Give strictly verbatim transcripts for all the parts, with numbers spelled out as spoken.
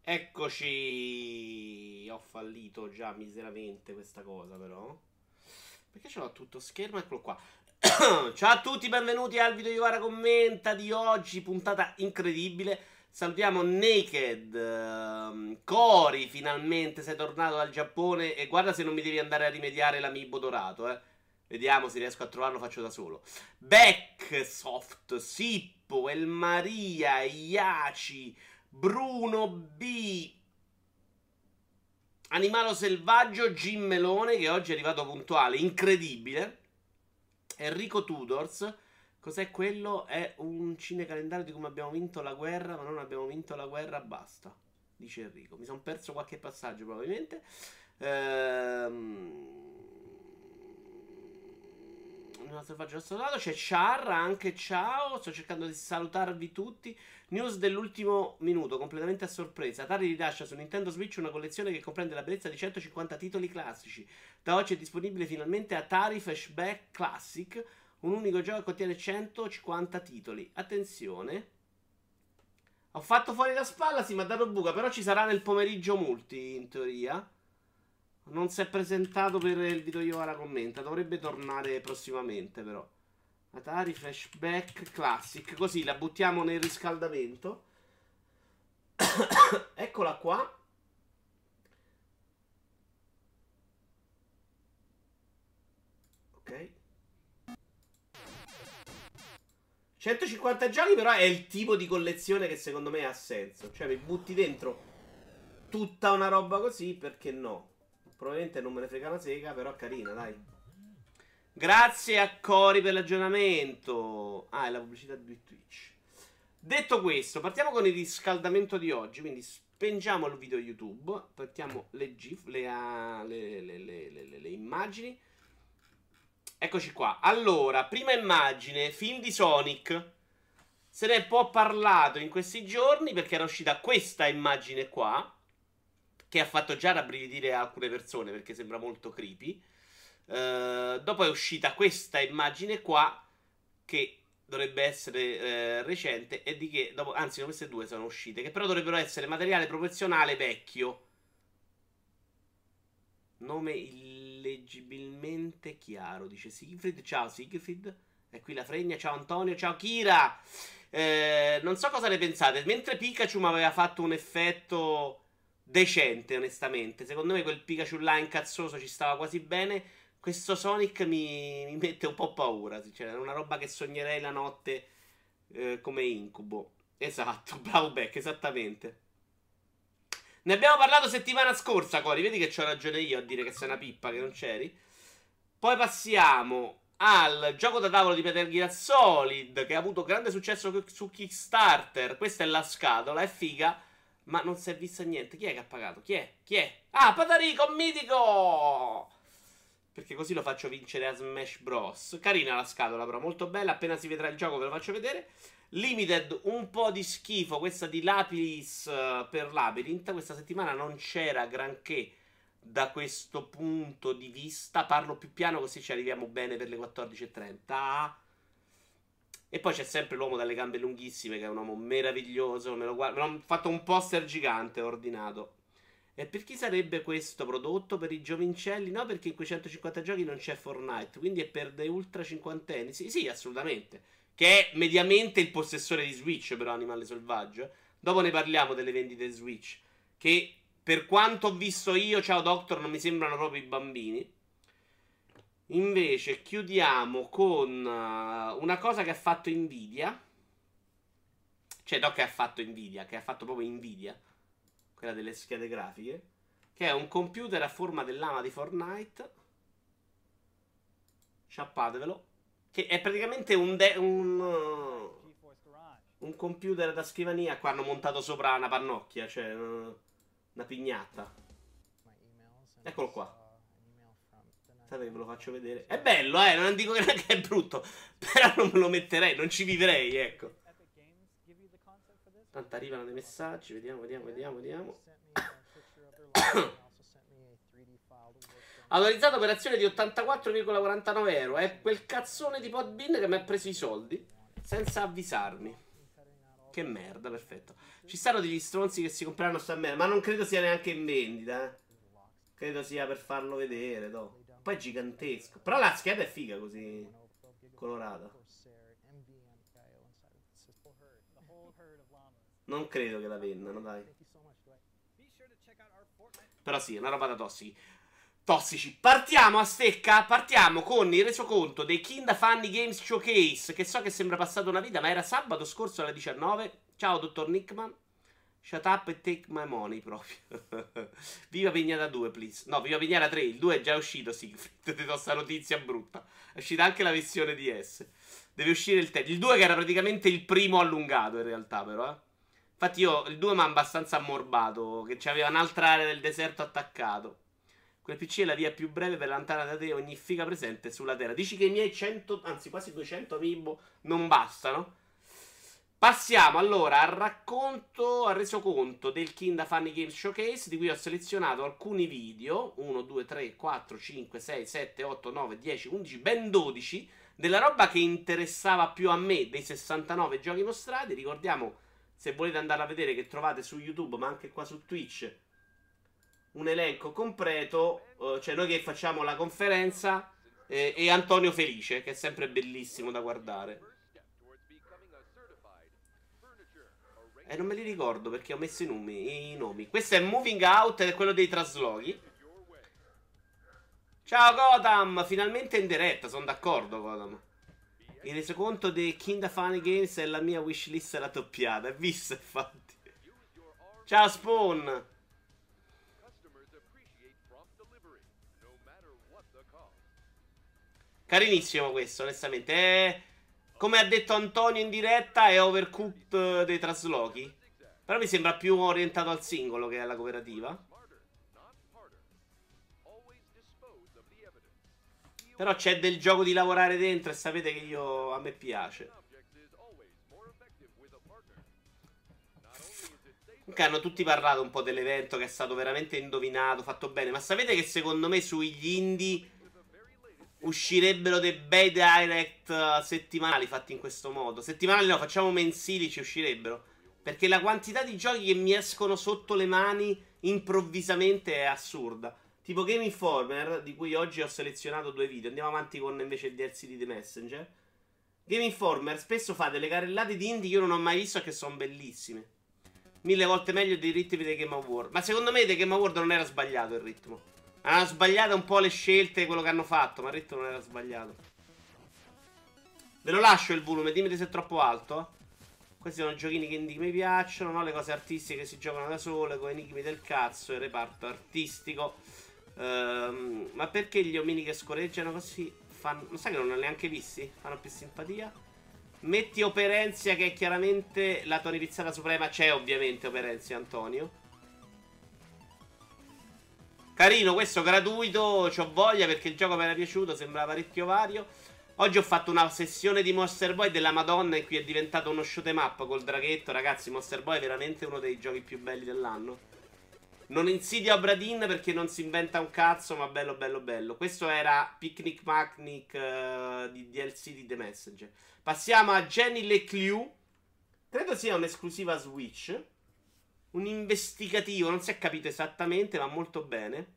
Eccoci. Ho fallito già miseramente questa cosa, però. Perché ce l'ho a tutto schermo? Eccolo qua. Ciao a tutti, benvenuti al video Ivara Commenta di oggi, puntata incredibile. Salutiamo Naked. ehm, Cori, finalmente sei tornato dal Giappone. E guarda se non mi devi andare a rimediare l'amiibo dorato, eh. Vediamo se riesco a trovarlo, faccio da solo. Backsoft, Sippo, El Maria, Iaci, Bruno B, Animalo Selvaggio, Jim Melone, che oggi è arrivato puntuale, incredibile. Enrico Tudors. Cos'è quello? È un cinecalendario di come abbiamo vinto la guerra, ma non abbiamo vinto la guerra, basta. Dice Enrico. Mi sono perso qualche passaggio probabilmente. Ehm... Nella selvaggio assolato c'è Char, anche ciao. Sto cercando di salutarvi tutti. News dell'ultimo minuto, completamente a sorpresa. Atari rilascia su Nintendo Switch una collezione che comprende la bellezza di centocinquanta titoli classici. Da oggi è disponibile finalmente Atari Flashback Classic, un unico gioco che contiene centocinquanta titoli. Attenzione. Ho fatto fuori la spalla, sì, mi ha dato buca, però ci sarà nel pomeriggio multi, in teoria. Non si è presentato per il video Ivara Commenta. Dovrebbe tornare prossimamente, però. Atari Flashback Classic. Così la buttiamo nel riscaldamento. Eccola qua. Ok. centocinquanta giochi, però è il tipo di collezione che secondo me ha senso. Cioè, mi butti dentro tutta una roba così, perché no? Probabilmente non me ne frega una sega, però è carina, dai. Grazie a Cori per l'aggiornamento. Ah, è la pubblicità di Twitch. Detto questo, partiamo con il riscaldamento di oggi. Quindi spengiamo il video YouTube. Partiamo le GIF, le, uh, le, le, le, le, le immagini. Eccoci qua. Allora, prima immagine, film di Sonic. Se ne è un po' parlato in questi giorni perché era uscita questa immagine qua, che ha fatto già rabbrividire alcune persone perché sembra molto creepy. Uh, dopo è uscita questa immagine qua, che dovrebbe essere eh, recente, e di che dopo, anzi, queste due sono uscite, che però dovrebbero essere materiale promozionale vecchio. Nome illeggibilmente chiaro, dice Siegfried. Ciao Siegfried. E qui la fregna. Ciao Antonio. Ciao Kira. Eh, non so cosa ne pensate. Mentre Pikachu mi aveva fatto un effetto decente, onestamente. Secondo me quel Pikachu là incazzoso ci stava quasi bene. Questo Sonic mi, mi mette un po' paura. Cioè, è una roba che sognerei la notte eh, come incubo. Esatto, bravo Beck, esattamente. Ne abbiamo parlato settimana scorsa, Cori. Vedi che c'ho ragione io a dire che sei una pippa, che non c'eri. Poi passiamo al gioco da tavolo di Metal Gear Solid, che ha avuto grande successo su Kickstarter. Questa è la scatola, è figa, ma non si è vista niente. Chi è che ha pagato? Chi è? Chi è? Ah, Patarico, mitico! Perché così lo faccio vincere a Smash Bros. Carina la scatola, però, molto bella. Appena si vedrà il gioco ve lo faccio vedere. Limited, un po' di schifo. Questa di Lapis uh, per Labyrinth. Questa settimana non c'era granché da questo punto di vista. Parlo più piano così ci arriviamo bene per le quattordici e trenta. E poi c'è sempre l'uomo dalle gambe lunghissime, che è un uomo meraviglioso. Me lo guardo. Me l'ho fatto un poster gigante ordinato. E per chi sarebbe questo prodotto? Per i giovincelli? No, perché in quei centocinquanta giochi non c'è Fortnite. Quindi è per dei ultra cinquantenni. Sì, sì, assolutamente. Che è mediamente il possessore di Switch, però, Animale Selvaggio. Dopo ne parliamo delle vendite Switch. Che per quanto ho visto io, ciao Doctor, non mi sembrano proprio i bambini. Invece chiudiamo con uh, una cosa che ha fatto Nvidia. Cioè, no, che ha fatto Nvidia, che ha fatto proprio Nvidia, quella delle schede grafiche, che è un computer a forma dell'ama di Fortnite. Sciappatevelo. Che è praticamente un, de- un, uh, un computer da scrivania. Qua hanno montato sopra una pannocchia, cioè uh, una pignatta. Eccolo qua. Aspetta che ve lo faccio vedere. È bello, eh, non dico che è brutto, però non me lo metterei, non ci vivrei, ecco. Tanto arrivano dei messaggi, vediamo, vediamo, vediamo, vediamo. Autorizzato operazione di ottantaquattro virgola quarantanove euro. È quel cazzone di Podbean che mi ha preso i soldi senza avvisarmi. Che merda, perfetto. Ci stanno degli stronzi che si compreranno sta merda, ma non credo sia neanche in vendita, eh. Credo sia per farlo vedere, no. Poi è gigantesco. Però la scheda è figa così colorata. Non credo che la vendano, dai. Però sì, è una roba da tossici. Tossici. Partiamo a stecca. Partiamo con il resoconto dei Kinda Funny Games Showcase. Che so che sembra passata una vita, ma era sabato scorso alle diciannove. Ciao, dottor Nickman. Shut up and take my money, proprio. Viva Pignata due, please. No, Viva Pignata tre. Il due è già uscito, Siegfried. Ti do sta notizia brutta. È uscita anche la versione D S. Deve uscire il tre. Il due che era praticamente il primo allungato, in realtà, però, eh. Infatti io, il due mi ha abbastanza ammorbato, che c'aveva un'altra area del deserto attaccato. Quel P C è la via più breve per allontanare da te ogni figa presente sulla terra. Dici che i miei cento, anzi quasi duecento amiibo non bastano? Passiamo allora al racconto, al resoconto del Kinda Funny Games Showcase, di cui ho selezionato alcuni video, uno, due, tre, quattro, cinque, sei, sette, otto, nove, dieci, undici, ben dodici, della roba che interessava più a me dei sessantanove giochi mostrati. Ricordiamo, se volete andare a vedere, che trovate su YouTube, ma anche qua su Twitch, un elenco completo, uh, cioè noi che facciamo la conferenza eh, e Antonio Felice, che è sempre bellissimo da guardare. E eh, non me li ricordo perché ho messo i nomi, i nomi. Questo è Moving Out ed è quello dei traslochi. Ciao Gotham, finalmente in diretta, sono d'accordo Gotham. Il resoconto dei Kinda Funny Games è la mia wishlist raddoppiata, hai visto infatti. Ciao Spawn. Carinissimo questo, onestamente. È, come ha detto Antonio in diretta, è Overcooked dei traslochi. Però mi sembra più orientato al singolo che alla cooperativa. Però c'è del gioco di lavorare dentro e sapete che io, a me piace. Comunque hanno tutti parlato un po' dell'evento, che è stato veramente indovinato, fatto bene. Ma sapete che secondo me sugli indie uscirebbero dei bei direct settimanali fatti in questo modo. Settimanali no, facciamo mensili, ci uscirebbero. Perché la quantità di giochi che mi escono sotto le mani improvvisamente è assurda. Tipo Game Informer, di cui oggi ho selezionato due video. Andiamo avanti con invece il D L C di The Messenger. Game Informer spesso fa delle carrellate di indie che io non ho mai visto e che sono bellissime. Mille volte meglio dei ritmi dei Game Award. Ma secondo me dei Game Award non era sbagliato il ritmo. Hanno sbagliato un po' le scelte, quello che hanno fatto, ma il ritmo non era sbagliato. Ve lo lascio il volume, dimmi se è troppo alto. Questi sono giochini che mi piacciono, no? Le cose artistiche che si giocano da sole, con enigmi del cazzo, il reparto artistico. Ehm, ma perché gli omini che scorreggiano così fanno... Non sai che non li ho neanche visti? Fanno più simpatia? Metti Operenzia, che è chiaramente la tonifizzata suprema. C'è ovviamente Operenzia, Antonio. Carino, questo gratuito, c'ho voglia perché il gioco mi era piaciuto, sembrava parecchio vario. Oggi ho fatto una sessione di Monster Boy della Madonna in cui è diventato uno shoot 'em up col draghetto. Ragazzi, Monster Boy è veramente uno dei giochi più belli dell'anno. Non insidia Obradin perché non si inventa un cazzo, ma bello bello bello. Questo era Picnic Macnic uh, di D L C di The Messenger. Passiamo a Jenny Leclue. Credo sia un'esclusiva Switch. Un investigativo, non si è capito esattamente, ma molto bene.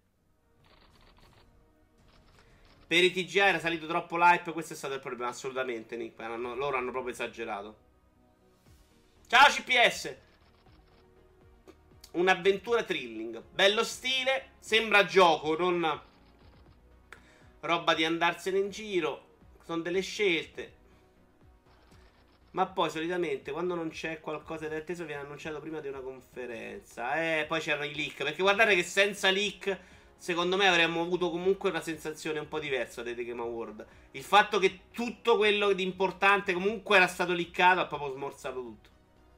Per i T G A era salito troppo l'hype, questo è stato il problema, assolutamente, Nick. Hanno, loro hanno proprio esagerato. Ciao C P S! Un'avventura thrilling. Bello stile, sembra gioco, non roba di andarsene in giro. Sono delle scelte. Ma poi solitamente quando non c'è qualcosa di atteso viene annunciato prima di una conferenza. Eh, poi c'erano i leak. Perché guardate che senza leak, secondo me avremmo avuto comunque una sensazione un po' diversa dei The Game Award. Il fatto che tutto quello di importante comunque era stato leakato ha proprio smorzato tutto.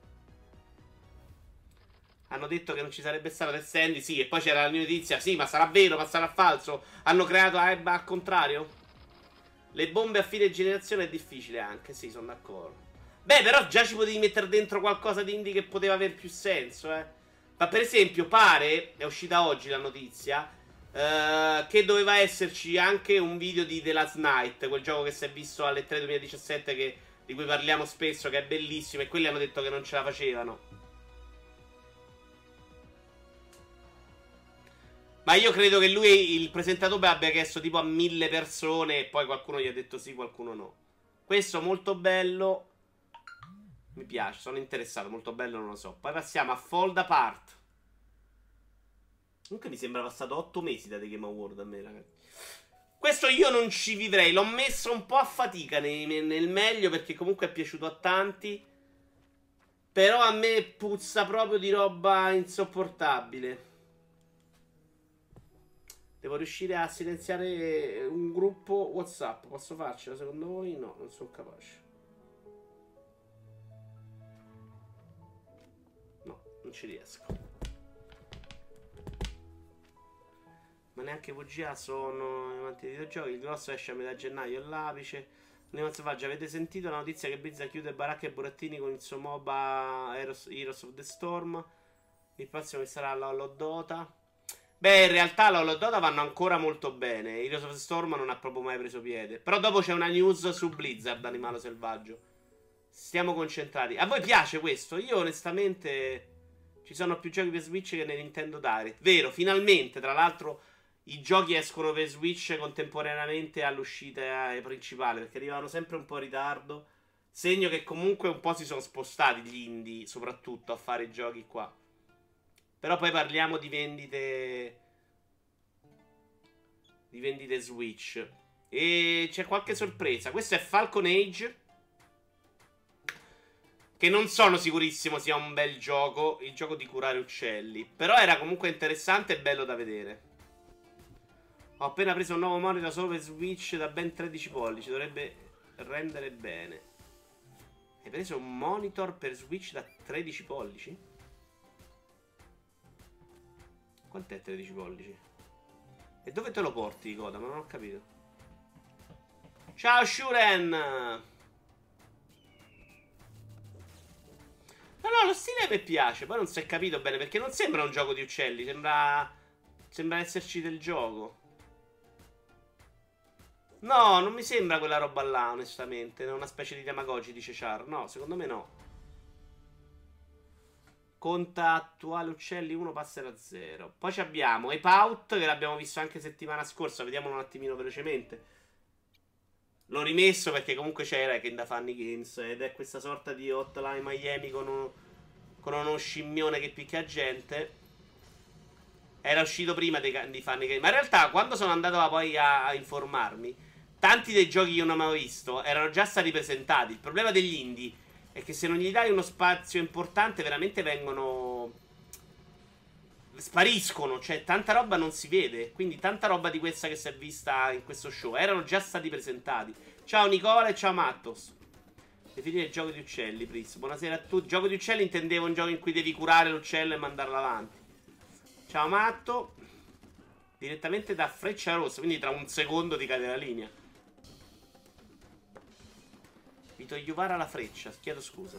Hanno detto che non ci sarebbe stato Death Stranding, sì, e poi c'era la notizia, sì, ma sarà vero, ma sarà falso. Hanno creato Aeb al contrario. Le bombe a fine generazione è difficile anche, sì, sono d'accordo. Beh, però già ci potevi mettere dentro qualcosa di indie che poteva aver più senso, eh. Ma per esempio pare, è uscita oggi la notizia, eh, che doveva esserci anche un video di The Last Night, quel gioco che si è visto alle tre duemiladiciassette che di cui parliamo spesso, che è bellissimo, e quelli hanno detto che non ce la facevano. Ma io credo che lui, il presentatore, abbia chiesto tipo a mille persone e poi qualcuno gli ha detto sì, qualcuno no. Questo molto bello. Mi piace, sono interessato, molto bello, non lo so. Poi passiamo a Fold Apart. Comunque mi sembra passato otto mesi da The Game Award a me, ragazzi. Questo io non ci vivrei, l'ho messo un po' a fatica nei, nel meglio perché comunque è piaciuto a tanti. Però a me puzza proprio di roba insopportabile. Devo riuscire a silenziare un gruppo WhatsApp. Posso farcela secondo voi? No, non sono capace. No, non ci riesco. Ma neanche V G A sono amanti dei videogiochi. Il grosso esce a metà gennaio, è l'apice. Andiamo Selvaggia, avete sentito la notizia che Blizzard chiude baracche e burattini con il suo MOBA Heroes, Heroes of the Storm? Il prossimo che sarà LoL Dota. Beh, in realtà LoL e Dota vanno ancora molto bene. Heroes of the Storm non ha proprio mai preso piede. Però dopo c'è una news su Blizzard, Animale Selvaggio. Stiamo concentrati. A voi piace questo? Io onestamente... Ci sono più giochi per Switch che nei Nintendo Direct. Vero, finalmente, tra l'altro... I giochi escono per Switch contemporaneamente all'uscita principale, perché arrivavano sempre un po' in ritardo. Segno che comunque un po' si sono spostati gli indie, soprattutto, a fare i giochi qua. Però poi parliamo di vendite... Di vendite Switch. E c'è qualche sorpresa. Questo è Falcon Age, che non sono sicurissimo sia un bel gioco, il gioco di curare uccelli. Però era comunque interessante e bello da vedere. Ho appena preso un nuovo monitor solo per Switch da ben tredici pollici. Dovrebbe rendere bene. Hai preso un monitor per Switch da tredici pollici? Quant'è tredici pollici? E dove te lo porti, Coda? Ma non ho capito. Ciao Shuren! No, no, lo stile mi piace. Poi non si è capito bene, perché non sembra un gioco di uccelli. Sembra... Sembra esserci del gioco. No, non mi sembra quella roba là, onestamente. È una specie di Tamagotchi, dice Char. No, secondo me no. Conta attuale uccelli uno passerà a zero. Poi abbiamo Ape Out, che l'abbiamo visto anche settimana scorsa. Vediamolo un attimino velocemente. L'ho rimesso perché comunque c'era che da Funny Games. Ed è questa sorta di Hotline Miami con, un, con uno scimmione che picchia gente. Era uscito prima dei, di Funny Games. Ma in realtà quando sono andato poi a, a informarmi, tanti dei giochi che io non avevo visto erano già stati presentati. Il problema degli indie è che se non gli dai uno spazio importante veramente vengono... spariscono. Cioè tanta roba non si vede. Quindi tanta roba di questa che si è vista in questo show erano già stati presentati. Ciao Nicola e ciao Mattos. Definire il gioco di uccelli, Pris. Buonasera a tutti. Gioco di uccelli intendevo un gioco in cui devi curare l'uccello e mandarlo avanti. Ciao Matto. Direttamente da Freccia Rossa. Quindi tra un secondo ti cade la linea. Vito Iuvara la freccia, chiedo scusa.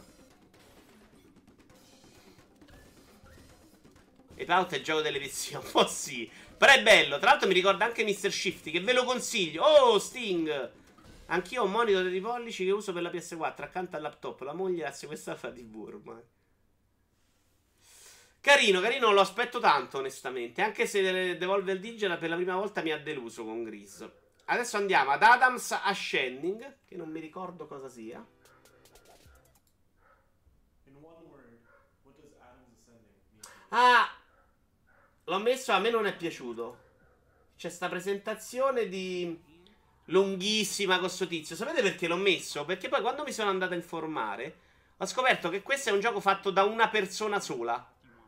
E Out è il gioco delle visioni. Oh sì, però è bello. Tra l'altro mi ricorda anche mister Shifty, che ve lo consiglio. Oh, Sting. Anch'io ho un monitor di pollici che uso per la P S quattro accanto al laptop. La moglie ha sequestrata la T V ormai. Carino, carino, lo aspetto tanto onestamente. Anche se Devolver Digital per la prima volta mi ha deluso con Gris. Adesso andiamo ad Adams Ascending, che non mi ricordo cosa sia. Ah, l'ho messo, a me non è piaciuto. C'è sta presentazione di lunghissima con sto tizio. Sapete perché l'ho messo? Perché poi quando mi sono andato a informare ho scoperto che questo è un gioco fatto da una persona sola.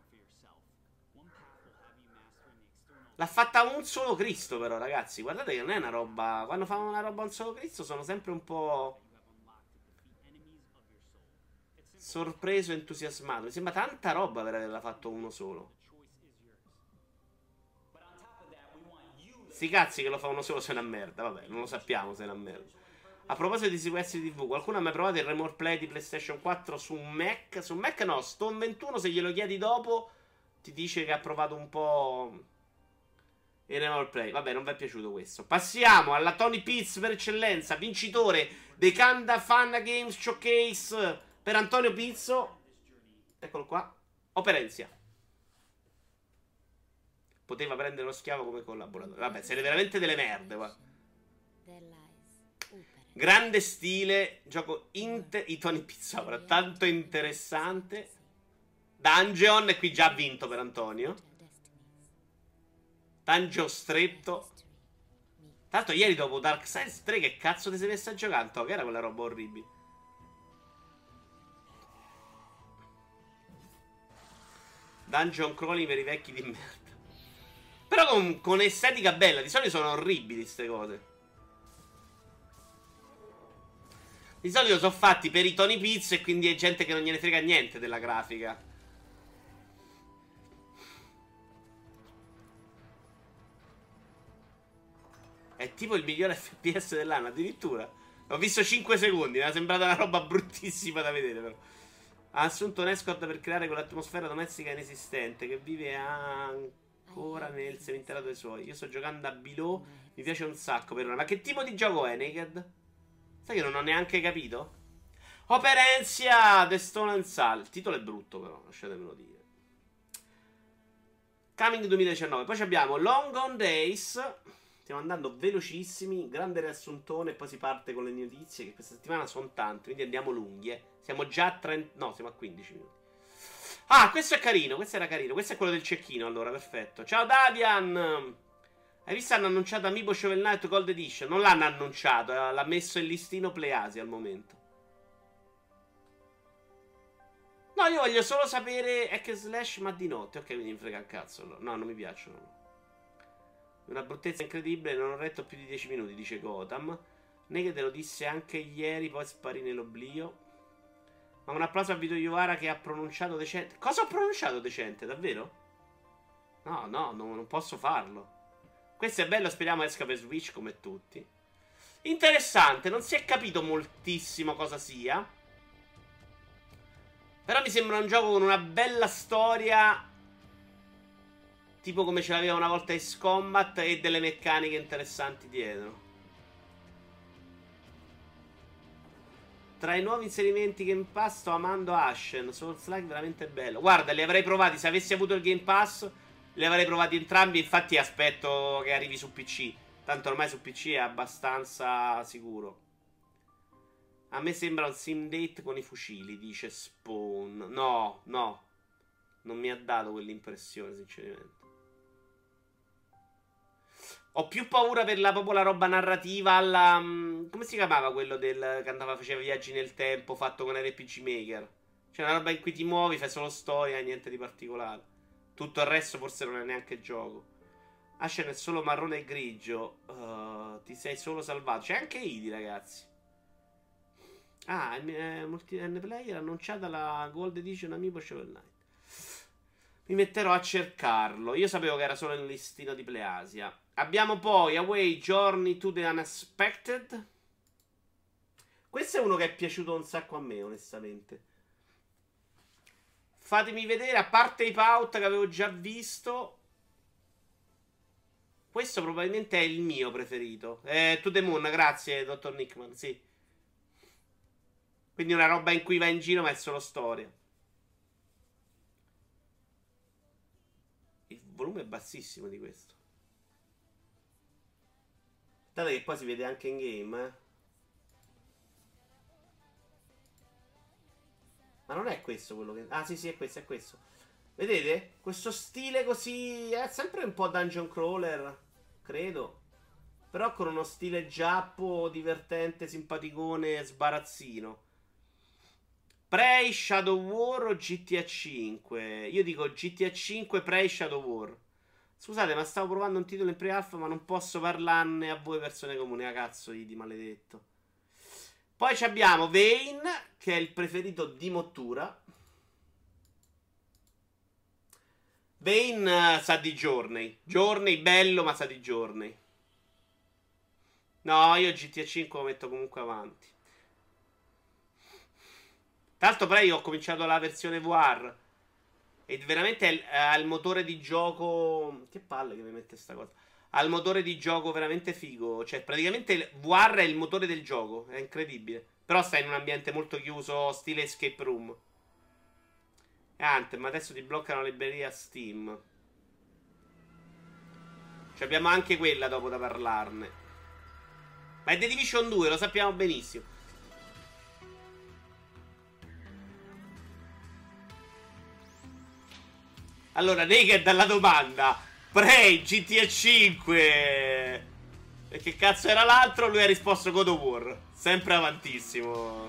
L'ha fatta un solo Cristo però, ragazzi. Guardate che non è una roba... Quando fanno una roba un solo Cristo sono sempre un po' sorpreso e entusiasmato. Mi sembra tanta roba per averla fatto uno solo. Sti cazzi che lo fa uno solo se è una merda. Vabbè, non lo sappiamo se è una merda. A proposito di sequestri T V, qualcuno ha mai provato il remote play di PlayStation quattro su un Mac? Su un Mac no, Stone ventuno se glielo chiedi dopo ti dice che ha provato un po' il remote play. Vabbè, non vi è piaciuto questo. Passiamo alla Tony Pitts per eccellenza, vincitore Decanda Fan Games Showcase per Antonio Pizzo. Eccolo qua. Operenzia. Poteva prendere lo schiavo come collaboratore. Vabbè, siete veramente delle merde, guarda. Grande stile. Gioco inter... I Tony Pizza, ora, tanto interessante. Dungeon, e qui già ha vinto per Antonio. Dungeon stretto. Tra l'altro ieri dopo Darksiders tre che cazzo ti sei messa a giocare? Che era quella roba orribile. Dungeon crawling per i vecchi di merda. Però con, con estetica bella. Di solito sono orribili queste cose. Di solito sono fatti per i Tony Pizza e quindi è gente che non gliene frega niente della grafica. È tipo il migliore F P S dell'anno, addirittura. Ho visto cinque secondi, mi è sembrata una roba bruttissima da vedere, però. Ha assunto un escort per creare quell'atmosfera domestica inesistente che vive ancora nel seminterrato dei suoi. Io sto giocando a Below, mi piace un sacco per ora. Ma che tipo di gioco è, Naked? Sai che non ho neanche capito? Operenzia The Stone and Sal. Il titolo è brutto, però, lasciatemelo dire. Coming duemiladiciannove. Poi abbiamo Long Gone Days. Stiamo andando velocissimi. Grande riassuntone. E poi si parte con le notizie, che questa settimana sono tante, quindi andiamo lunghi, eh. Siamo già a trenta... No, siamo a quindici minuti. Ah, questo è carino. Questo era carino. Questo è quello del cecchino, allora, perfetto. Ciao Davian. Hai visto? Hanno annunciato Amiibo Shovel Knight Gold Edition. Non l'hanno annunciato, l'ha messo in listino Playasi al momento. No, io voglio solo sapere hack and slash ma di notte. Ok, quindi mi frega il cazzo allora. No, non mi piacciono. Una bruttezza incredibile, non ho retto più di dieci minuti, dice Gotham. Naked lo disse anche ieri, poi sparì nell'oblio. Ma un applauso a Vito Iovara che ha pronunciato decente. Cosa ho pronunciato decente, davvero? No, no, no, non posso farlo. Questo è bello, speriamo esca per Switch come tutti. Interessante, non si è capito moltissimo cosa sia. Però mi sembra un gioco con una bella storia, tipo come ce l'aveva una volta Ace Combat, e delle meccaniche interessanti dietro. Tra i nuovi inserimenti Game Pass sto amando Ashen. Souls-like veramente bello. Guarda, li avrei provati, se avessi avuto il Game Pass li avrei provati entrambi. Infatti aspetto che arrivi su P C. Tanto ormai su P C è abbastanza sicuro. A me sembra un sim date con i fucili, dice Spawn. No, no. Non mi ha dato quell'impressione, sinceramente. Ho più paura per la, proprio la roba narrativa alla... Come si chiamava quello del che andava, faceva viaggi nel tempo, fatto con R P G Maker? Cioè una roba in cui ti muovi, fai solo storia e niente di particolare. Tutto il resto forse non è neanche gioco. Ashen è solo marrone e grigio. Uh, ti sei solo salvato. C'è anche Idi, ragazzi. Ah, eh, multi-player ha annunciata la Gold Edition Amiibo Shovel Knight. Mi metterò a cercarlo. Io sapevo che era solo nel listino di Playasia. Abbiamo poi Away Journey to the Unexpected. Questo è uno che è piaciuto un sacco a me, onestamente. Fatemi vedere, a parte i Pout che avevo già visto, questo probabilmente è il mio preferito. Eh, To the Moon, grazie, dottor Nickman, sì. Quindi una roba in cui va in giro ma è solo storia. Il volume è bassissimo di questo. Guardate che poi si vede anche in game, eh. Ma non è questo quello che... Ah sì sì, è questo, è questo. Vedete? Questo stile così... È sempre un po' dungeon crawler, credo. Però con uno stile giappo divertente, simpaticone, sbarazzino. Prey, Shadow War o G T A cinque? Io dico G T A cinque, Prey, Shadow War. Scusate, ma stavo provando un titolo in pre-alpha, ma non posso parlarne a voi persone comuni. Ah, cazzo, Idi, maledetto. Poi abbiamo Vane, che è il preferito di Mottura. Vane uh, sa di Journey. Journey, bello, ma sa di Journey. No, io G T A cinque lo metto comunque avanti. Tra l'altro, però io ho cominciato la versione V R. E veramente ha il motore di gioco... Che palle che mi mette sta cosa. ha il motore di gioco veramente figo. Cioè, praticamente il V R è il motore del gioco. È incredibile. Però sta in un ambiente molto chiuso, stile escape room. Anthem, adesso ti bloccano la libreria Steam. Cioè, abbiamo anche quella dopo da parlarne. Ma è The Division due, lo sappiamo benissimo. Allora, Naked dalla domanda. Prey, G T A cinque. E che cazzo era l'altro? Lui ha risposto God of War. Sempre avantissimo.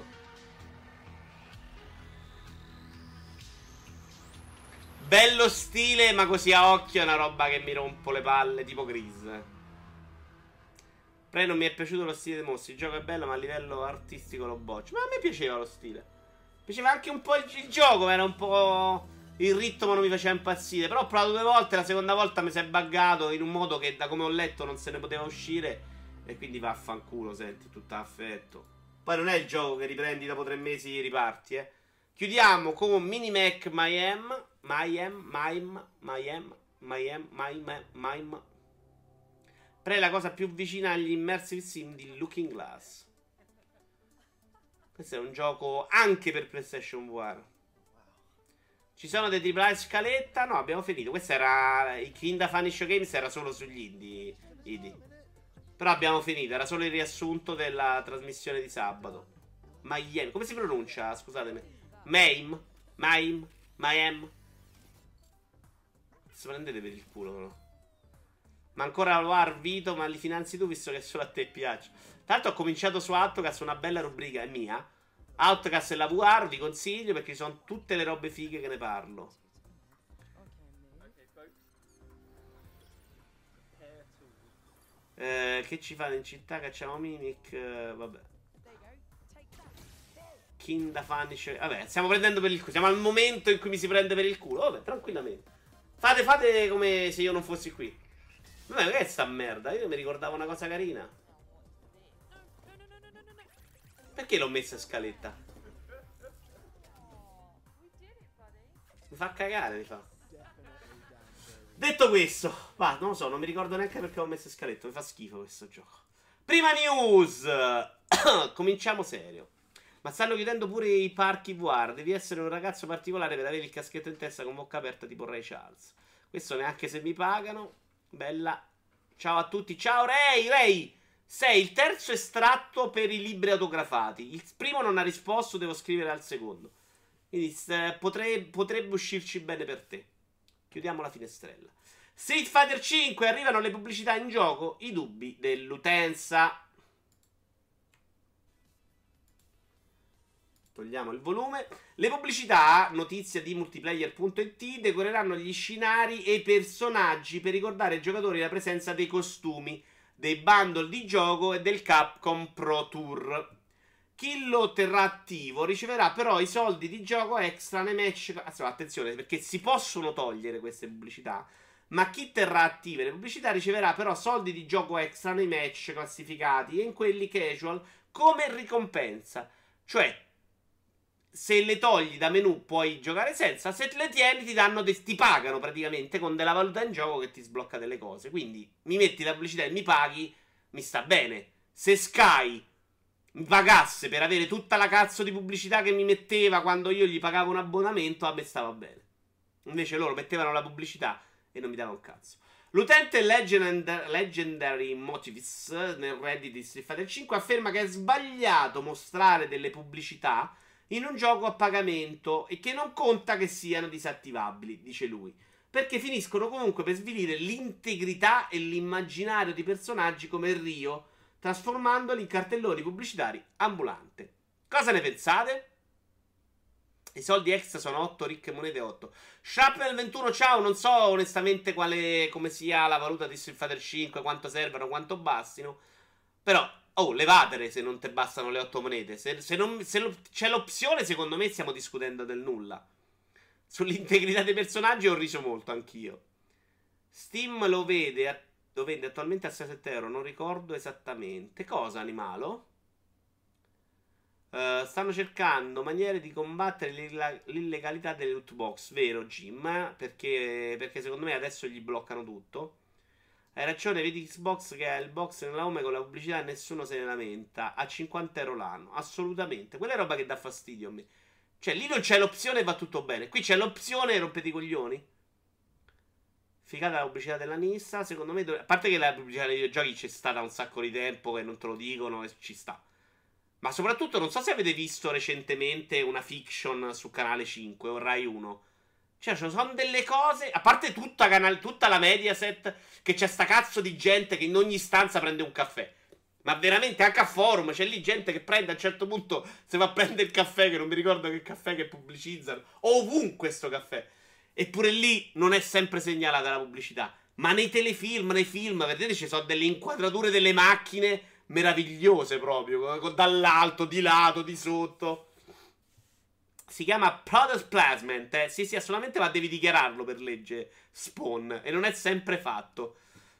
Bello stile, ma così a occhio è una roba che mi rompo le palle, tipo Gris. Prey non mi è piaciuto lo stile dei mostri. Il gioco è bello, ma a livello artistico lo boccio. Ma a me piaceva lo stile. Piaceva anche un po' il, il gioco, era un po'... Il ritmo non mi faceva impazzire. Però ho provato due volte, la seconda volta mi si è buggato in un modo che da come ho letto non se ne poteva uscire. E quindi vaffanculo, senti, tutto affetto. Poi non è il gioco che riprendi dopo tre mesi e riparti, eh. Chiudiamo con Minimac Mayhem. Mayhem, Mayhem, Mayhem, Mayhem, Mayhem, Mayhem. Pre la cosa più vicina agli immersive sim di Looking Glass. Questo è un gioco anche per PlayStation V R. Ci sono dei tripla A scaletta? No, abbiamo finito. Questo era... Il Kinda Funny Show Games era solo sugli indie, indie. Però abbiamo finito. Era solo il riassunto della trasmissione di sabato. Mayhem. Come si pronuncia? Scusatemi. Mayhem. Mayhem. Mayhem. Si prendete per il culo, però. Ma ancora lo ha Vito, ma li finanzi tu visto che solo a te piace. Tra l'altro ho cominciato su Outcast, una bella rubrica, è mia. Outcast e la V R, vi consiglio perché ci sono tutte le robe fighe che ne parlo. Eh, che ci fate in città? Cacciamo Mimic, eh, vabbè. Kinda Funny. Vabbè, stiamo prendendo per il culo. Siamo al momento in cui mi si prende per il culo. Vabbè, tranquillamente. Fate, fate come se io non fossi qui. Vabbè, che è sta merda? Io mi ricordavo una cosa carina. Perché l'ho messa in scaletta? Mi fa cagare, mi fa. Detto questo, va, non lo so, non mi ricordo neanche perché l'ho messo in scaletta. Mi fa schifo questo gioco. Prima news. Cominciamo serio. Ma stanno chiudendo pure i parchi V R. Devi essere un ragazzo particolare per avere il caschetto in testa con bocca aperta tipo Ray Charles. Questo neanche se mi pagano. Bella. Ciao a tutti. Ciao Ray, Ray. Sei il terzo estratto per i libri autografati. Il primo non ha risposto, devo scrivere al secondo. Quindi eh, potre, potrebbe uscirci bene per te. Chiudiamo la finestrella. Street Fighter cinque, arrivano le pubblicità in gioco, i dubbi dell'utenza. Togliamo il volume. Le pubblicità, notizia di multiplayer punto it, decoreranno gli scenari e i personaggi per ricordare ai giocatori la presenza dei costumi, dei bundle di gioco e del Capcom Pro Tour. Chi lo terrà attivo riceverà però i soldi di gioco extra nei match. Attenzione, perché si possono togliere queste pubblicità, ma chi terrà attive le pubblicità riceverà però soldi di gioco extra nei match classificati e in quelli casual come ricompensa. Cioè, se le togli da menu puoi giocare senza, se le tieni ti danno de- ti pagano praticamente con della valuta in gioco che ti sblocca delle cose. Quindi mi metti la pubblicità e mi paghi, mi sta bene. Se Sky mi pagasse per avere tutta la cazzo di pubblicità che mi metteva quando io gli pagavo un abbonamento, a me stava bene. Invece loro mettevano la pubblicità e non mi davano un cazzo. L'utente Legend- Legendary Motives nel Reddit di Street Fighter cinque afferma che è sbagliato mostrare delle pubblicità in un gioco a pagamento e che non conta che siano disattivabili, dice lui, perché finiscono comunque per svilire l'integrità e l'immaginario di personaggi come Rio, trasformandoli in cartelloni pubblicitari ambulante. Cosa ne pensate? I soldi extra sono otto ricche monete otto. Shrapnel ventuno, ciao, non so onestamente quale, come sia la valuta di Street Fighter cinque, quanto servono, quanto bastino, però oh, levatele se non te bastano le otto monete. Se, se, non, se lo, c'è l'opzione, secondo me stiamo discutendo del nulla. Sull'integrità dei personaggi ho riso molto anch'io. Steam lo vede, lo vende attualmente a sei sette euro. Non ricordo esattamente. Cosa, animalo? Uh, stanno cercando maniere di combattere l'illa- l'illegalità delle loot box. Vero, Jim? Perché, perché secondo me adesso gli bloccano tutto. Hai ragione, vedi Xbox che ha il box nella home con la pubblicità e nessuno se ne lamenta. A cinquanta euro l'anno. Assolutamente. Quella è roba che dà fastidio a me. Cioè, lì non c'è l'opzione e va tutto bene. Qui c'è l'opzione e rompete i coglioni. Figata la pubblicità della Nissa. Secondo me, dov- a parte che la pubblicità dei videogiochi c'è stata un sacco di tempo che non te lo dicono e ci sta. Ma soprattutto, non so se avete visto recentemente una fiction su Canale cinque o Rai uno. Cioè, ci sono delle cose. A parte tutta, canal- tutta la Mediaset, che c'è sta cazzo di gente che in ogni stanza prende un caffè. Ma veramente anche a forum c'è lì gente che prende a un certo punto se va a prendere il caffè, che non mi ricordo che caffè che pubblicizzano. Ovunque sto caffè. Eppure lì non è sempre segnalata la pubblicità. Ma nei telefilm, nei film, vedete, ci sono delle inquadrature delle macchine meravigliose proprio. con- Dall'alto, di lato, di sotto. Si chiama Product Placement. Eh. Sì, sì, assolutamente, ma devi dichiararlo per legge Spawn. E non è sempre fatto.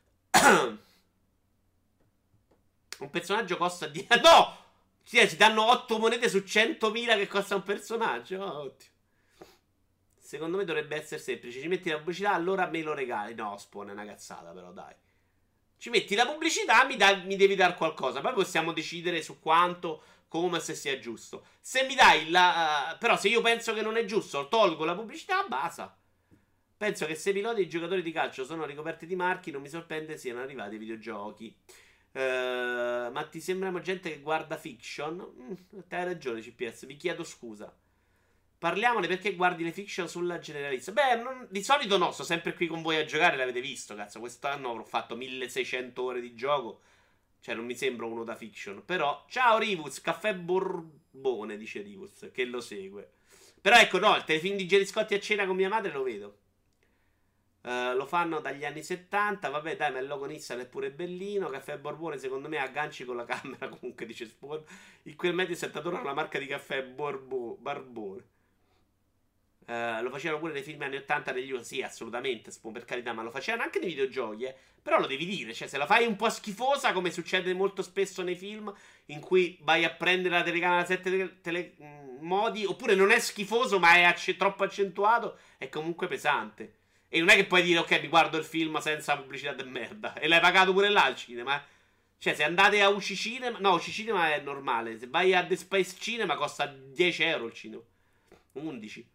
Un personaggio costa dieci. No! Sì, ci danno otto monete su centomila che costa un personaggio. Oh, oddio. Secondo me dovrebbe essere semplice. Ci metti la pubblicità, allora me lo regali. No, Spawn è una cazzata, però, dai. Ci metti la pubblicità, mi, da- mi devi dar qualcosa. Poi possiamo decidere su quanto, come, se sia giusto. Se mi dai la. Uh, però, se io penso che non è giusto, tolgo la pubblicità, basta. Penso che se i piloti e i giocatori di calcio sono ricoperti di marchi, non mi sorprende siano arrivati i videogiochi. Uh, ma ti sembriamo gente che guarda fiction? Mm, te hai ragione, C P S. Vi chiedo scusa. Parliamone, perché guardi le fiction sulla generalista? Beh, non- di solito no, sto sempre qui con voi a giocare, l'avete visto, cazzo. Quest'anno avrò fatto milleseicento ore di gioco. Cioè, non mi sembra uno da fiction. Però, ciao Rivuz, caffè Borbone, dice Rivuz, che lo segue. Però ecco, no, il telefilm di Gerry Scotti a cena con mia madre lo vedo. Eh, lo fanno dagli anni settanta. Vabbè, dai, ma il logo Nissan è pure bellino. Caffè Borbone, secondo me, agganci con la camera. Comunque, dice Spawn. Il quel Mediaset adora la marca di caffè Borbo- Barbone. Eh, lo facevano pure nei film anni ottanta degli U S A. Sì, assolutamente, Spawn, per carità, ma lo facevano anche nei videogiochi, eh. Però lo devi dire, cioè, se la fai un po' schifosa, come succede molto spesso nei film, in cui vai a prendere la telecamera a sette tele- tele- mh, modi, oppure non è schifoso, ma è acce- troppo accentuato, è comunque pesante. E non è che puoi dire, ok, mi guardo il film senza pubblicità de merda. E l'hai pagato pure là al cinema. Eh. Cioè, se andate a U C Cinema, no, U C Cinema è normale. Se vai a The Space Cinema costa dieci euro il cinema. undici.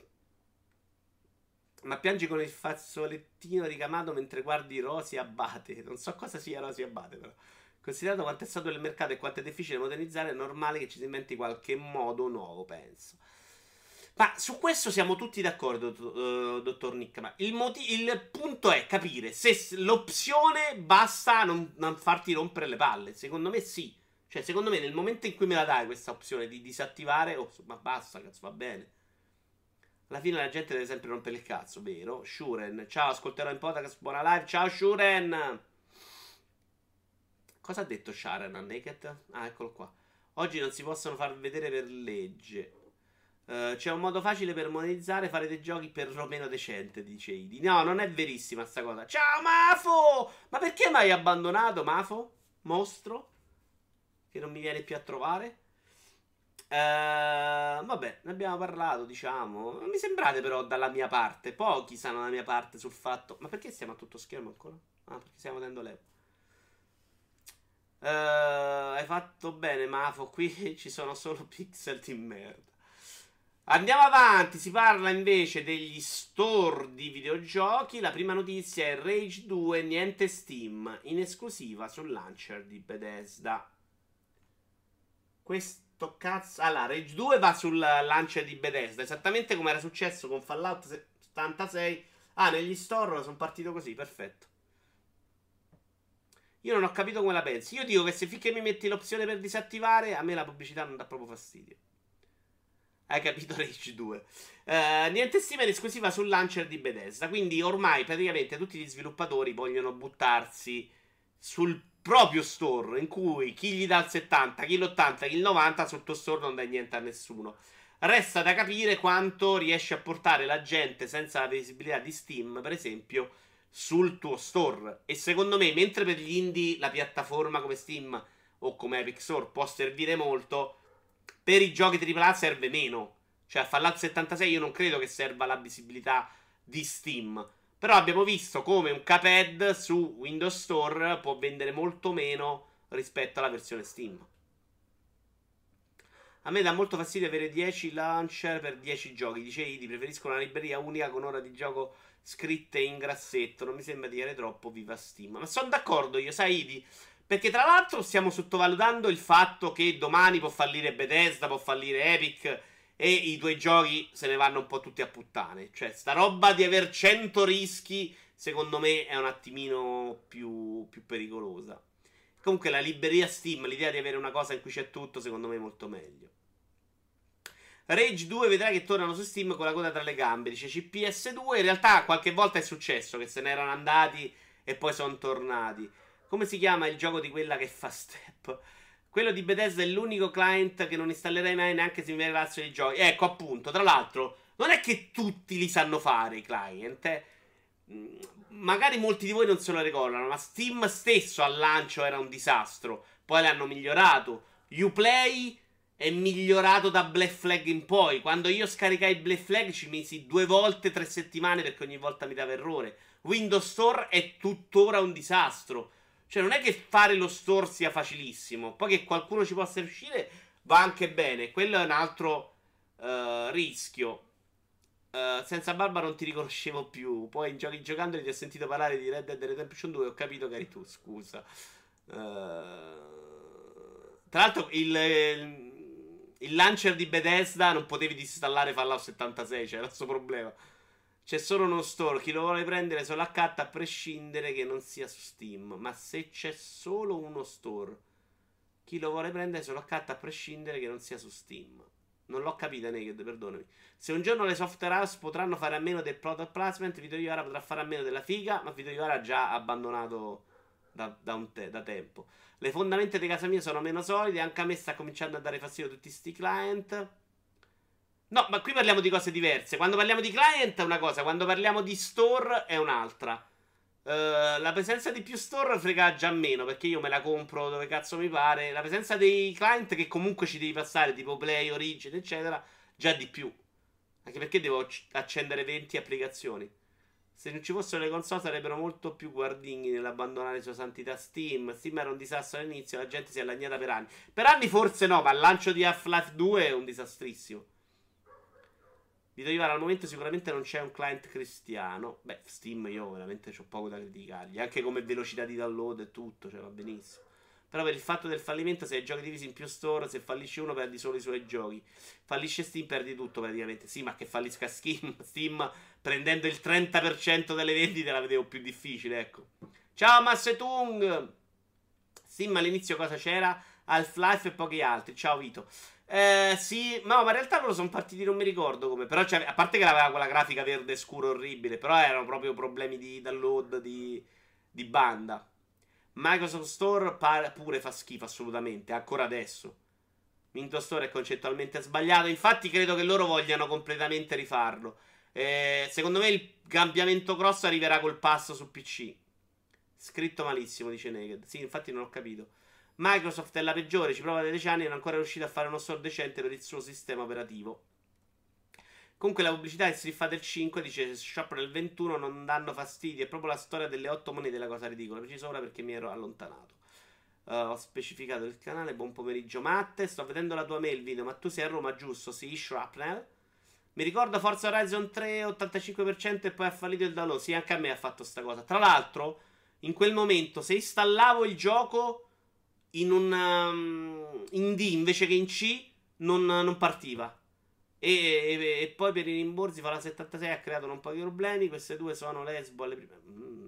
Ma piangi con il fazzolettino ricamato mentre guardi Rosy Abate. Non so cosa sia Rosy Abate, però. Considerato quanto è stato il mercato e quanto è difficile modernizzare, è normale che ci si inventi qualche modo nuovo, penso. Ma su questo siamo tutti d'accordo, do- eh, dottor Nick. Ma il, moti- il punto è capire se s- l'opzione basta a non, non farti rompere le palle. Secondo me sì. Cioè, secondo me nel momento in cui me la dai questa opzione di disattivare, oh, ma basta, cazzo, va bene. Alla fine la gente deve sempre rompere il cazzo, vero? Shuren, ciao, ascolterò in podcast, buona live. Ciao Shuren. Cosa ha detto Sharon a Naked? Ah, eccolo qua. Oggi non si possono far vedere per legge. Eh, c'è un modo facile per monetizzare, fare dei giochi perlomeno decente, dice Idi. No, non è verissima sta cosa. Ciao Mafo! Ma perché mi hai abbandonato, Mafo? Mostro? Che non mi viene più a trovare? Eh, vabbè, ne abbiamo parlato, diciamo. Non mi sembrate però dalla mia parte. Pochi stanno dalla mia parte sul fatto. Ma perché siamo a tutto schermo ancora? Ah, perché stiamo vedendo l'Evo. Eh, hai fatto bene, Mafo. Qui ci sono solo pixel di merda. Andiamo avanti. Si parla invece degli store di videogiochi. La prima notizia è Rage due, niente Steam, in esclusiva sul launcher di Bethesda. Questo cazzo. Allora, Rage due va sul launcher di Bethesda, esattamente come era successo con Fallout settantasei. Ah, negli store sono partito così, perfetto. Io non ho capito come la pensi. Io dico che se finché mi metti l'opzione per disattivare, a me la pubblicità non dà proprio fastidio. Hai capito Rage due? Eh, niente Steam è in esclusiva sul launcher di Bethesda. Quindi ormai praticamente tutti gli sviluppatori vogliono buttarsi sul proprio store, in cui chi gli dà il settanta, chi l'ottanta, chi il novanta, sul tuo store non dai niente a nessuno. Resta da capire quanto riesci a portare la gente senza la visibilità di Steam, per esempio, sul tuo store. E secondo me, mentre per gli indie la piattaforma come Steam o come Epic Store può servire molto, per i giochi tripla A serve meno. Cioè, a Fallout settantasei io non credo che serva la visibilità di Steam. Però abbiamo visto come un Cuphead su Windows Store può vendere molto meno rispetto alla versione Steam. A me dà molto fastidio avere dieci launcher per dieci giochi. Dice Idi, preferisco una libreria unica con ora di gioco scritte in grassetto. Non mi sembra di dire troppo, viva Steam. Ma sono d'accordo io, sai Idi? Perché tra l'altro stiamo sottovalutando il fatto che domani può fallire Bethesda, può fallire Epic e i tuoi giochi se ne vanno un po' tutti a puttane. Cioè, sta roba di aver cento rischi, secondo me, è un attimino più, più pericolosa. Comunque la libreria Steam, l'idea di avere una cosa in cui c'è tutto, secondo me è molto meglio. Rage due vedrai che tornano su Steam con la coda tra le gambe, dice C P S due. In realtà qualche volta è successo che se ne erano andati e poi sono tornati. Come si chiama il gioco di quella che fa Step? Quello di Bethesda è l'unico client che non installerei mai neanche se mi arrivassero dei giochi. Ecco, appunto, tra l'altro, non è che tutti li sanno fare i client, eh. Magari molti di voi non se lo ricordano, ma Steam stesso al lancio era un disastro. Poi l'hanno migliorato. Uplay è migliorato da Black Flag in poi. Quando io scaricai Black Flag ci misi due volte tre settimane perché ogni volta mi dava errore. Windows Store è tuttora un disastro. Cioè non è che fare lo store sia facilissimo. Poi che qualcuno ci possa riuscire va anche bene. Quello è un altro uh, rischio. Uh, senza barba non ti riconoscevo più. Poi in giochi giocandoli ti ho sentito parlare di Red Dead Redemption due. Ho capito che eri tu, scusa. Uh, tra l'altro il... Il launcher di Bethesda non potevi disinstallare Fallout settantasei, c'era questo problema. C'è solo uno store, chi lo vuole prendere solo a cut a prescindere che non sia su Steam. Ma se c'è solo uno store, chi lo vuole prendere solo a cut a prescindere che non sia su Steam. Non l'ho capita, Naked, perdonami. Se un giorno le software house potranno fare a meno del product placement, Vito Iovara potrà fare a meno della figa, ma Vito Iovara ha già abbandonato da, da, un te- da tempo. Le fondamenta di casa mia sono meno solide. Anche a me sta cominciando a dare fastidio tutti sti client. No, ma qui parliamo di cose diverse. Quando parliamo di client è una cosa, quando parliamo di store è un'altra. Uh, la presenza di più store frega già meno, perché io me la compro dove cazzo mi pare. La presenza dei client che comunque ci devi passare, tipo Play, Origin, eccetera, già di più. Anche perché devo accendere venti applicazioni. Se non ci fossero le console sarebbero molto più guardinghi nell'abbandonare sua santità Steam. Steam era un disastro all'inizio, la gente si è lagnata per anni. Per anni forse no, ma il lancio di Half-Life due è un disastrissimo. Vito Iovara, al momento sicuramente non c'è un client cristiano. Beh, Steam io veramente c'ho poco da criticargli. Anche come velocità di download e tutto, cioè va benissimo. Però per il fatto del fallimento, se hai giochi divisi in più store, se fallisce uno perdi solo i suoi giochi. Fallisce Steam, perdi tutto praticamente. Sì, ma che fallisca Steam, Steam prendendo il trenta per cento delle vendite la vedevo più difficile, ecco. Ciao Massetung! Steam all'inizio cosa c'era? Half-Life e pochi altri. Ciao Vito. Eh, sì, no, ma in realtà loro sono partiti, non mi ricordo come. Però, cioè, a parte che aveva quella grafica verde scuro orribile, però erano proprio problemi di download, di, di banda. Microsoft Store pure fa schifo assolutamente, ancora adesso. Windows Store è concettualmente sbagliato. Infatti credo che loro vogliano completamente rifarlo. eh, Secondo me il cambiamento grosso arriverà col passo su P C. Scritto malissimo, dice Naked. Sì, infatti non ho capito. Microsoft è la peggiore, ci prova da dieci anni e non è ancora riuscita a fare uno store decente per il suo sistema operativo. Comunque la pubblicità di Street Fighter cinque dice Shop del ventuno non danno fastidio. È proprio la storia delle otto monete la cosa ridicola. Preciso ora perché mi ero allontanato. uh, Ho specificato il canale. Buon pomeriggio Matte. Sto vedendo la tua mail video. Ma tu sei a Roma, giusto? Sì, Shrapnel. Mi ricordo Forza Horizon tre ottantacinque per cento e poi ha fallito il download. Sì, anche a me ha fatto sta cosa. Tra l'altro in quel momento se installavo il gioco in un um, in D invece che in C non, non partiva. E, e, e poi per i rimborsi fa la settantasei ha creato un po' di problemi. Queste due sono lesbo alle prime mm,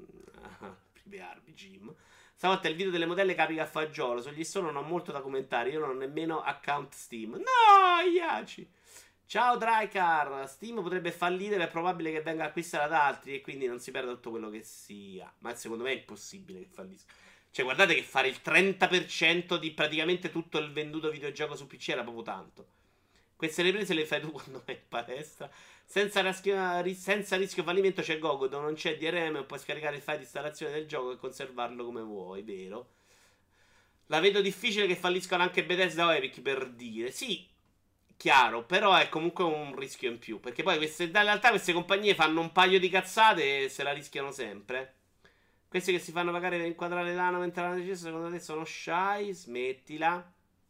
prime armi Jim. Stavolta il video delle modelle capica a fagiolo. Sugli solo non ho molto da commentare. Io non ho nemmeno account Steam. No, Iaci. Ciao Drycar. Steam potrebbe fallire, è probabile che venga acquistata da altri e quindi non si perda tutto quello che sia. Ma secondo me è impossibile che fallisca. Cioè guardate che fare il trenta per cento di praticamente tutto il venduto videogioco su P C era proprio tanto. Queste riprese le fai tu quando vai in palestra. Senza rischio, senza rischio fallimento c'è Gogo, non c'è D R M, puoi scaricare il file di installazione del gioco e conservarlo come vuoi, vero? La vedo difficile che falliscano anche Bethesda o Epic, per dire. Sì, chiaro, però è comunque un rischio in più. Perché poi queste, in realtà queste compagnie fanno un paio di cazzate e se la rischiano sempre. Questi che si fanno pagare per inquadrare l'ano mentre l'hanno deciso, secondo te sono shy? Smettila.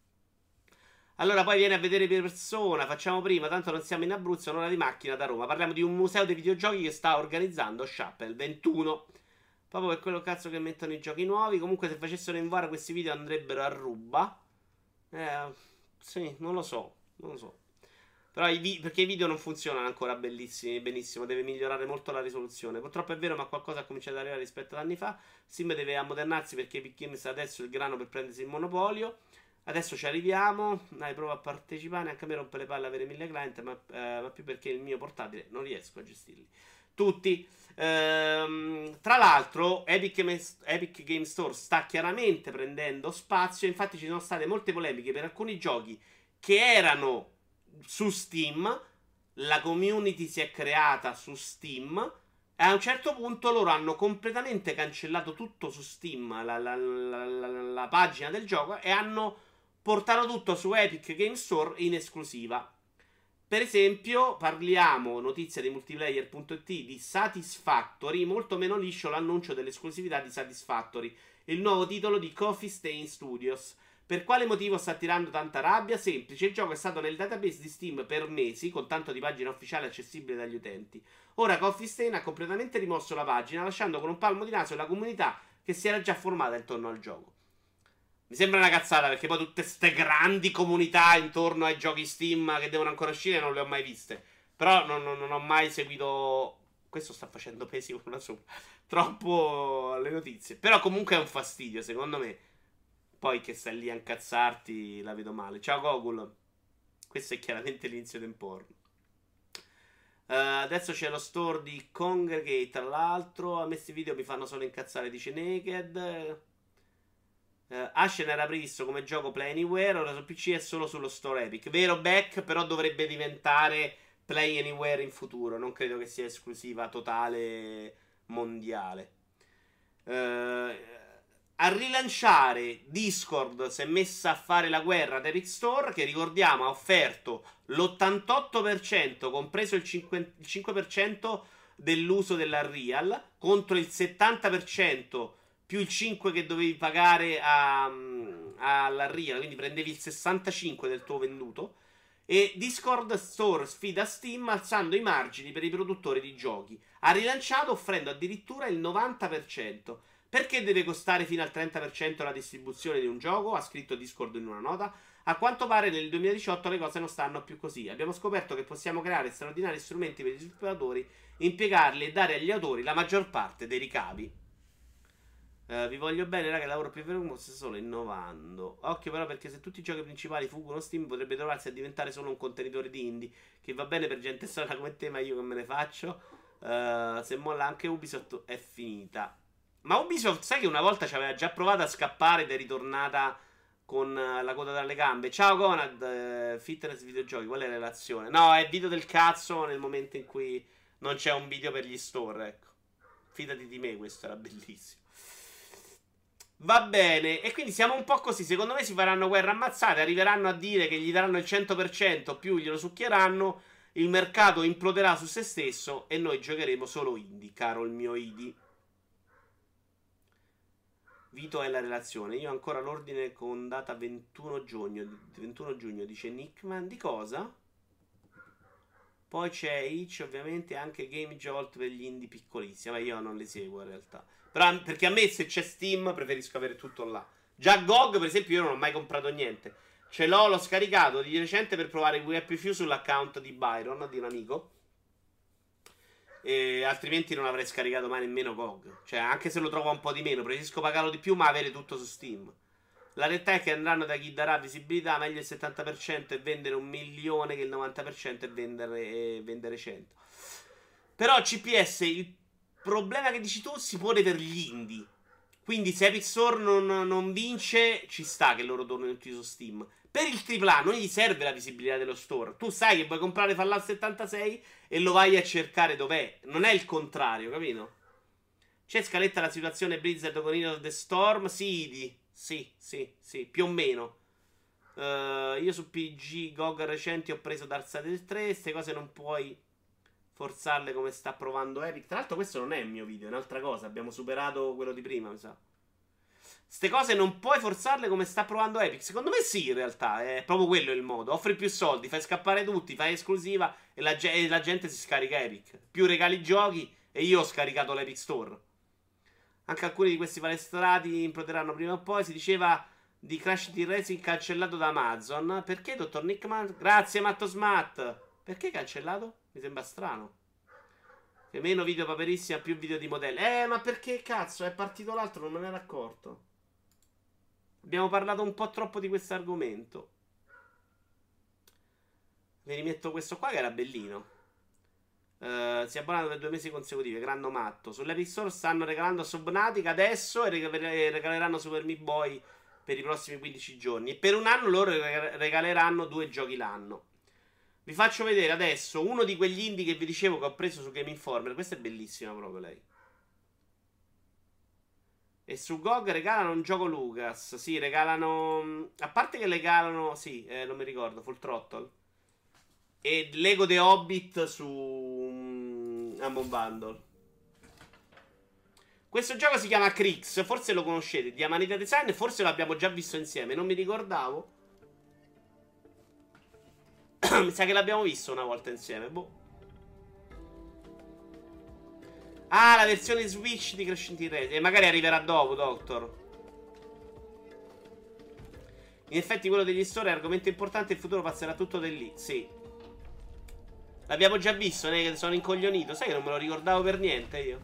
Allora poi vieni a vedere per persona, facciamo prima, tanto non siamo in Abruzzo, un'ora di macchina da Roma. Parliamo di un museo dei videogiochi che sta organizzando Shuffle ventuno. Proprio per quello cazzo che mettono i giochi nuovi. Comunque se facessero in V A R questi video andrebbero a ruba. Eh, sì, non lo so, non lo so. Però i vi- perché i video non funzionano ancora bellissimi, benissimo, deve migliorare molto la risoluzione. Purtroppo è vero, ma qualcosa ha cominciato ad arrivare rispetto ad anni fa. Sim deve ammodernarsi perché Epic Games ha adesso il grano per prendersi il monopolio. Adesso ci arriviamo. Dai, prova a partecipare. Anche a me rompe le palle avere mille client, ma, eh, ma più perché il mio portatile non riesco a gestirli tutti. Ehm, tra l'altro, Epic, Games- Epic Game Store sta chiaramente prendendo spazio. Infatti, ci sono state molte polemiche per alcuni giochi che erano su Steam. La community si è creata su Steam. E a un certo punto loro hanno completamente cancellato tutto su Steam, la, la- la- la- la pagina del gioco, e hanno portato tutto su Epic Game Store in esclusiva. Per esempio, parliamo, notizia di multiplayer punto it, di Satisfactory, molto meno liscio l'annuncio dell'esclusività di Satisfactory, il nuovo titolo di Coffee Stain Studios. Per quale motivo sta tirando tanta rabbia? Semplice, il gioco è stato nel database di Steam per mesi, con tanto di pagina ufficiale accessibile dagli utenti. Ora Coffee Stain ha completamente rimosso la pagina, lasciando con un palmo di naso la comunità che si era già formata intorno al gioco. Mi sembra una cazzata perché poi tutte ste grandi comunità intorno ai giochi Steam che devono ancora uscire non le ho mai viste. Però non, non- non ho mai seguito. Questo sta facendo pesi con una sopra. Troppo le notizie. Però comunque è un fastidio, secondo me. Poi che stai lì a incazzarti, la vedo male. Ciao Gogul. Questo è chiaramente l'inizio del porno. Eh, adesso c'è lo store di Congregate, tra l'altro. A me questi video mi fanno solo incazzare, dice Naked. Uh, Ashen era previsto come gioco Play Anywhere, ora su P C è solo sullo store Epic. Vero Back, però dovrebbe diventare Play Anywhere in futuro. Non credo che sia esclusiva totale mondiale. Uh, a rilanciare Discord si è messa a fare la guerra ad Epic Store, che ricordiamo ha offerto l'ottantotto per cento, compreso il cinque, il cinque per cento dell'uso dell'Unreal, contro il settanta per cento più il cinque che dovevi pagare a, all'Unreal, quindi prendevi il sessantacinque del tuo venduto. E Discord Store sfida Steam alzando i margini per i produttori di giochi. Ha rilanciato offrendo addirittura il novanta per cento. Perché deve costare fino al trenta per cento la distribuzione di un gioco? Ha scritto Discord in una nota. A quanto pare nel duemiladiciotto le cose non stanno più così. Abbiamo scoperto che possiamo creare straordinari strumenti per gli sviluppatori, impiegarli e dare agli autori la maggior parte dei ricavi. Uh, vi voglio bene, raga, lavoro più veloce, sto solo innovando. Occhio però, perché se tutti i giochi principali fuggono Steam potrebbe trovarsi a diventare solo un contenitore di indie, che va bene per gente strana come te, ma io che me ne faccio. Uh, se molla anche Ubisoft è finita. Ma Ubisoft, sai che una volta ci aveva già provato a scappare ed è ritornata con uh, la coda dalle gambe. Ciao Conad, uh, fitness videogiochi, qual è la relazione? No, è video del cazzo nel momento in cui non c'è un video per gli store, ecco. Fidati di me, questo era bellissimo. Va bene, e quindi siamo un po' così. Secondo me si faranno guerra ammazzate. Arriveranno a dire che gli daranno il cento per cento più glielo succhieranno. Il mercato imploderà su se stesso e noi giocheremo solo indie, caro il mio Idi. Vito è la relazione. Io ho ancora l'ordine con data ventuno giugno. ventuno giugno, dice Nickman. Di cosa? Poi c'è Itch, ovviamente, anche Game Jolt per gli indie piccolissimi. Ma io non li seguo in realtà. Però, perché a me se c'è Steam preferisco avere tutto là. Già G O G, per esempio, io non ho mai comprato niente. Ce l'ho, l'ho scaricato di recente per provare W P F sull'account di Byron, di un amico. E altrimenti non avrei scaricato mai nemmeno G O G. Cioè, anche se lo trovo un po' di meno, preferisco pagarlo di più, ma avere tutto su Steam. La realtà è che andranno da chi darà visibilità, meglio il settanta per cento e vendere un milione che il novanta per cento e vendere, e vendere cento. Però C P S, il problema che dici tu si pone per gli indie. Quindi se Epic Store non, non vince, ci sta che loro tornino tutti su Steam. Per il tripla A non gli serve la visibilità dello store. Tu sai che vuoi comprare Fallout settantasei e lo vai a cercare dov'è. Non è il contrario, capito? C'è scaletta la situazione Blizzard con Heroes of the Storm? Sì, di. Sì, sì, sì, più o meno. Uh, io su P G G O G recenti ho preso Darksiders tre. Queste cose non puoi forzarle come sta provando Epic. Tra l'altro questo non è il mio video, è un'altra cosa. Abbiamo superato quello di prima, mi sa. Ste cose non puoi forzarle come sta provando Epic. Secondo me sì, in realtà. È proprio quello il modo. Offri più soldi, fai scappare tutti, fai esclusiva e la, ge- e la gente si scarica Epic. Più regali giochi e io ho scaricato l'Epic Store. Anche alcuni di questi palestrati imploderanno prima o poi. Si diceva di Crash Team Racing cancellato da Amazon. Perché, dottor Nickman? Grazie, Matto Smat. Perché cancellato? Mi sembra strano. Che meno video paperissima, più video di modelli. Eh, ma perché cazzo? È partito l'altro, non me ne ero accorto. Abbiamo parlato un po' troppo di questo argomento. Vi rimetto questo qua che era bellino. Uh, si è abbonato per due mesi consecutivi. Grande matto. Sull'Epic Store stanno regalando Subnautica adesso e regaleranno Super Meat Boy per i prossimi quindici giorni. E per un anno loro regaleranno due giochi l'anno. Vi faccio vedere adesso uno di quegli indie che vi dicevo che ho preso su Game Informer. Questa è bellissima proprio lei. E su G O G regalano un gioco Lucas. Sì, regalano. A parte che regalano. Sì, eh, non mi ricordo. Full Throttle. E Lego The Hobbit su um, Humble Bundle. Questo gioco si chiama Crix. Forse lo conoscete. Di Amanita Design. Forse l'abbiamo già visto insieme. Non mi ricordavo. Mi sa che l'abbiamo visto una volta insieme. Boh. Ah, la versione Switch di Crash Team Racing. E magari arriverà dopo, Doctor. In effetti quello degli store è argomento importante. Il futuro passerà tutto da lì. Sì. L'abbiamo già visto, ne sono incoglionito. Sai che non me lo ricordavo per niente io.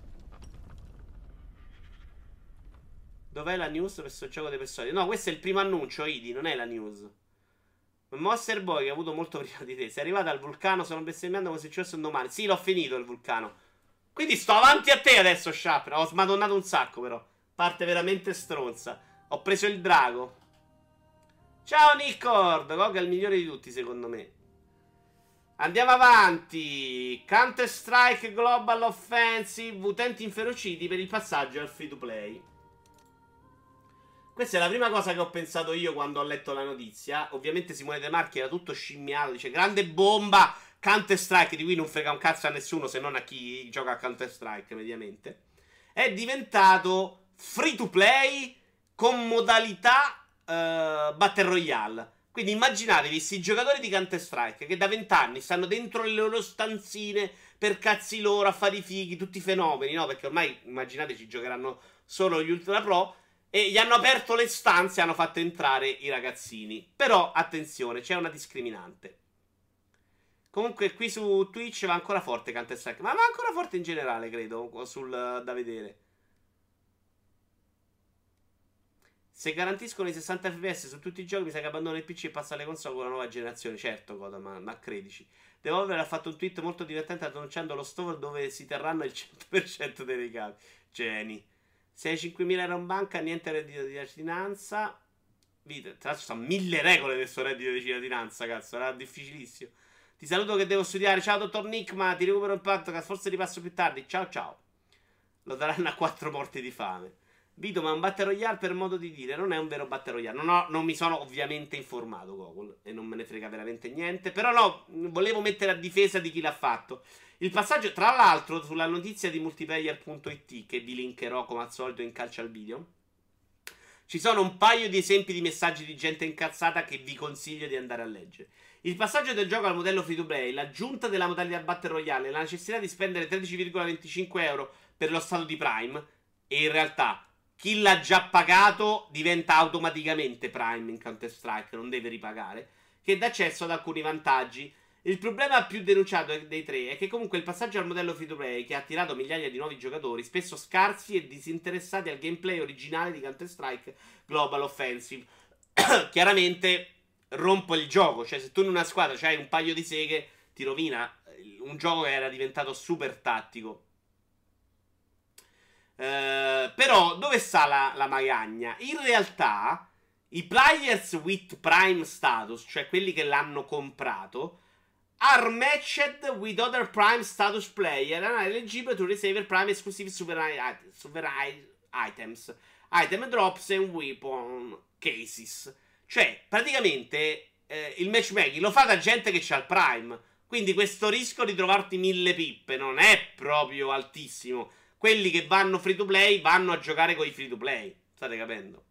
Dov'è la news per questo gioco dei personaggi? No, questo è il primo annuncio, Idi, non è la news. Monster Boy che ha avuto molto prima di te. Sei arrivato al vulcano, sono bestemmiando come se ci fosse un domani. Sì, l'ho finito il vulcano. Quindi sto avanti a te adesso, Sharp. Ho smadonnato un sacco, però. Parte veramente stronza. Ho preso il drago. Ciao, Nickord. G O G è il migliore di tutti, secondo me. Andiamo avanti. Counter Strike Global Offensive. Utenti inferociti per il passaggio al free to play. Questa è la prima cosa che ho pensato io quando ho letto la notizia. Ovviamente Simone De Marchi era tutto scimmiato. Dice, grande bomba. Counter Strike, di cui non frega un cazzo a nessuno se non a chi gioca a Counter Strike mediamente, è diventato free to play con modalità uh, Battle Royale. Quindi immaginatevi questi giocatori di Counter Strike che da vent'anni stanno dentro le loro stanzine per cazzi loro a fare i fighi, tutti i fenomeni, no? Perché ormai immaginateci giocheranno solo gli Ultra Pro. E gli hanno aperto le stanze e hanno fatto entrare i ragazzini. Però attenzione, c'è una discriminante. Comunque qui su Twitch va ancora forte Counter Strike. Ma va ancora forte in generale, credo, sul da vedere. Se garantiscono i sessanta F P S su tutti i giochi, mi sa che abbandono il P C e passa alle console con la nuova generazione. Certo, Coda, ma, ma credici. Devolver ha fatto un tweet molto divertente annunciando lo store dove si terranno il cento per cento dei ricavi. Geni. Se hai cinquemila euro in banca, niente reddito di cittadinanza. Tra l'altro sono mille regole del suo reddito di cittadinanza, cazzo, era difficilissimo. Ti saluto che devo studiare. Ciao dottor Nick, ma ti recupero il podcast. Forse ripasso più tardi. Ciao ciao. Lo daranno a quattro morti di fame. Vito, ma un Battle Royale per modo di dire. Non è un vero Battle Royale. Non, ho, non mi sono ovviamente informato, Google. E non me ne frega veramente niente. Però no, volevo mettere a difesa di chi l'ha fatto. Il passaggio, tra l'altro, sulla notizia di multiplayer punto it, che vi linkerò come al solito in calcio al video, ci sono un paio di esempi di messaggi di gente incazzata che vi consiglio di andare a leggere. Il passaggio del gioco al modello free to play, l'aggiunta della modalità Battle Royale, la necessità di spendere tredici virgola venticinque euro per lo stato di Prime, e in realtà chi l'ha già pagato diventa automaticamente Prime in Counter Strike, non deve ripagare, che dà accesso ad alcuni vantaggi. Il problema più denunciato dei tre è che comunque il passaggio al modello free to play, che ha attirato migliaia di nuovi giocatori, spesso scarsi e disinteressati al gameplay originale di Counter Strike Global Offensive, chiaramente rompo il gioco. Cioè, se tu in una squadra c'hai un paio di seghe, ti rovina un gioco che era diventato super tattico. Uh, però dove sta la, la magagna? In realtà i players with Prime status, cioè quelli che l'hanno comprato, are matched with other Prime status player and are eligible to receive Prime exclusive super, super items, item drops and weapon cases. Cioè, praticamente eh, il matchmaking lo fa da gente che c'ha il Prime. Quindi questo rischio di trovarti mille pippe non è proprio altissimo. Quelli che vanno free to play vanno a giocare con i free to play. State capendo?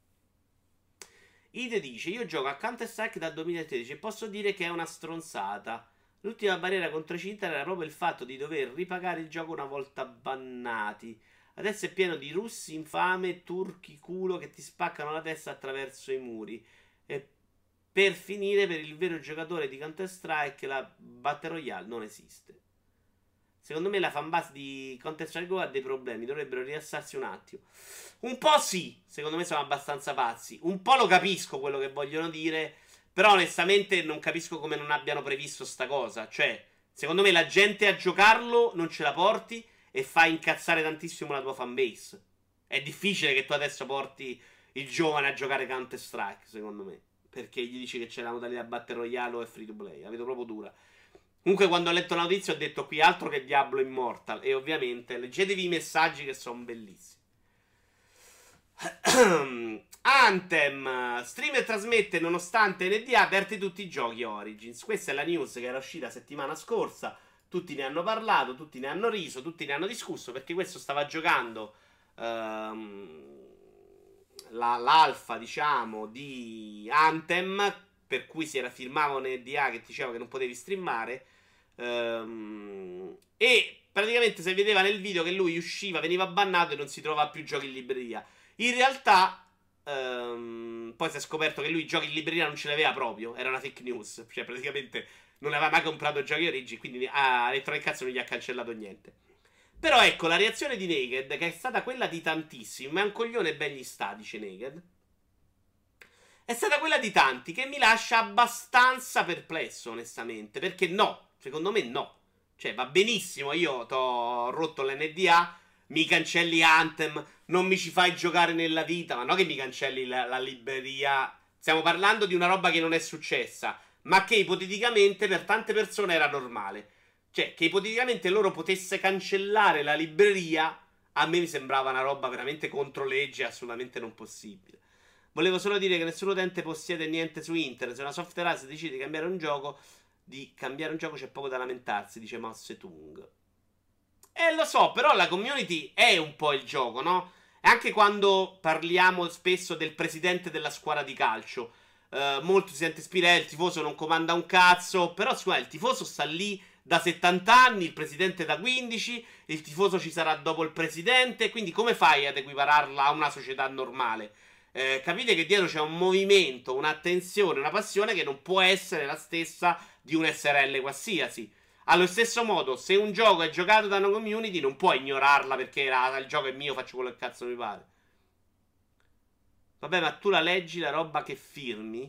Ide dice: io gioco a Counter-Strike dal duemilatredici e posso dire che è una stronzata. L'ultima barriera contro i cheater era proprio il fatto di dover ripagare il gioco una volta bannati. Adesso è pieno di russi infame, turchi culo che ti spaccano la testa attraverso i muri. E per finire, per il vero giocatore di Counter-Strike, la Battle Royale non esiste. Secondo me la fanbase di Counter-Strike Go ha dei problemi, dovrebbero rilassarsi un attimo. Un po' sì, secondo me sono abbastanza pazzi. Un po' lo capisco quello che vogliono dire, però onestamente non capisco come non abbiano previsto sta cosa. Cioè, secondo me la gente a giocarlo non ce la porti e fa incazzare tantissimo la tua fanbase. È difficile che tu adesso porti il giovane a giocare Counter-Strike, secondo me. Perché gli dici che c'è la modalità Battle Royale o è free to play. La vedo proprio dura. Comunque quando ho letto la notizia ho detto qui altro che Diablo Immortal. E ovviamente leggetevi i messaggi che sono bellissimi. Anthem stream e trasmette nonostante N D A aperti tutti i giochi Origins. Questa è la news che era uscita settimana scorsa. Tutti ne hanno parlato, tutti ne hanno riso, tutti ne hanno discusso perché questo stava giocando um, la, l'alfa, diciamo, di Anthem, per cui si era firmato un N D A che diceva che non potevi streamare. Um, e praticamente si vedeva nel video che lui usciva, veniva bannato e non si trovava più giochi in libreria. In realtà um, poi si è scoperto che lui giochi in libreria non ce l'aveva proprio, era una fake news, cioè praticamente non aveva mai comprato giochi Origin, quindi a Electronic Arts non gli ha cancellato niente. Però ecco, la reazione di Naked, che è stata quella di tantissimi, ma è un coglione ben gli sta, dice Naked, è stata quella di tanti, che mi lascia abbastanza perplesso, onestamente, perché no, secondo me no. Cioè, va benissimo, io t'ho rotto l'N D A, mi cancelli Anthem, non mi ci fai giocare nella vita, ma no che mi cancelli la, la libreria. Stiamo parlando di una roba che non è successa, ma che ipoteticamente per tante persone era normale. Cioè, che ipoteticamente loro potesse cancellare la libreria, a me mi sembrava una roba veramente contro legge, assolutamente non possibile. Volevo solo dire che nessun utente possiede niente su internet. Se una software house decide di cambiare un gioco, di cambiare un gioco c'è poco da lamentarsi, dice Mao Zedong. Eh, lo so, però la community è un po' il gioco, no? E anche quando parliamo spesso del presidente della squadra di calcio, eh, molto si sente ispirare, il tifoso non comanda un cazzo, però scusa, il tifoso sta lì da settanta anni, il presidente da quindici, il tifoso ci sarà dopo il presidente, quindi come fai ad equipararla a una società normale? Eh, capite che dietro c'è un movimento, un'attenzione, una passione che non può essere la stessa di un S R L qualsiasi. Allo stesso modo, se un gioco è giocato da una community, non puoi ignorarla perché la, il gioco è mio, faccio quello che cazzo mi pare. Vabbè, ma tu la leggi la roba che firmi?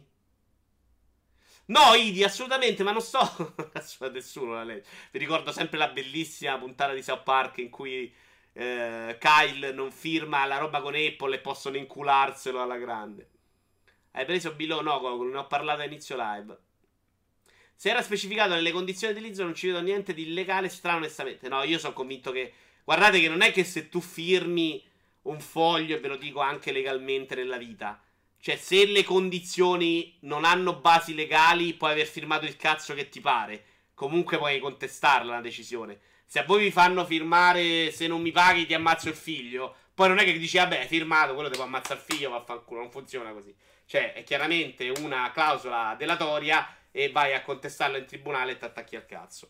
No, Idi, assolutamente, ma non sto... Cazzo, nessuno la legge. Vi ricordo sempre la bellissima puntata di South Park in cui eh, Kyle non firma la roba con Apple e possono incularselo alla grande. Hai preso Below? No, ne ho parlato a inizio live. Se era specificato nelle condizioni di utilizzo non ci vedo niente di illegale, strano onestamente. No, io sono convinto che... Guardate che non è che se tu firmi un foglio, e ve lo dico anche legalmente nella vita, cioè se le condizioni non hanno basi legali puoi aver firmato il cazzo che ti pare. Comunque puoi contestarla la decisione. Se a voi vi fanno firmare se non mi paghi ti ammazzo il figlio, poi non è che dici vabbè hai firmato, quello ti può ammazzare il figlio, vaffanculo, non funziona così. Cioè è chiaramente una clausola delatoria e vai a contestarla in tribunale e ti attacchi al cazzo.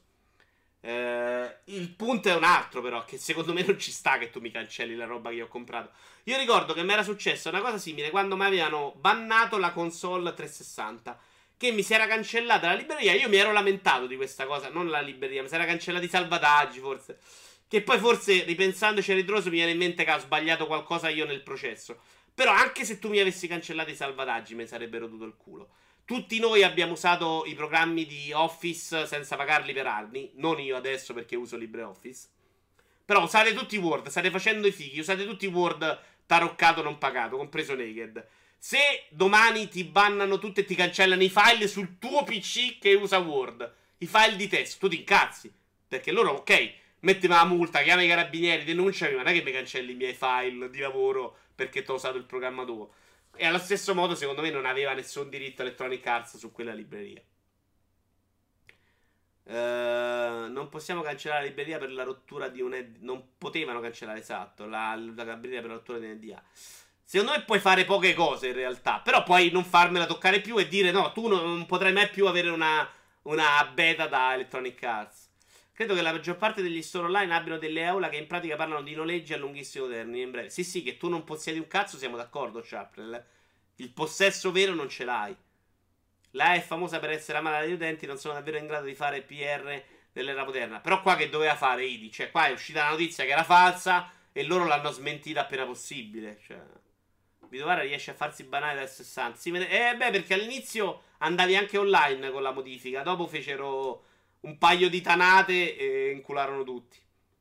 Eh, il punto è un altro però, che secondo me non ci sta che tu mi cancelli la roba che io ho comprato. Io ricordo che mi era successa una cosa simile quando mi avevano bannato la console trecentosessanta, che mi si era cancellata la libreria. Io mi ero lamentato di questa cosa, non la libreria, mi si era cancellati i salvataggi forse, che poi forse ripensandoci a ritroso mi viene in mente che ho sbagliato qualcosa io nel processo. Però anche se tu mi avessi cancellato i salvataggi mi sarebbe rotuto il culo. Tutti noi abbiamo usato i programmi di Office senza pagarli per anni. Non io adesso perché uso LibreOffice. Però usate tutti Word, state facendo i fighi, usate tutti Word taroccato non pagato, compreso Naked. Se domani ti bannano tutti e ti cancellano i file sul tuo P C che usa Word, i file di testo, tu ti incazzi. Perché loro, ok, mettimi la multa, chiama i carabinieri, denunciami, ma non è che mi cancelli i miei file di lavoro perché ti ho usato il programma tuo. E allo stesso modo, secondo me, non aveva nessun diritto Electronic Arts su quella libreria. Uh, non possiamo cancellare la libreria per la rottura di un E D A. Non potevano cancellare, esatto, la, la libreria per la rottura di un E D A. Secondo me puoi fare poche cose in realtà, però puoi non farmela toccare più e dire no, tu non potrai mai più avere una, una beta da Electronic Arts. Credo che la maggior parte degli store online abbiano delle aula che in pratica parlano di noleggi a lunghissimo termine in breve. Sì, sì, che tu non possiedi un cazzo, siamo d'accordo, Chaprel. Il possesso vero non ce l'hai. La è famosa per essere amata dagli utenti, non sono davvero in grado di fare P R dell'era moderna. Però qua che doveva fare I D I? Cioè qua è uscita la notizia che era falsa e loro l'hanno smentita appena possibile. Cioè, Vidovara riesce a farsi banare dal sessanta. Sì, eh beh, perché all'inizio andavi anche online con la modifica, dopo fecero un paio di tanate e incularono tutti.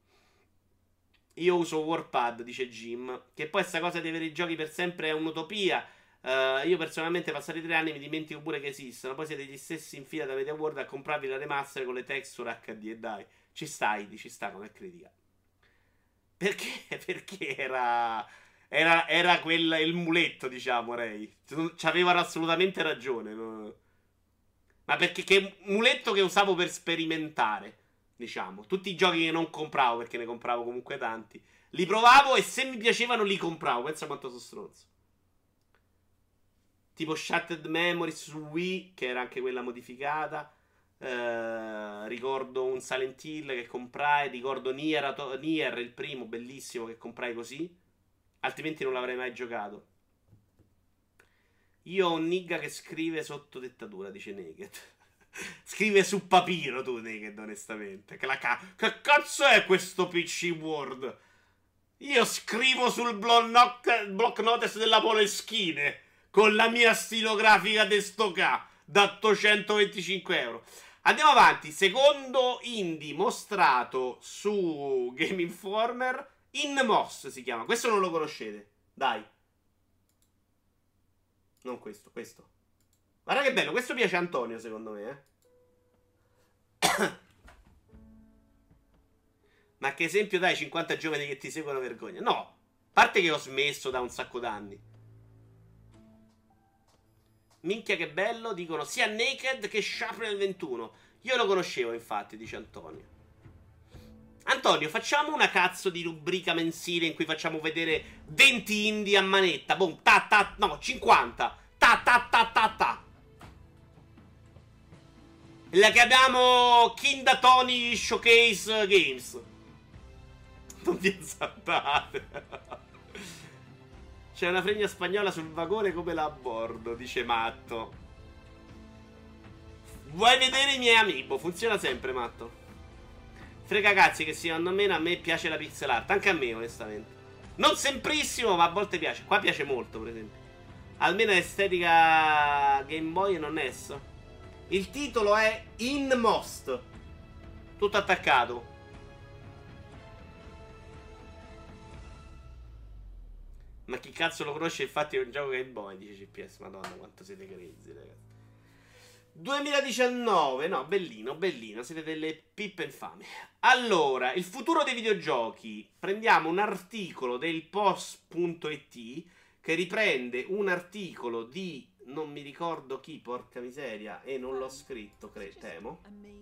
Io uso Warpad, dice Jim, che poi sta cosa di avere i giochi per sempre è un'utopia. Uh, io personalmente passati tre anni mi dimentico pure che esistono. Poi siete gli stessi in fila da Media World a comprarvi la remaster con le texture H D. E dai, ci stai, ci sta, non è critica. Perché? Perché era Era, era quel, il muletto, diciamo, Ray. Ci avevano assolutamente ragione, no? Ma perché che muletto che usavo per sperimentare, diciamo. Tutti i giochi che non compravo, perché ne compravo comunque tanti, li provavo e se mi piacevano li compravo. Pensa quanto sono stronzo. Tipo Shattered Memories su Wii, che era anche quella modificata. Eh, ricordo un Silent Hill che comprai. Ricordo Nier, Nier, il primo, bellissimo, che comprai così. Altrimenti non l'avrei mai giocato. Io ho un nigga che scrive sotto dettatura, dice Naked. Scrive su papiro tu, Naked, onestamente. Che, la ca- che cazzo è questo P C Word? Io scrivo sul block, block notice della Poleschine con la mia stilografica de Stoca da ottocentoventicinque euro. Andiamo avanti. Secondo indie mostrato su Game Informer, Inmost si chiama. Questo non lo conoscete. Dai. Non questo, questo. Guarda che bello, questo piace a Antonio secondo me, eh. Ma che esempio dai, cinquanta giovani che ti seguono vergogna. No, a parte che ho smesso da un sacco d'anni. Minchia che bello, dicono sia Naked che Sharp ventuno. Io lo conoscevo infatti, dice Antonio. Antonio, facciamo una cazzo di rubrica mensile in cui facciamo vedere venti indie a manetta. Boom, ta ta, no, cinquanta. Ta ta ta ta ta. La chiamiamo Kinda Tony Showcase Games. Non vi esaltate. C'è una fregna spagnola sul vagone come là a bordo, dice Matto. Vuoi vedere i miei amiibo? Funziona sempre, Matto. Frega cazzi che secondo me a me piace la pixel art. Anche a me, onestamente. Non semprissimo, ma a volte piace. Qua piace molto, per esempio. Almeno estetica Game Boy e non N E S. Il titolo è Inmost. Tutto attaccato. Ma chi cazzo lo conosce? Infatti è un gioco Game Boy, dice C P S. Madonna, quanto siete grezzi, ragazzi. duemiladiciannove, no, bellino, bellino, siete delle pippe infami. Allora, il futuro dei videogiochi. Prendiamo un articolo del post punto it che riprende un articolo di non mi ricordo chi, porca miseria, e non l'ho scritto, credo, temo.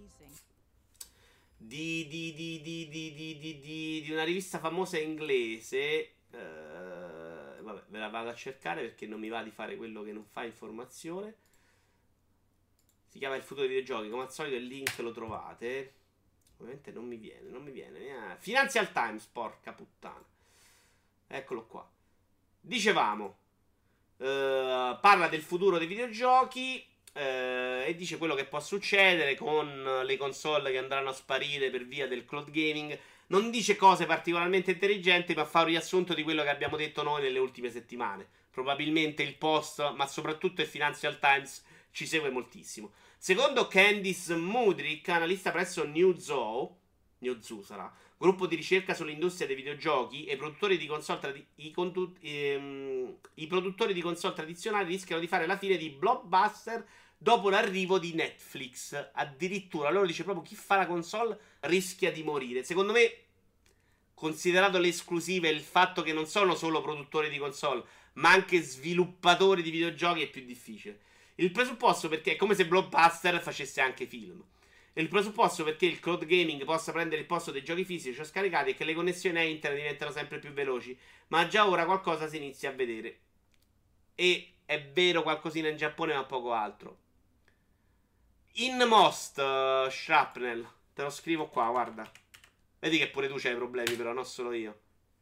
Di, di, di, di, di, di, di, di, di una rivista famosa inglese. Uh, vabbè, ve la vado a cercare perché non mi va di fare quello che non fa informazione. Si chiama Il futuro dei videogiochi. Come al solito il link lo trovate. Ovviamente non mi viene, non mi viene. Eh. Financial Times, porca puttana. Eccolo qua. Dicevamo, eh, parla del futuro dei videogiochi eh, e dice quello che può succedere con le console che andranno a sparire per via del cloud gaming. Non dice cose particolarmente intelligenti, ma fa un riassunto di quello che abbiamo detto noi nelle ultime settimane. Probabilmente il post, ma soprattutto il Financial Times ci segue moltissimo. Secondo Candice Mudrick, analista presso New Zoo, New Zoo sarà, gruppo di ricerca sull'industria dei videogiochi, e produttori di console tradi- i, condu- ehm, i produttori di console tradizionali rischiano di fare la fine di blockbuster dopo l'arrivo di Netflix. Addirittura loro dice proprio chi fa la console rischia di morire. Secondo me, considerato le esclusive e il fatto che non sono solo produttori di console, ma anche sviluppatori di videogiochi è più difficile. Il presupposto perché è come se Blockbuster facesse anche film. Il presupposto perché il cloud gaming possa prendere il posto dei giochi fisici o scaricati è che le connessioni a internet diventano sempre più veloci, ma già ora qualcosa si inizia a vedere. E è vero qualcosina in Giappone, ma poco altro. In most, uh, Shrapnel, te lo scrivo qua, guarda. Vedi che pure tu c'hai problemi, però, non solo io.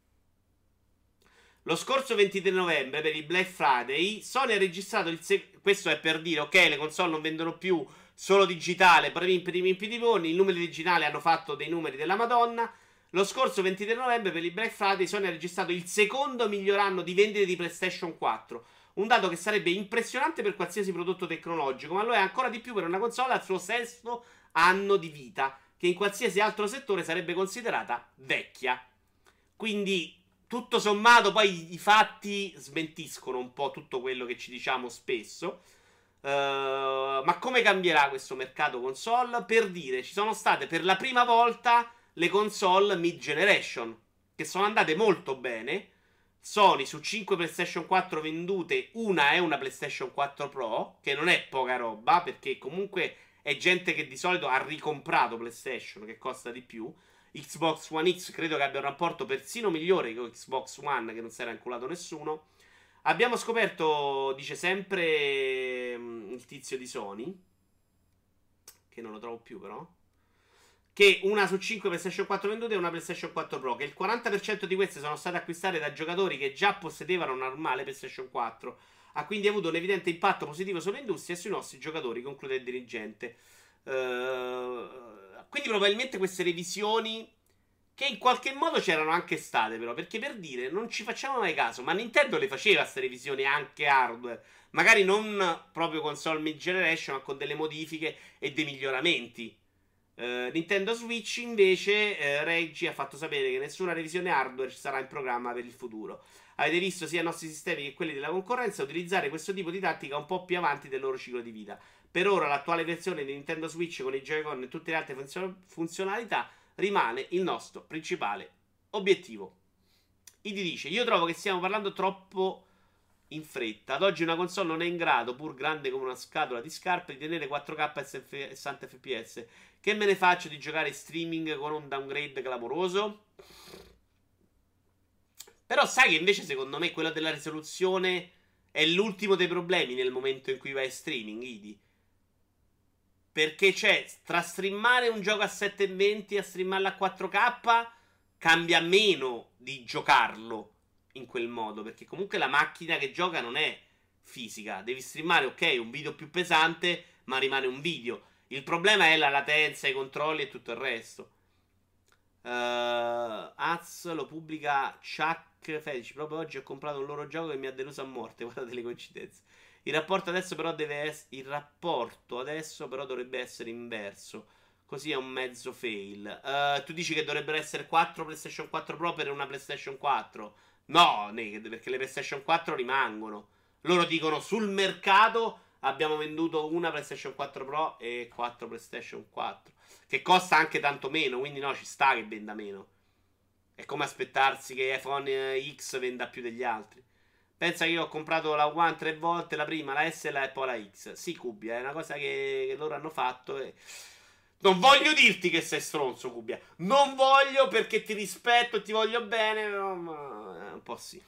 Lo scorso ventitré novembre, per il Black Friday, Sony ha registrato il... Se- questo è per dire, ok, le console non vendono più solo digitale, primi primi pidiponi, i numeri digitali hanno fatto dei numeri della Madonna. Lo scorso ventitré novembre, per il Black Friday, Sony ha registrato il secondo miglior anno di vendite di PlayStation quattro. Un dato che sarebbe impressionante per qualsiasi prodotto tecnologico, ma lo è ancora di più per una console al suo sesto anno di vita, che in qualsiasi altro settore sarebbe considerata vecchia. Quindi, tutto sommato, poi i fatti smentiscono un po' tutto quello che ci diciamo spesso. Uh, ma come cambierà questo mercato console? Per dire, ci sono state per la prima volta le console mid-generation, che sono andate molto bene. Sony su cinque PlayStation quattro vendute, una è una PlayStation quattro Pro, che non è poca roba, perché comunque è gente che di solito ha ricomprato PlayStation, che costa di più. Xbox One X credo che abbia un rapporto persino migliore che Xbox One, che non si era inculato nessuno. Abbiamo scoperto, dice sempre mm, il tizio di Sony, che non lo trovo più però, che una su cinque PlayStation quattro vendute è una PlayStation quattro Pro, che il quaranta per cento di queste sono state acquistate da giocatori che già possedevano una normale PlayStation quattro. Ha quindi avuto un evidente impatto positivo sull'industria e sui nostri giocatori, conclude il dirigente. Uh, quindi probabilmente queste revisioni, che in qualche modo c'erano anche state però, perché per dire, non ci facciamo mai caso, ma Nintendo le faceva queste revisioni anche hardware, magari non proprio console mid-generation, ma con delle modifiche e dei miglioramenti. Uh, Nintendo Switch invece, uh, Reggie ha fatto sapere che nessuna revisione hardware ci sarà in programma per il futuro. Avete visto sia i nostri sistemi che quelli della concorrenza utilizzare questo tipo di tattica un po' più avanti del loro ciclo di vita. Per ora l'attuale versione di Nintendo Switch con i Joy-Con e tutte le altre funzio- funzionalità rimane il nostro principale obiettivo. Idi dice: io trovo che stiamo parlando troppo in fretta. Ad oggi una console non è in grado, pur grande come una scatola di scarpe, di tenere quattro K e sessanta F P S. Che me ne faccio di giocare in streaming con un downgrade clamoroso? Però sai che invece secondo me quello della risoluzione è l'ultimo dei problemi nel momento in cui vai in streaming, Idi. Perché c'è, tra streamare un gioco a settecentoventi e a streamarlo a quattro K cambia meno di giocarlo in quel modo, perché comunque la macchina che gioca non è fisica. Devi streamare, ok, un video più pesante, ma rimane un video. Il problema è la latenza, i controlli e tutto il resto. uh, Az lo pubblica Chuck Fetici. Proprio oggi ho comprato un loro gioco che mi ha deluso a morte. Guardate le coincidenze. Il rapporto adesso però deve essere. Il rapporto adesso però dovrebbe essere inverso. Così è un mezzo fail. Uh, tu dici che dovrebbero essere quattro PlayStation quattro Pro per una PlayStation quattro? No, Naked, perché le PlayStation quattro rimangono. Loro dicono sul mercato abbiamo venduto una PlayStation quattro Pro e quattro PlayStation quattro. Che costa anche tanto meno, quindi no, ci sta che venda meno. È come aspettarsi che iPhone X venda più degli altri. Pensa che io ho comprato la One tre volte, la prima, la S e poi la X. Sì, Cubbia, è una cosa che, che loro hanno fatto e... Non voglio dirti che sei stronzo, Cubbia. Non voglio, perché ti rispetto e ti voglio bene, no, ma un po' sì.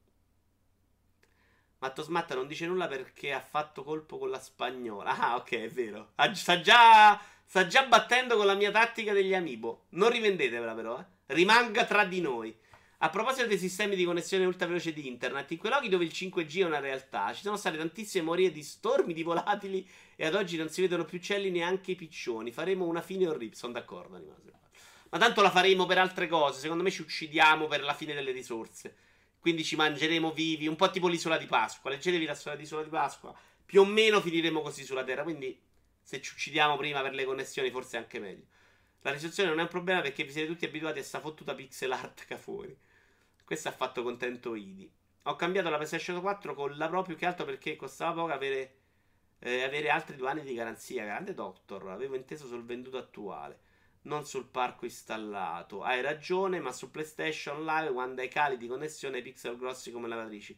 Matto Smatta non dice nulla perché ha fatto colpo con la spagnola. Ah, ok, è vero. Ah, sta già, sta già battendo con la mia tattica degli amiibo. Non rivendetevela però, eh. Rimanga tra di noi. A proposito dei sistemi di connessione ultraveloce di internet, in quei luoghi dove il cinque G è una realtà, ci sono state tantissime morie di stormi di volatili e ad oggi non si vedono più cieli neanche i piccioni. Faremo una fine orribile. Sono d'accordo, ma tanto la faremo per altre cose. Secondo me ci uccidiamo per la fine delle risorse. Quindi ci mangeremo vivi, un po' tipo l'isola di Pasqua. Leggetevi la storia di Isola di Pasqua. Più o meno finiremo così sulla Terra. Quindi se ci uccidiamo prima per le connessioni forse è anche meglio. La risoluzione non è un problema perché vi siete tutti abituati a sta fottuta pixel art che fuori. Questo ha fatto contento Idi. Ho cambiato la PlayStation quattro con la Pro più che altro perché costava poco avere, eh, avere altri due anni di garanzia. Grande Doctor, avevo inteso sul venduto attuale, non sul parco installato. Hai ragione, ma su PlayStation Live quando hai cali di connessione ai pixel grossi come lavatrici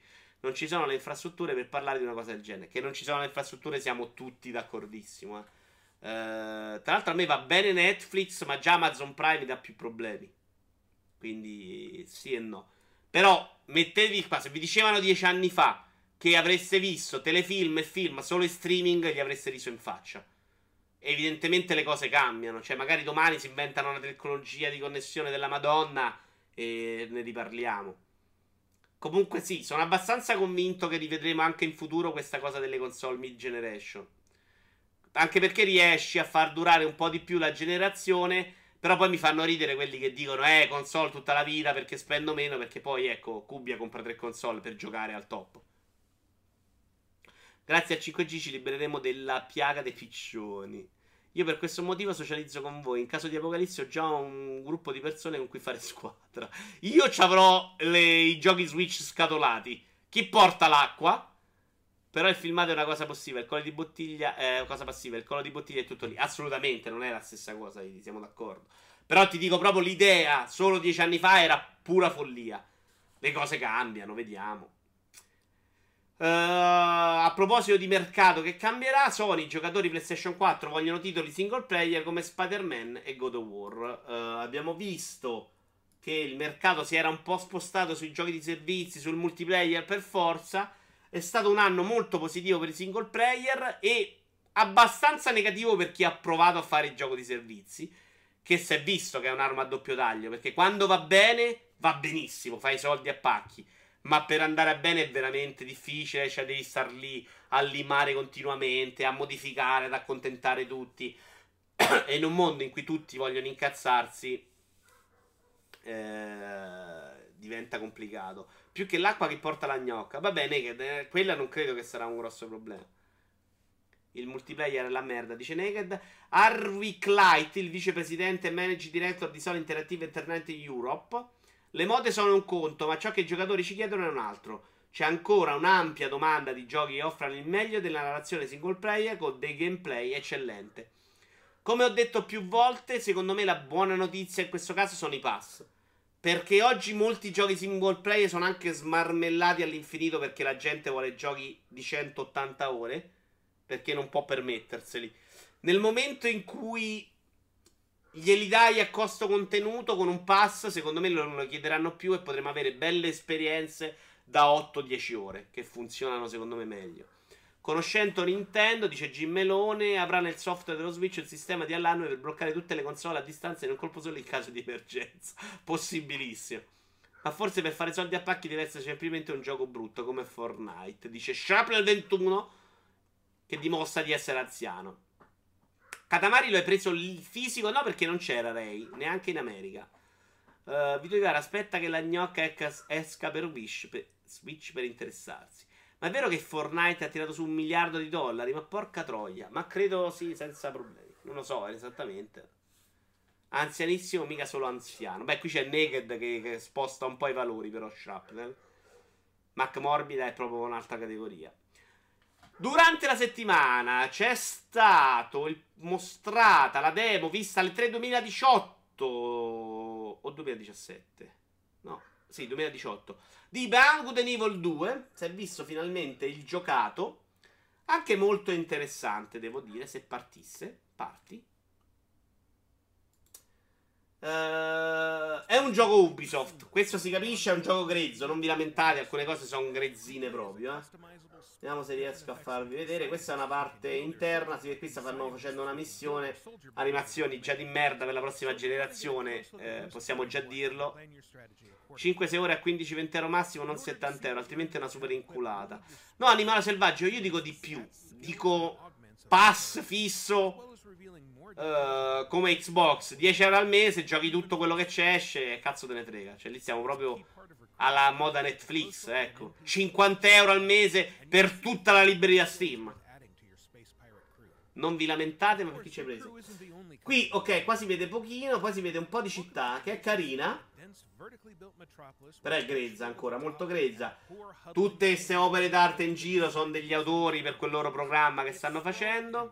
Non ci sono le infrastrutture per parlare di una cosa del genere. Che non ci sono le infrastrutture siamo tutti d'accordissimo. Eh. Uh, tra l'altro a me va bene Netflix, ma già Amazon Prime mi dà più problemi. Quindi sì e no. Però mettetevi qua, se vi dicevano dieci anni fa che avreste visto telefilm e film solo in streaming, gli avreste riso in faccia. Evidentemente le cose cambiano. Cioè magari domani si inventano una tecnologia di connessione della Madonna e ne riparliamo. Comunque sì, sono abbastanza convinto che rivedremo anche in futuro questa cosa delle console mid-generation. Anche perché riesci a far durare un po' di più la generazione. Però poi mi fanno ridere quelli che dicono eh, console tutta la vita perché spendo meno. Perché poi ecco, Cubbia compra tre console per giocare al top. Grazie a cinque G ci libereremo della piaga dei piccioni. Io per questo motivo socializzo con voi. In caso di apocalisse ho già un gruppo di persone con cui fare squadra. Io ci avrò le, i giochi Switch scatolati. Chi porta l'acqua? Però il filmato è una cosa passiva, il collo di bottiglia è una cosa passiva, il collo di bottiglia è tutto lì. Assolutamente, non è la stessa cosa, siamo d'accordo. Però ti dico proprio l'idea, solo dieci anni fa era pura follia. Le cose cambiano, vediamo. Uh, a proposito di mercato che cambierà, Sony, i giocatori PlayStation quattro vogliono titoli single player come Spider-Man e God of War. Uh, abbiamo visto che il mercato si era un po' spostato sui giochi di servizi, sul multiplayer per forza. È stato un anno molto positivo per i single player e abbastanza negativo per chi ha provato a fare il gioco di servizi, che si è visto che è un'arma a doppio taglio, perché quando va bene, va benissimo, fai i soldi a pacchi, ma per andare a bene è veramente difficile, cioè devi star lì a limare continuamente, a modificare, ad accontentare tutti, e in un mondo in cui tutti vogliono incazzarsi eh, diventa complicato. Più che l'acqua che porta la gnocca. Va bene, Naked, eh, quella non credo che sarà un grosso problema. Il multiplayer è la merda, dice Naked. Harvey Clyde, il vicepresidente e managing director di Sony Interactive Internet Europe. Le mode sono un conto, ma ciò che i giocatori ci chiedono è un altro. C'è ancora un'ampia domanda di giochi che offrano il meglio della narrazione single player con dei gameplay eccellente. Come ho detto più volte, secondo me la buona notizia in questo caso sono i pass. Perché oggi molti giochi single player sono anche smarmellati all'infinito perché la gente vuole giochi di centottanta ore, perché non può permetterseli. Nel momento in cui glieli dai a costo contenuto con un pass, secondo me non lo chiederanno più e potremo avere belle esperienze da otto dieci ore, che funzionano secondo me meglio. Conoscendo Nintendo, dice Jim Melone, avrà nel software dello Switch il sistema di allarme per bloccare tutte le console a distanza in un colpo solo in caso di emergenza. Possibilissimo. Ma forse per fare soldi a pacchi deve essere semplicemente un gioco brutto come Fortnite. Dice Sharpnel ventuno, che dimostra di essere anziano. Katamari lo hai preso il fisico? No, perché non c'era Ray, neanche in America. Uh, Vito Ivar, aspetta che la gnocca esca per Wish, per Switch per interessarsi. Ma è vero che Fortnite ha tirato su un miliardo di dollari? Ma porca troia. Ma credo sì, senza problemi. Non lo so esattamente. Anzianissimo, mica solo anziano. Beh, qui c'è Naked che, che sposta un po' i valori, però Shrapnel. Mac Morbida è proprio un'altra categoria. Durante la settimana c'è stato il, mostrata la demo vista alle tre duemiladiciotto o duemiladiciassette? No, sì, duemiladiciotto. Di Beyond Good and Evil due. Si è visto finalmente il giocato. Anche molto interessante, devo dire, se partisse. Parti. Uh, è un gioco Ubisoft. Questo si capisce, è un gioco grezzo. Non vi lamentate, alcune cose sono grezzine proprio. Eh. Vediamo se riesco a farvi vedere. Questa è una parte interna. Si vede qui stanno facendo una missione. Animazioni già di merda per la prossima generazione. Eh, possiamo già dirlo. cinque sei ore a quindici venti euro massimo, non settanta euro, altrimenti è una super inculata. No, Animale Selvaggio, io dico di più. Dico pass fisso. Uh, come Xbox, dieci euro al mese, giochi tutto quello che c'è, esce e cazzo te ne frega. Cioè lì siamo proprio alla moda Netflix, ecco. cinquanta euro al mese per tutta la libreria Steam. Non vi lamentate, ma per chi ci hai preso? Qui, ok, qua si vede pochino, poi si vede un po' di città, che è carina. Però è grezza ancora, molto grezza. Tutte queste opere d'arte in giro sono degli autori per quel loro programma che stanno facendo.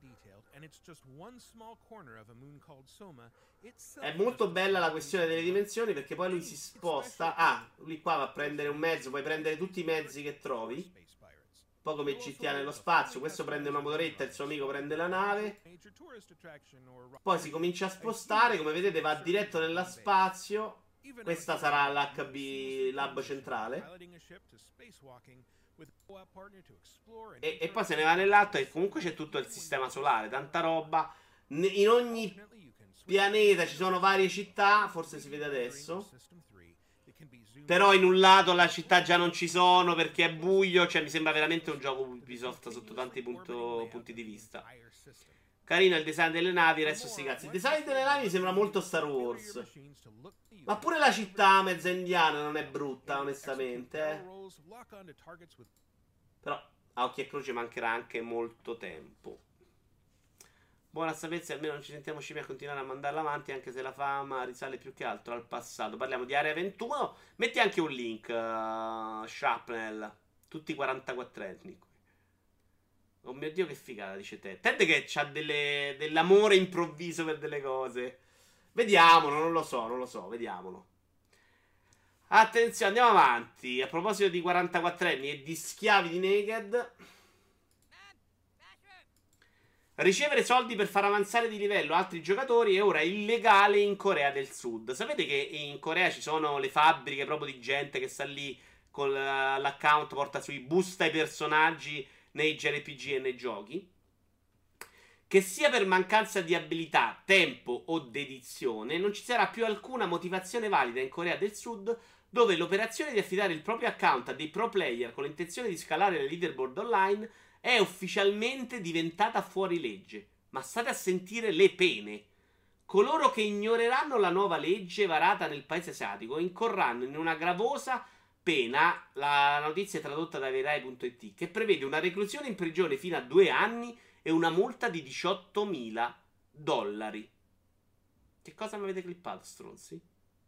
È molto bella la questione delle dimensioni, perché poi lui si sposta. Ah, lui qua va a prendere un mezzo, puoi prendere tutti i mezzi che trovi. Un po' come G T A nello spazio. Questo prende una motoretta, il suo amico prende la nave. Poi si comincia a spostare, come vedete va diretto nello spazio. Questa sarà l'H B Lab centrale. E, e poi se ne va nell'alto e comunque c'è tutto il sistema solare, tanta roba. In ogni pianeta ci sono varie città, forse si vede adesso. Però in un lato la città già non ci sono perché è buio. Cioè mi sembra veramente un gioco Ubisoft sotto tanti punto, punti di vista. Carino il design delle navi, adesso sti cazzi. Il design delle navi mi sembra molto Star Wars. Ma pure la città mezza indiana non è brutta, onestamente, eh. Però a occhi e croce mancherà anche molto tempo. Buona sapezza, almeno non ci sentiamo scemi a continuare a mandarla avanti, anche se la fama risale più che altro al passato. Parliamo di Area ventuno. Metti anche un link, uh, Shrapnel. Tutti quarantaquattrenni. Oh mio Dio, che figata, dice Ted. Ted che c'ha delle, dell'amore improvviso per delle cose. Vediamolo, non lo so, non lo so, vediamolo. Attenzione, andiamo avanti. A proposito di quarantaquattrenni e di schiavi di Naked, ricevere soldi per far avanzare di livello altri giocatori è ora illegale in Corea del Sud. Sapete che in Corea ci sono le fabbriche proprio di gente che sta lì con l'account, porta sui busta i personaggi nei J R P G e nei giochi? Che sia per mancanza di abilità, tempo o dedizione, non ci sarà più alcuna motivazione valida in Corea del Sud, dove l'operazione di affidare il proprio account a dei pro player con l'intenzione di scalare le leaderboard online è ufficialmente diventata fuori legge. Ma state a sentire le pene. Coloro che ignoreranno la nuova legge varata nel paese asiatico incorranno in una gravosa pena, la notizia è tradotta da verai punto it, che prevede una reclusione in prigione fino a due anni e una multa di diciottomila dollari. Che cosa mi avete clippato, stronzi?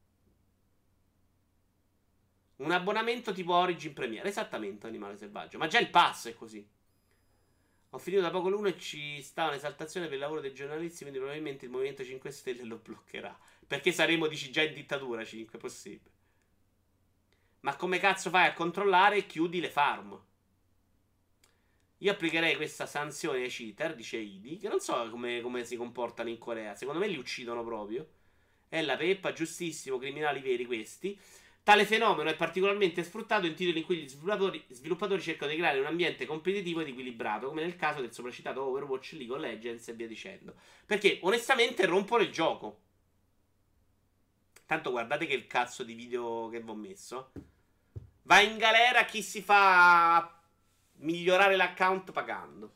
Un abbonamento tipo Origin Premiere. Esattamente, Animale Selvaggio. Ma già il pass è così. Ho finito da poco l'uno e ci sta un'esaltazione per il lavoro dei giornalisti, quindi probabilmente il Movimento cinque Stelle lo bloccherà. Perché saremo, dici, già in dittatura, cinque, possibile. Ma come cazzo fai a controllare e chiudi le farm? Io applicherei questa sanzione ai cheater, dice Idi, che non so come, come si comportano in Corea. Secondo me li uccidono proprio. È la peppa, giustissimo, criminali veri questi. Tale fenomeno è particolarmente sfruttato in titoli in cui gli sviluppatori, sviluppatori cercano di creare un ambiente competitivo ed equilibrato, come nel caso del sopracitato Overwatch, League of Legends e via dicendo. Perché onestamente rompono il gioco. Tanto guardate che il cazzo di video che vi ho messo. Va in galera chi si fa migliorare l'account pagando.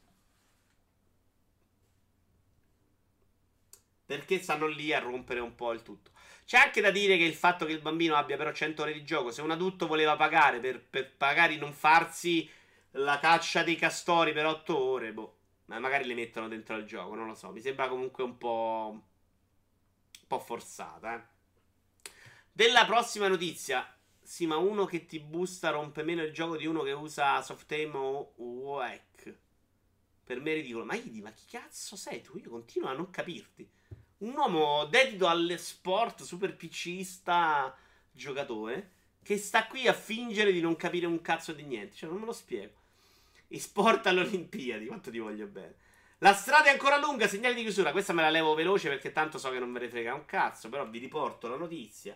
Perché stanno lì a rompere un po' il tutto. C'è anche da dire che il fatto che il bambino abbia però cento ore di gioco, se un adulto voleva pagare per, per magari non farsi la caccia dei castori per otto ore, boh, ma magari le mettono dentro al gioco, non lo so. Mi sembra comunque un po' un po' forsata, eh. Della prossima notizia. Sì, ma uno che ti boosta rompe meno il gioco di uno che usa soft aim o W A C. Per me è ridicolo. Ma Idi, ma chi cazzo sei tu? Io continuo a non capirti. Un uomo dedito alle sport, super PCista giocatore, che sta qui a fingere di non capire un cazzo di niente. Cioè, non me lo spiego. I sport alle Olimpiadi, quanto ti voglio bene. La strada è ancora lunga, segnali di chiusura. Questa me la levo veloce perché tanto so che non ve ne frega un cazzo. Però vi riporto la notizia.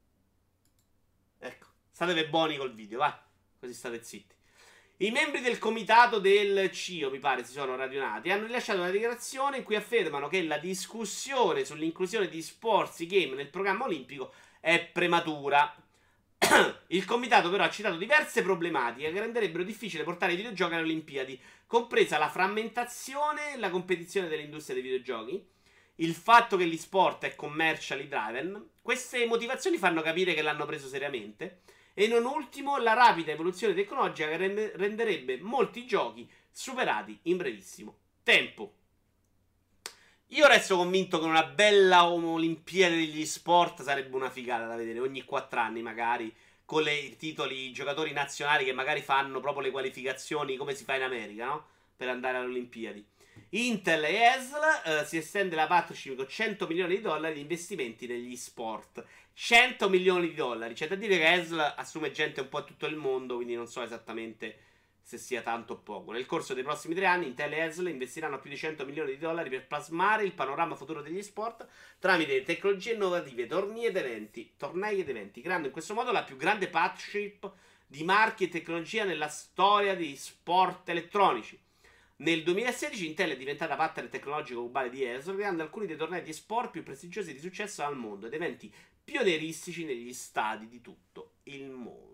Ecco, statevi buoni col video, va. Così state zitti. I membri del comitato del C I O, mi pare, si sono radunati. Hanno rilasciato una dichiarazione in cui affermano che la discussione sull'inclusione di sports game nel programma olimpico è prematura. Il comitato però ha citato diverse problematiche che renderebbero difficile portare i videogiochi alle Olimpiadi, compresa la frammentazione e la competizione dell'industria dei videogiochi, il fatto che l'e-sport è commercially driven. Queste motivazioni fanno capire che l'hanno preso seriamente. E non ultimo, la rapida evoluzione tecnologica che renderebbe molti giochi superati in brevissimo tempo. Io resto convinto che una bella Olimpiade degli sport sarebbe una figata da vedere ogni quattro anni, magari con i titoli, i giocatori nazionali che magari fanno proprio le qualificazioni come si fa in America, no? Per andare alle Olimpiadi. Intel e A S L eh, si estende la partnership con cento milioni di dollari di investimenti negli sport. cento milioni di dollari, c'è da dire che A S L assume gente un po' a tutto il mondo, quindi non so esattamente se sia tanto o poco. Nel corso dei prossimi tre anni Intel e A S L investiranno più di cento milioni di dollari per plasmare il panorama futuro degli sport tramite tecnologie innovative, tornei ed eventi, tornei ed eventi, creando in questo modo la più grande partnership di marchi e tecnologia nella storia degli sport elettronici. Nel duemilasedici Intel è diventata partner tecnologico globale di A S L, creando alcuni dei tornei di sport più prestigiosi di successo al mondo ed eventi pionieristici negli stadi di tutto il mondo.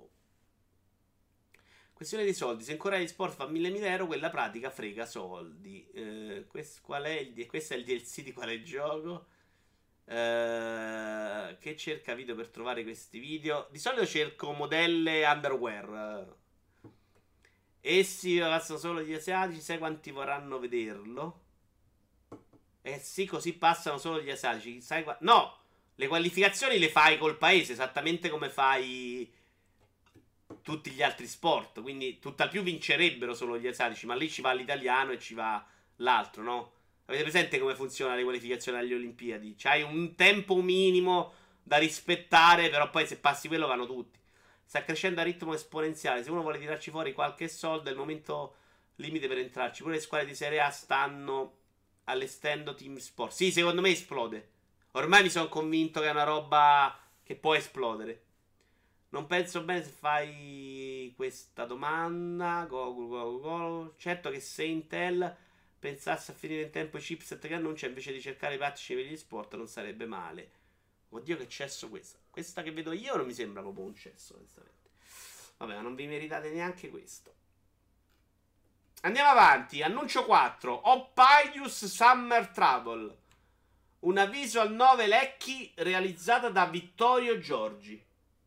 Questione di soldi. Se ancora gli sport fa mille mila euro, quella pratica frega soldi. Eh, questo, qual è il, questo è il D L C di quale gioco? Eh, che cerca video per trovare questi video? Di solito cerco modelle underwear. Essi passano solo gli asiatici. Sai quanti vorranno vederlo? Eh sì, così passano solo gli asiatici. Sai qua- no! Le qualificazioni le fai col paese, esattamente come fai tutti gli altri sport. Quindi tutt'al più vincerebbero solo gli asiatici, ma lì ci va l'italiano e ci va l'altro, no? Avete presente come funziona le qualificazioni alle Olimpiadi? C'hai un tempo minimo da rispettare, però poi se passi quello vanno tutti. Sta crescendo a ritmo esponenziale. Se uno vuole tirarci fuori qualche soldo è il momento limite per entrarci. Pure le squadre di Serie A stanno allestendo team sport. Sì, secondo me esplode. Ormai mi sono convinto che è una roba che può esplodere. Non penso bene se fai questa domanda. Go, go, go, go. Certo che se Intel pensasse a finire in tempo i chipset che annuncia invece di cercare i patch per gli sport non sarebbe male. Oddio che cesso questa. Questa che vedo io non mi sembra proprio un cesso, onestamente. Vabbè, ma non vi meritate neanche questo. Andiamo avanti. Annuncio quattro. Oppidius Summer Travel. Una visual novel Ecchi realizzata da Vittorio Giorgi.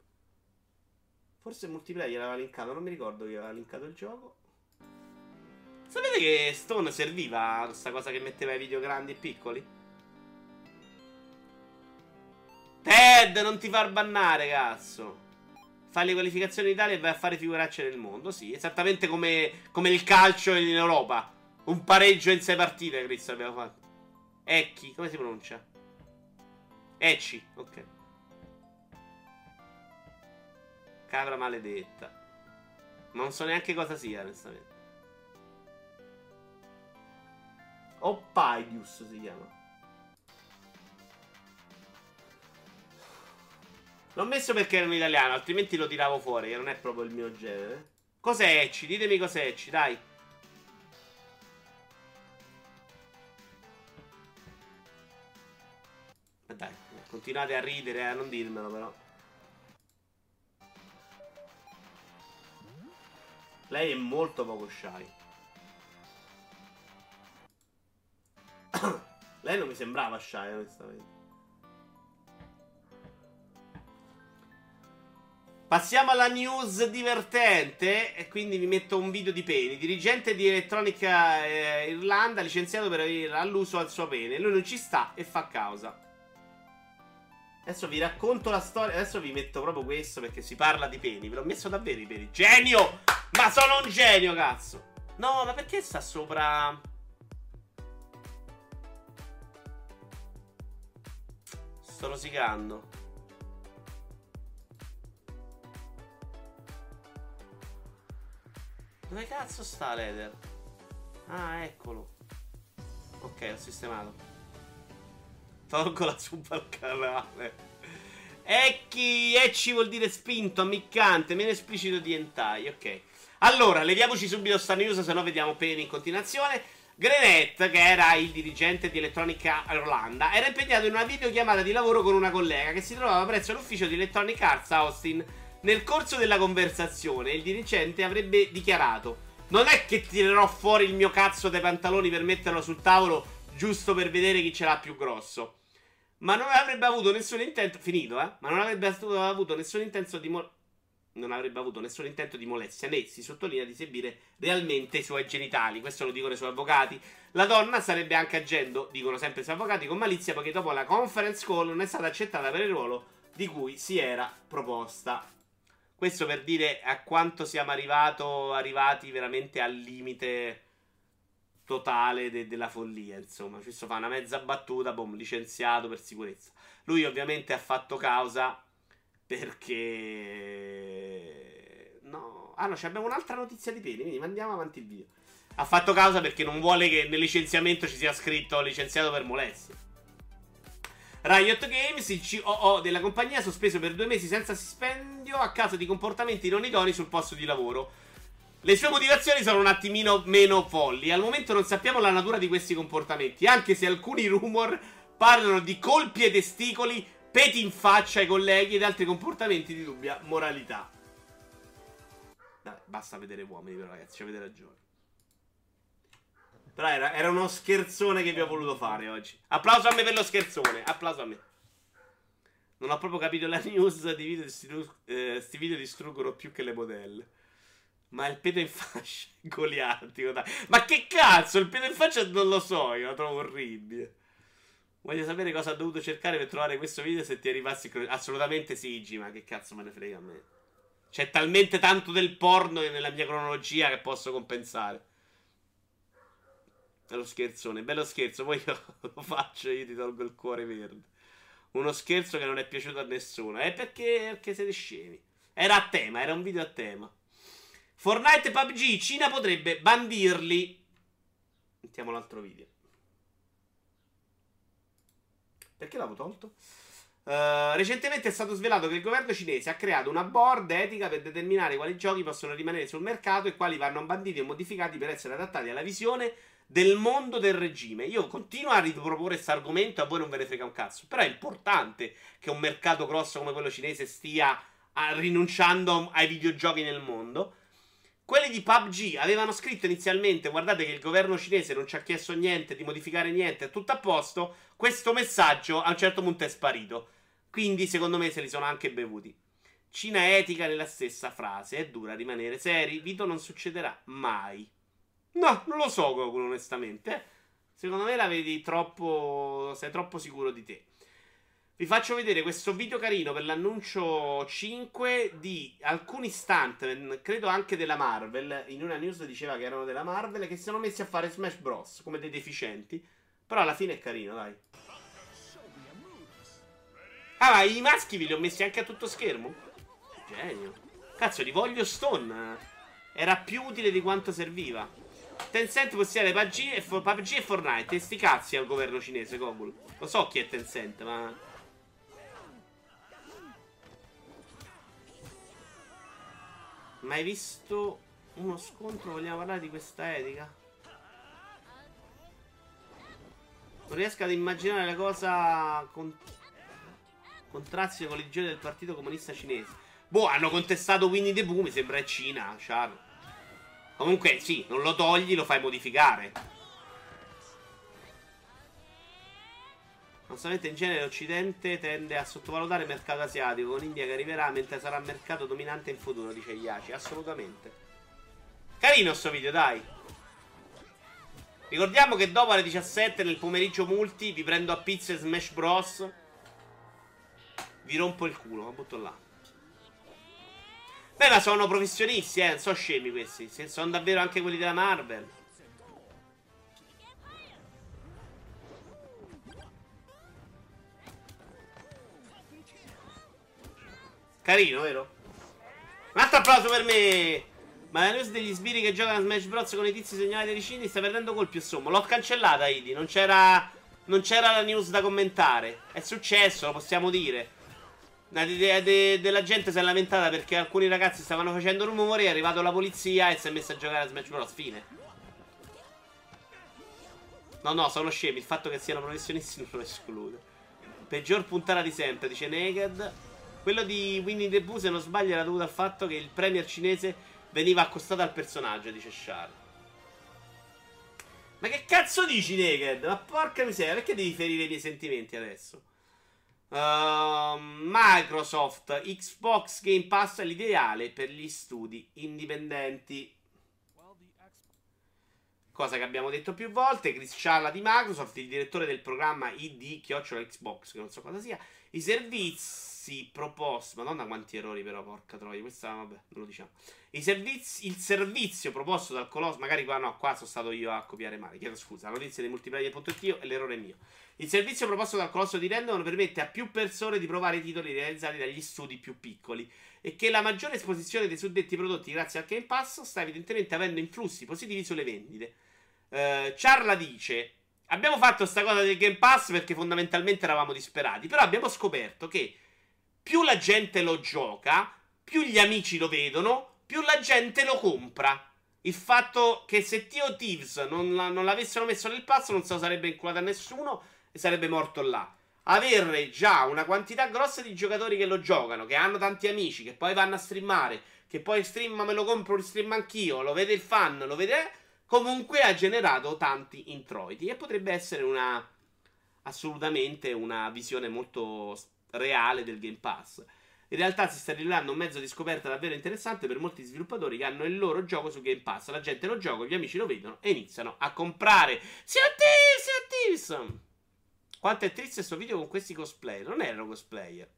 Forse multiplayer aveva linkato, non mi ricordo chi aveva linkato il gioco. Sapete che Stone serviva a questa cosa che metteva i video grandi e piccoli? Ted, non ti far bannare, cazzo. Fai le qualificazioni in Italia e vai a fare figuracce nel mondo. Sì, esattamente come, come il calcio in Europa. Un pareggio in sei partite, Cristo, abbiamo fatto. Ecchi, come si pronuncia? Ecci, ok. Cabra maledetta. Non so neanche cosa sia, onestamente. Oppidius si chiama. L'ho messo perché era in italiano, altrimenti lo tiravo fuori, che non è proprio il mio genere. Cos'è Ecci? Ditemi cos'è Ecci, dai. Ma dai, continuate a ridere, a non dirmelo però. Lei è molto poco shy. Lei non mi sembrava shy, onestamente. Passiamo alla news divertente. E quindi vi metto un video di Penny. Dirigente di Elettronica eh, Irlanda licenziato per aver alluso al suo pene. Lui non ci sta e fa causa. Adesso vi racconto la storia. Adesso vi metto proprio questo perché si parla di peni. Ve l'ho messo davvero i peni. Genio! Ma sono un genio, cazzo! No, ma perché sta sopra? Sto rosicando. Dove cazzo sta l'Ether? Ah, eccolo. Ok, ho sistemato. Tolgo la zuba al canale. Ecchi, ecci vuol dire spinto, ammiccante, meno esplicito di hentai, ok. Allora, leviamoci subito sta news, se no vediamo Penny in continuazione. Grenette, che era il dirigente di Electronic Irlanda, era impegnato in una videochiamata di lavoro con una collega che si trovava presso l'ufficio di Electronic Arts Austin. Nel corso della conversazione, il dirigente avrebbe dichiarato: non è che tirerò fuori il mio cazzo dai pantaloni per metterlo sul tavolo giusto per vedere chi ce l'ha più grosso. Ma non avrebbe avuto nessun intento. Finito, eh? Ma non avrebbe avuto nessun intento di. Mo- non avrebbe avuto nessun intento di molestia, né si sottolinea di esibire realmente i suoi genitali. Questo lo dicono i suoi avvocati. La donna starebbe anche agendo, dicono sempre i suoi avvocati, con malizia, poiché dopo la conference call non è stata accettata per il ruolo di cui si era proposta. Questo per dire a quanto siamo arrivato, arrivati veramente al limite totale de- della follia. Insomma, questo fa una mezza battuta, boom, licenziato per sicurezza. Lui ovviamente ha fatto causa perché... No, ah no, abbiamo un'altra notizia di pene, quindi mandiamo avanti il video. Ha fatto causa perché non vuole che nel licenziamento ci sia scritto licenziato per molestia. Riot Games, il C O O della compagnia, sospeso per due mesi senza stipendio a causa di comportamenti non idonei sul posto di lavoro. Le sue motivazioni sono un attimino meno folli. Al momento non sappiamo la natura di questi comportamenti, anche se alcuni rumor parlano di colpi ai testicoli, peti in faccia ai colleghi ed altri comportamenti di dubbia moralità. Vabbè, basta vedere uomini però, ragazzi, avete ragione. Però era, era uno scherzone che vi ho voluto fare oggi. Applauso a me per lo scherzone. Applauso a me. Non ho proprio capito la news di video. Sti, eh, sti video distruggono più che le modelle. Ma il pedo in faccia è goliardico, dai. Ma che cazzo? Il pedo in faccia non lo so. Io lo trovo orribile. Voglio sapere cosa ho dovuto cercare per trovare questo video. Se ti arrivassi. Assolutamente sì, G. Ma che cazzo me ne frega a me. C'è talmente tanto del porno nella mia cronologia che posso compensare. È lo scherzone, bello scherzo, poi io lo faccio, io ti tolgo il cuore verde. Uno scherzo che non è piaciuto a nessuno. È perché, perché siete scemi. Era a tema, era un video a tema. Fortnite e P U B G, Cina potrebbe bandirli. Mettiamo l'altro video. Perché l'avevo tolto? Uh, recentemente è stato svelato che il governo cinese ha creato una board etica per determinare quali giochi possono rimanere sul mercato e quali vanno banditi o modificati per essere adattati alla visione del mondo del regime. Io continuo a riproporre questo argomento, a voi non ve ne frega un cazzo. Però è importante che un mercato grosso come quello cinese stia a, rinunciando ai videogiochi nel mondo. Quelli di P U B G avevano scritto inizialmente: guardate che il governo cinese non ci ha chiesto niente, di modificare niente, è tutto a posto. Questo messaggio a un certo punto è sparito. Quindi secondo me se li sono anche bevuti. Cina etica nella stessa frase. È dura rimanere seri. Vito, non succederà mai. No, non lo so, Goku, onestamente. Secondo me la vedi troppo... sei troppo sicuro di te. Vi faccio vedere questo video carino per l'annuncio cinque di alcuni stuntman, credo anche della Marvel. In una news diceva che erano della Marvel, che si sono messi a fare Smash Bros. Come dei deficienti. Però alla fine è carino, dai. Ah, ma i maschi ve li ho messi anche a tutto schermo? Genio. Cazzo, li voglio Stone. Era più utile di quanto serviva. Tencent possiede P U B G e, P U B G e Fortnite. E sti cazzi al governo cinese, Gogol. Lo so chi è Tencent, ma... Mai visto uno scontro? Vogliamo parlare di questa etica? Non riesco ad immaginare la cosa con... contrasti con le del partito comunista cinese. Boh, hanno contestato Winnie the Pooh, mi sembra è Cina, Char. Comunque, sì, non lo togli, lo fai modificare. Onestamente in genere l'Occidente tende a sottovalutare il mercato asiatico, con l'India che arriverà mentre sarà mercato dominante in futuro, dice Yashi. Assolutamente. Carino sto video, dai. Ricordiamo che dopo alle diciassette nel pomeriggio multi vi prendo a pizza e Smash Bros. Vi rompo il culo, ma butto là. Beh, ma sono professionisti, eh, non sono scemi questi. Sono davvero anche quelli della Marvel. Carino, vero? Un altro applauso per me. Ma la news degli sbirri che giocano a Smash Bros con i tizi segnalati dai vicini sta perdendo colpi, insomma. L'ho cancellata, Idi. Non c'era Non c'era la news da commentare. È successo, lo possiamo dire. De, de, de, della gente si è lamentata perché alcuni ragazzi stavano facendo rumore, è arrivato la polizia e si è messa a giocare a Smash Bros. Fine. No, no, sono scemi. Il fatto che siano professionisti non lo esclude. Peggior puntata di sempre, dice Naked. Quello di Winnie the Pooh, se non sbaglio, era dovuto al fatto che il premier cinese veniva accostato al personaggio, dice Char. Ma che cazzo dici, Naked? Ma porca miseria, perché devi ferire i miei sentimenti adesso? Uh, Microsoft Xbox Game Pass è l'ideale per gli studi indipendenti. Cosa che abbiamo detto più volte. Chris Cialla di Microsoft, il direttore del programma I D chiocciola Xbox, che non so cosa sia. I servizi proposti. Madonna, quanti errori, però, porca troia. Questa, vabbè, non lo diciamo. I servizi, il servizio proposto dal Colosso. Magari qua no, qua sono stato io a copiare male. Chiedo scusa. La notizia di multiplayer punto it e l'errore è mio. Il servizio proposto dal Colosso di Random permette a più persone di provare i titoli realizzati dagli studi più piccoli. E che la maggiore esposizione dei suddetti prodotti grazie al Game Pass sta evidentemente avendo influssi positivi sulle vendite. Uh, Charla dice: abbiamo fatto sta cosa del Game Pass perché fondamentalmente eravamo disperati. Però abbiamo scoperto che più la gente lo gioca, più gli amici lo vedono, più la gente lo compra. Il fatto che se Sea of Thieves non, non l'avessero messo nel pass non se lo sarebbe inculato a nessuno e sarebbe morto là. Avere già una quantità grossa di giocatori che lo giocano, che hanno tanti amici, che poi vanno a streamare, che poi stream me lo compro, lo stream anch'io, lo vede il fan, lo vede... Comunque ha generato tanti introiti e potrebbe essere una assolutamente una visione molto reale del Game Pass. In realtà si sta rivelando un mezzo di scoperta davvero interessante per molti sviluppatori che hanno il loro gioco su Game Pass. La gente lo gioca, gli amici lo vedono e iniziano a comprare. Sea of Thieves, Sea of Thieves! Quanto è triste questo video con questi cosplayer. Non erano cosplayer.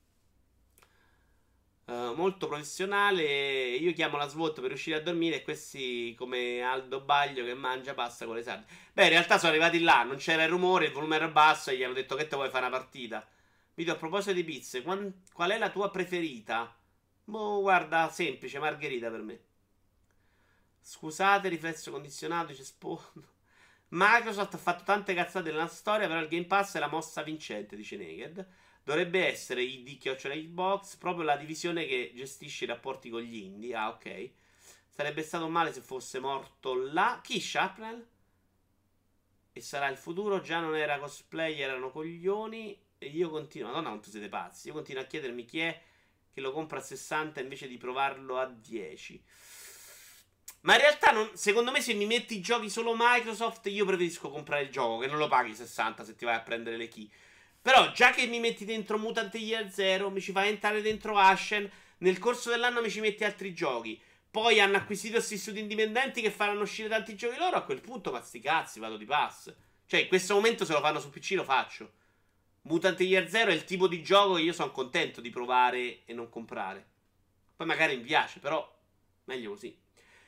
Uh, molto professionale. Io chiamo la SWAT per riuscire a dormire e questi come Aldo Baglio che mangia pasta con le sarde. Beh, in realtà sono arrivati là, non c'era il rumore, il volume era basso e gli hanno detto che te vuoi fare una partita. Video a proposito di pizze, qual, qual è la tua preferita? Boh, guarda, semplice, margherita per me. Scusate, riflesso condizionato, c'è spondo. Microsoft ha fatto tante cazzate nella storia, però il Game Pass è la mossa vincente, dice Naked. Dovrebbe essere I D chiocciola Xbox, proprio la divisione che gestisce i rapporti con gli indie. Ah, ok. Sarebbe stato male se fosse morto là. Chi? Sharpnel? E sarà il futuro. Già non era cosplayer, erano coglioni. E io continuo. Madonna, quanto siete pazzi. Io continuo a chiedermi chi è che lo compra a sessanta invece di provarlo a dieci. Ma in realtà, non, secondo me, se mi metti i giochi solo Microsoft, io preferisco comprare il gioco, che non lo paghi sessanta se ti vai a prendere le key. Però già che mi metti dentro Mutant Year Zero, mi ci fai entrare dentro Ashen, nel corso dell'anno mi ci metti altri giochi, poi hanno acquisito questi studi indipendenti che faranno uscire tanti giochi loro, a quel punto ma sti cazzi, vado di pass. Cioè in questo momento se lo fanno su P C lo faccio. Mutant Year Zero è il tipo di gioco che io sono contento di provare e non comprare. Poi magari mi piace, però meglio così.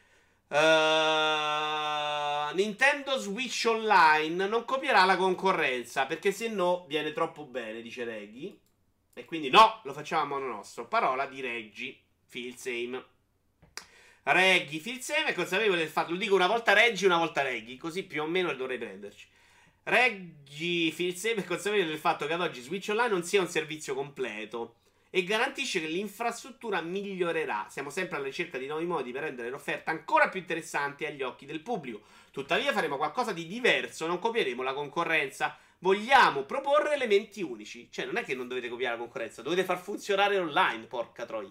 Uh, Nintendo Switch Online non copierà la concorrenza perché se no viene troppo bene, dice Reggie. E quindi no, lo facciamo a modo nostro. Parola di Reggie Fils-Aim. Reggie Fils-Aim è consapevole del fatto. Lo dico una volta Reggie, una volta Reggie, così più o meno dovrei prenderci. Reggie Fils-Aim è consapevole del fatto che ad oggi Switch Online non sia un servizio completo e garantisce che l'infrastruttura migliorerà. Siamo sempre alla ricerca di nuovi modi per rendere l'offerta ancora più interessante agli occhi del pubblico. Tuttavia faremo qualcosa di diverso, non copieremo la concorrenza. Vogliamo proporre elementi unici. Cioè non è che non dovete copiare la concorrenza, dovete far funzionare online, porca troia.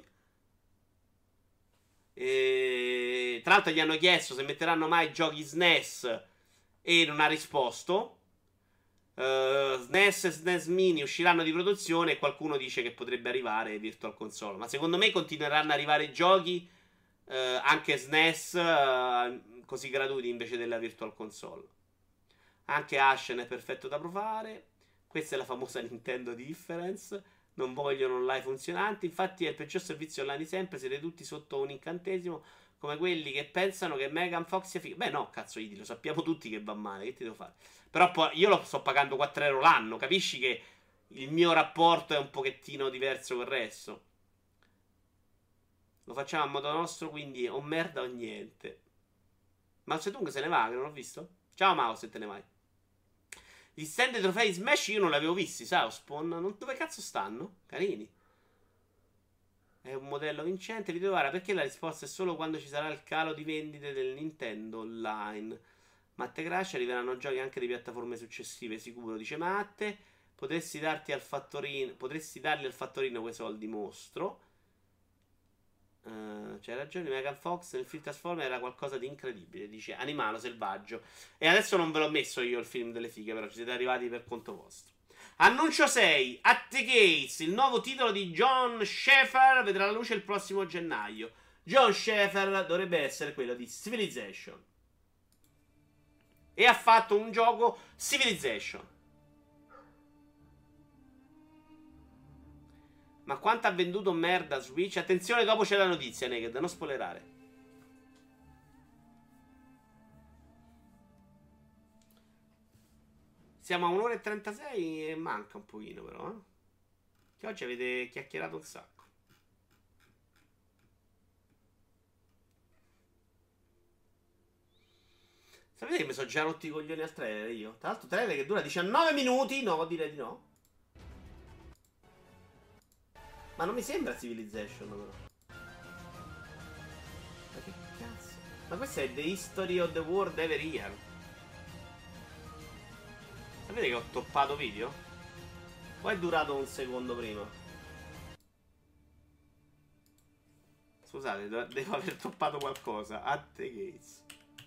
E... Tra l'altro gli hanno chiesto se metteranno mai giochi S N E S e non ha risposto. Uh, S N E S e S N E S Mini usciranno di produzione e qualcuno dice che potrebbe arrivare Virtual Console. Ma secondo me continueranno ad arrivare giochi uh, anche S N E S uh, così gratuiti invece della Virtual Console. Anche Ashen è perfetto da provare. Questa è la famosa Nintendo Difference. Non vogliono online funzionanti. Infatti è il peggior servizio online di sempre. Siete tutti sotto un incantesimo, come quelli che pensano che Megan Fox sia figa. Beh no, cazzo Idi, lo sappiamo tutti che va male. Che ti devo fare? Però poi io lo sto pagando quattro euro l'anno. Capisci che il mio rapporto è un pochettino diverso col resto. Lo facciamo a modo nostro, quindi o merda o niente. Mao Zedong se ne va, che non l'ho visto. Ciao Mao, se te ne vai. Gli stand dei trofei Smash io non li avevo visti, sai, Spawn. Non... Dove cazzo stanno? Carini. È un modello vincente. Video Vara, perché la risposta è solo quando ci sarà il calo di vendite del Nintendo Online. Matte Crash, arriveranno giochi anche di piattaforme successive, sicuro, dice Matte. Potresti darti al fattorino. Potresti dargli al fattorino quei soldi, mostro. Uh, c'hai ragione, Megan Fox nel film Transformer era qualcosa di incredibile, dice Animalo Selvaggio. E adesso non ve l'ho messo io il film delle fighe, però ci siete arrivati per conto vostro. Annuncio sei. At the Gates, il nuovo titolo di John Schaeffer, vedrà la luce il prossimo gennaio. John Schaeffer dovrebbe essere quello di Civilization. E ha fatto un gioco Civilization. Ma quanto ha venduto merda Switch? Attenzione, dopo c'è la notizia, Naked, non spoilerare. Siamo a un'ora e trentasei e manca un pochino però, eh. Che oggi avete chiacchierato un sacco. Sapete che mi sono già rotti i coglioni al trailer io? Tra l'altro trailer che dura diciannove minuti. No, direi di no. Ma non mi sembra Civilization però. Ma che cazzo? Ma questo è The History of the World Ever Year. Sapete che ho toppato video? O è durato un secondo prima? Scusate, devo aver toppato qualcosa. At the Gates.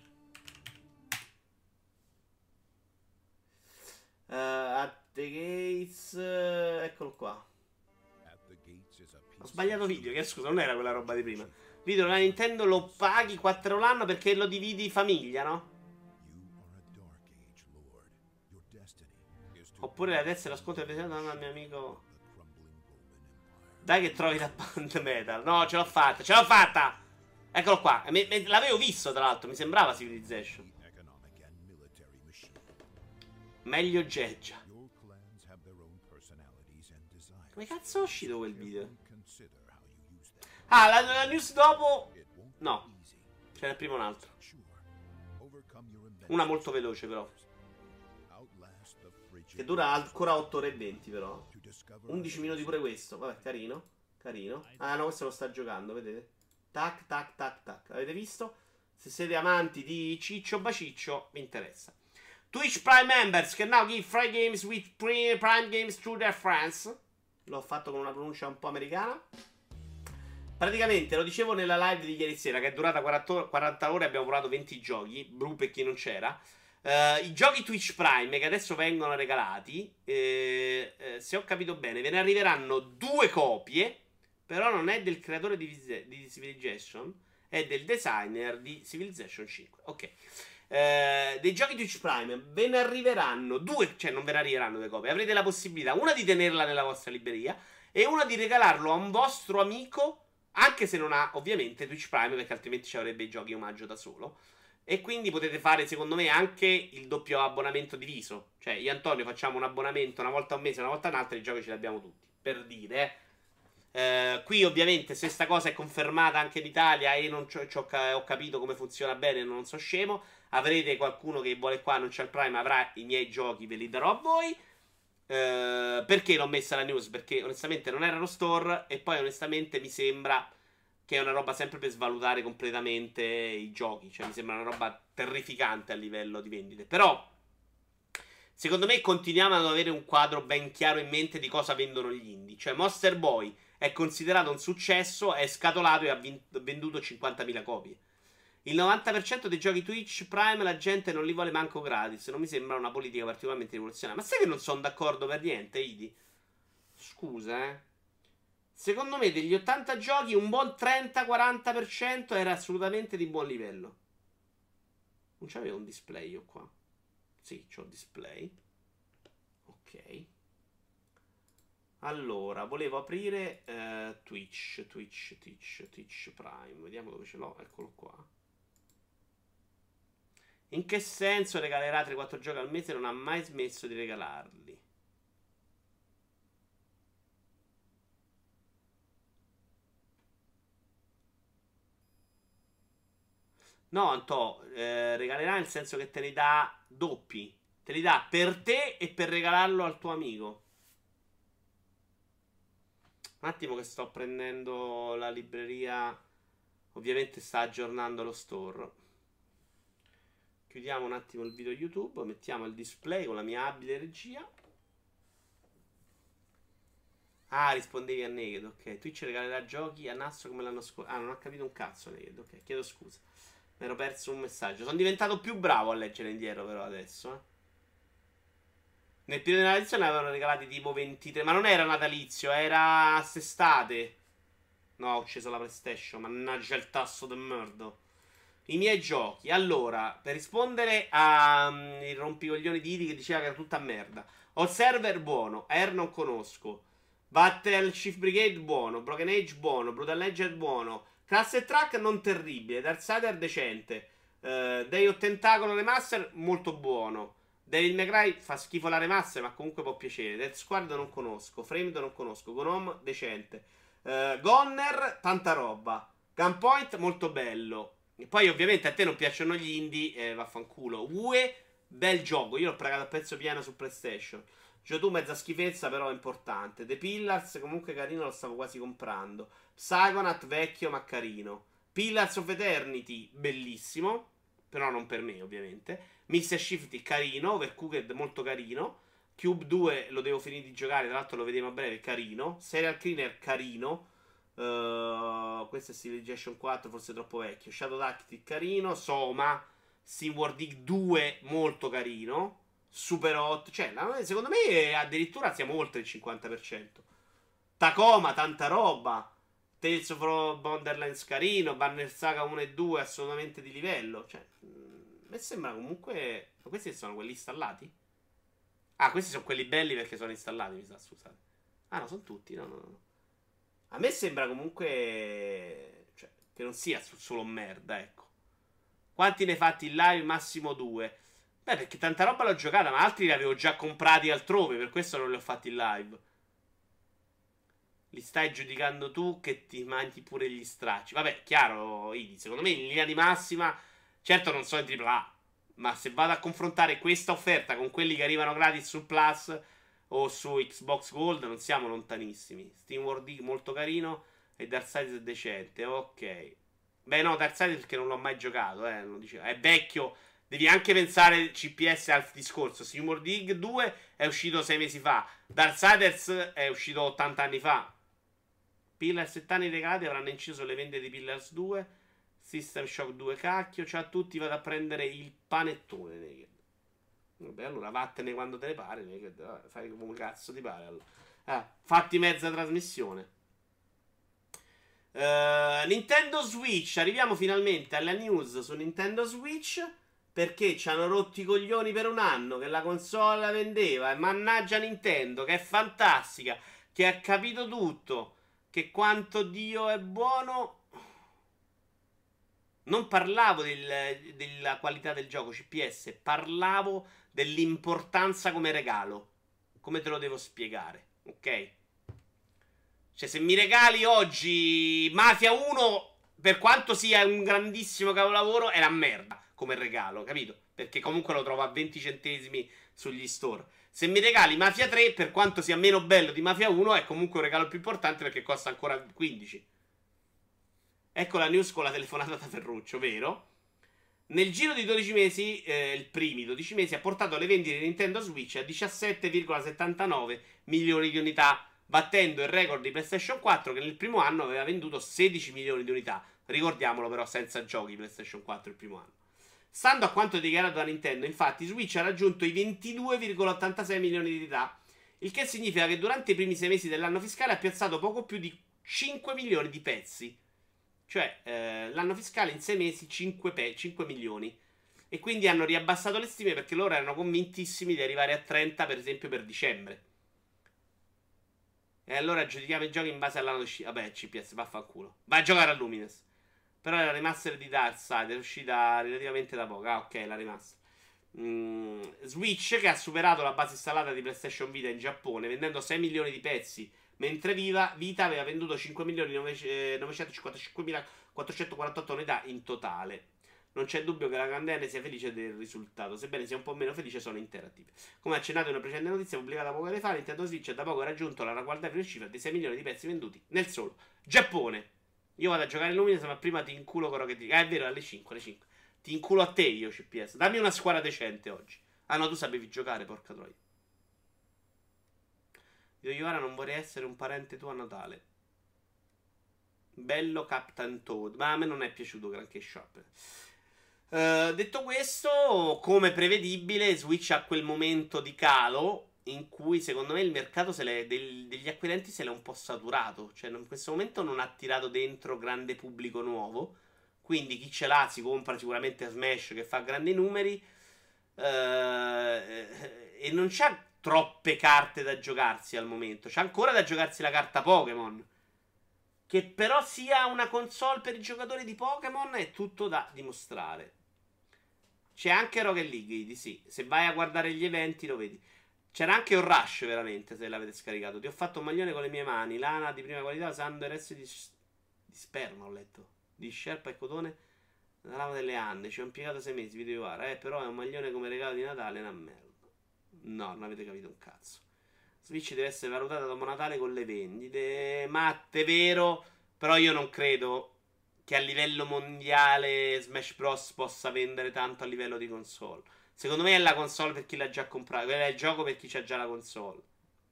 Uh, at the Gates. Uh, eccolo qua. Ho sbagliato video, che scusa, non era quella roba di prima. Video della Nintendo lo paghi quattro euro l'anno perché lo dividi famiglia, no? Oppure la testa e l'ascolto presentato dal mio amico. Dai che trovi la band metal. No, ce l'ho fatta, ce l'ho fatta. Eccolo qua, me, me, l'avevo visto tra l'altro, mi sembrava Civilization. Meglio Geggia. Come cazzo è uscito quel video? Ah, la, la news dopo. No, c'era prima un altro. Una molto veloce però, che dura ancora otto ore e venti però. undici minuti pure questo. Vabbè, carino. Carino. Ah no, questo lo sta giocando, vedete? Tac, tac, tac, tac. Avete visto? Se siete amanti di Ciccio Baciccio, mi interessa. Twitch Prime members can now give free games with Prime Games to their friends. L'ho fatto con una pronuncia un po' americana. Praticamente, lo dicevo nella live di ieri sera, che è durata quaranta ore, abbiamo provato venti giochi, blu per chi non c'era. Uh, I giochi Twitch Prime che adesso vengono regalati, eh, eh, se ho capito bene, ve ne arriveranno due copie, però non è del creatore di, di Civilization, è del designer di Civilization cinque. Ok. Uh, dei giochi Twitch Prime ve ne arriveranno due, cioè non ve ne arriveranno due copie, avrete la possibilità, una di tenerla nella vostra libreria e una di regalarlo a un vostro amico, anche se non ha ovviamente Twitch Prime, perché altrimenti ci avrebbe i giochi omaggio da solo. E quindi potete fare, secondo me, anche il doppio abbonamento diviso. Cioè, io e Antonio facciamo un abbonamento una volta al mese, una volta un'altra, i giochi ce li abbiamo tutti. Per dire, eh, qui ovviamente se sta cosa è confermata anche in Italia e non c'ho, c'ho, ho capito come funziona bene, non so scemo, avrete qualcuno che vuole qua, non c'è il Prime, avrà i miei giochi, ve li darò a voi. Eh, perché l'ho messa la news? Perché onestamente non erano store e poi onestamente mi sembra che è una roba sempre per svalutare completamente i giochi. Cioè mi sembra una roba terrificante a livello di vendite. Però secondo me continuiamo ad avere un quadro ben chiaro in mente di cosa vendono gli indie. Cioè Monster Boy è considerato un successo, è scatolato e ha venduto cinquantamila copie. Il novanta per cento dei giochi Twitch Prime la gente non li vuole manco gratis. Non mi sembra una politica particolarmente rivoluzionaria. Ma sai che non sono d'accordo per niente, Idi? Scusa, eh. Secondo me degli ottanta giochi un buon trenta quaranta per cento era assolutamente di buon livello. Non c'avevo un display io qua? Sì, c'ho display. Ok. Allora, volevo aprire eh, Twitch, Twitch, Twitch, Twitch Prime. Vediamo dove ce l'ho, eccolo qua. In che senso regalerà tre quattro giochi al mese e non ha mai smesso di regalarli? No, Antò, eh, regalerà nel senso che te li dà doppi. Te li dà per te e per regalarlo al tuo amico. Un attimo che sto prendendo la libreria. Ovviamente sta aggiornando lo store. Chiudiamo un attimo il video YouTube. Mettiamo il display con la mia abile regia. Ah, rispondevi a Naked, ok. Twitch regalerà giochi a nastro come l'anno scorso. Ah, non ho capito un cazzo Naked, ok, chiedo scusa. Mi ero perso un messaggio. Sono diventato più bravo a leggere indietro però adesso, eh. Nel periodo della natalizio ne avevano regalati tipo ventitré. Ma non era natalizio, era quest'estate. No, ho ucciso la PlayStation. Mannaggia il tasto del merda. I miei giochi. Allora, per rispondere ai rompicoglioni di Idi che diceva che era tutta merda. Observer buono. Air non conosco. Battleship Brigade buono. Broken Age buono. Brutal Legend buono. Class Track non terribile. Darksider decente. Uh, Day of Tentacle Remaster molto buono. Devil May Cry fa schifo la remaster, ma comunque può piacere. Death Squad non conosco. Framed non conosco. Gnome decente. uh, Gonner tanta roba. Gunpoint molto bello. E poi ovviamente a te non piacciono gli indie, eh, vaffanculo. U E bel gioco, io l'ho pagato a prezzo pieno su PlayStation. Giotù mezza schifezza, però è importante. The Pillars comunque carino, lo stavo quasi comprando. Psychonaut vecchio ma carino. Pillars of Eternity bellissimo, però non per me ovviamente. mister Shifty carino, Overcooked molto carino. Cube due lo devo finire di giocare, tra l'altro lo vedremo a breve, carino. Serial Cleaner carino. Uh, questo è Civilization quattro, forse troppo vecchio. Shadow Tactic carino. Soma. SteamWorld Dig due molto carino. Super Hot, cioè secondo me addirittura siamo oltre il cinquanta per cento. Tacoma tanta roba. Tales of Borderlands carino. Banner Saga uno e due assolutamente di livello. Cioè mh, mi sembra comunque. Ma questi sono quelli installati? Ah, questi sono quelli belli perché sono installati, mi sa, scusate. Ah no, sono tutti, no no no. A me sembra comunque, cioè, che non sia solo merda, ecco. Quanti ne hai fatti in live? Massimo due. Beh, perché tanta roba l'ho giocata, ma altri li avevo già comprati altrove, per questo non li ho fatti in live. Li stai giudicando tu che ti mangi pure gli stracci. Vabbè, chiaro, Idi, secondo me in linea di massima, certo non sono in tripla A, ma se vado a confrontare questa offerta con quelli che arrivano gratis sul Plus o su Xbox Gold, non siamo lontanissimi. SteamWorld Dig molto carino e Darksiders decente, ok. Beh no, Darksiders perché non l'ho mai giocato, eh, non dicevo. È vecchio, devi anche pensare C P S al discorso. SteamWorld Dig due è uscito sei mesi fa, Darksiders è uscito ottanta anni fa. Pillars sette anni regalati avranno inciso le vendite di Pillars due. System Shock due cacchio. Ciao a tutti, vado a prendere il panettone Naked. Vabbè, allora vattene quando te ne pare Naked. Vabbè, fai come un cazzo ti pare allora. Ah, fatti mezza trasmissione. uh, Nintendo Switch. Arriviamo finalmente alla news su Nintendo Switch, perché ci hanno rotti i coglioni per un anno che la console la vendeva. E mannaggia Nintendo, che è fantastica, che ha capito tutto, che quanto Dio è buono. Non parlavo del, della qualità del gioco C P S, parlavo dell'importanza come regalo. Come te lo devo spiegare, ok? Cioè, se mi regali oggi Mafia uno, per quanto sia un grandissimo capolavoro, è una merda come regalo, capito? Perché comunque lo trovo a venti centesimi sugli store. Se mi regali Mafia tre, per quanto sia meno bello di Mafia uno, è comunque un regalo più importante perché costa ancora quindici. Ecco la news con la telefonata da Ferruccio, vero? Nel giro di dodici mesi, eh, i primi dodici mesi, ha portato le vendite di Nintendo Switch a diciassette virgola settantanove milioni di unità, battendo il record di PlayStation quattro che nel primo anno aveva venduto sedici milioni di unità. Ricordiamolo però senza giochi PlayStation quattro il primo anno. Stando a quanto dichiarato da Nintendo, infatti, Switch ha raggiunto i ventidue virgola ottantasei milioni di unità, il che significa che durante i primi sei mesi dell'anno fiscale ha piazzato poco più di cinque milioni di pezzi. Cioè, eh, l'anno fiscale in sei mesi cinque, pe- cinque milioni. E quindi hanno riabbassato le stime perché loro erano convintissimi di arrivare a trenta, per esempio, per dicembre. E allora giudichiamo i giochi in base all'anno di uscita. Vabbè, C P S, vaffanculo. Vai a giocare a Lumines. Però la remaster di Darkseid è uscita relativamente da poco. Ah, ok, la remaster. Mm, Switch, che ha superato la base installata di PlayStation Vita in Giappone, vendendo sei milioni di pezzi, mentre Viva, Vita aveva venduto cinque milioni novecentocinquantacinquemilaquattrocentoquarantotto unità in totale. Non c'è dubbio che la Grande N sia felice del risultato, sebbene sia un po' meno felice sono Interactive. Come accennato in una precedente notizia pubblicata poco ore fa, Nintendo Switch ha da poco raggiunto la ragguardevole cifra di sei milioni di pezzi venduti nel solo Giappone. Io vado a giocare in Lumines, ma prima ti inculo con Rocket League. Ah, è vero, alle cinque, alle cinque. Ti inculo a te io, C P S. Dammi una squadra decente oggi. Ah no, tu sapevi giocare, porca troia. Io, Ivana, non vorrei essere un parente tuo a Natale. Bello Captain Toad. Ma a me non è piaciuto granché Shop. Uh, detto questo, come prevedibile, Switch ha quel momento di calo in cui secondo me il mercato se l'è, del- degli acquirenti se l'è un po' saturato. Cioè, in questo momento non ha tirato dentro grande pubblico nuovo. Quindi chi ce l'ha si compra sicuramente Smash che fa grandi numeri. eh, e non c'ha troppe carte da giocarsi al momento. C'ha ancora da giocarsi la carta Pokémon. Che però sia una console per i giocatori di Pokémon è tutto da dimostrare. C'è anche Rocket League, di sì. Se vai a guardare gli eventi lo vedi. C'era anche un Rush, veramente, se l'avete scaricato. Ti ho fatto un maglione con le mie mani. Lana di prima qualità, usando il resto di, di sperma, ho letto. Di sciarpa e cotone. La lama delle Ande. Ci ho impiegato sei mesi, video guarda. Eh, però è un maglione come regalo di Natale, una merda. No, non avete capito un cazzo. Switch deve essere valutata dopo Natale con le vendite. Matte, vero. Però io non credo che a livello mondiale Smash Bros. Possa vendere tanto a livello di console. Secondo me è la console per chi l'ha già comprato. È il gioco per chi c'ha già la console.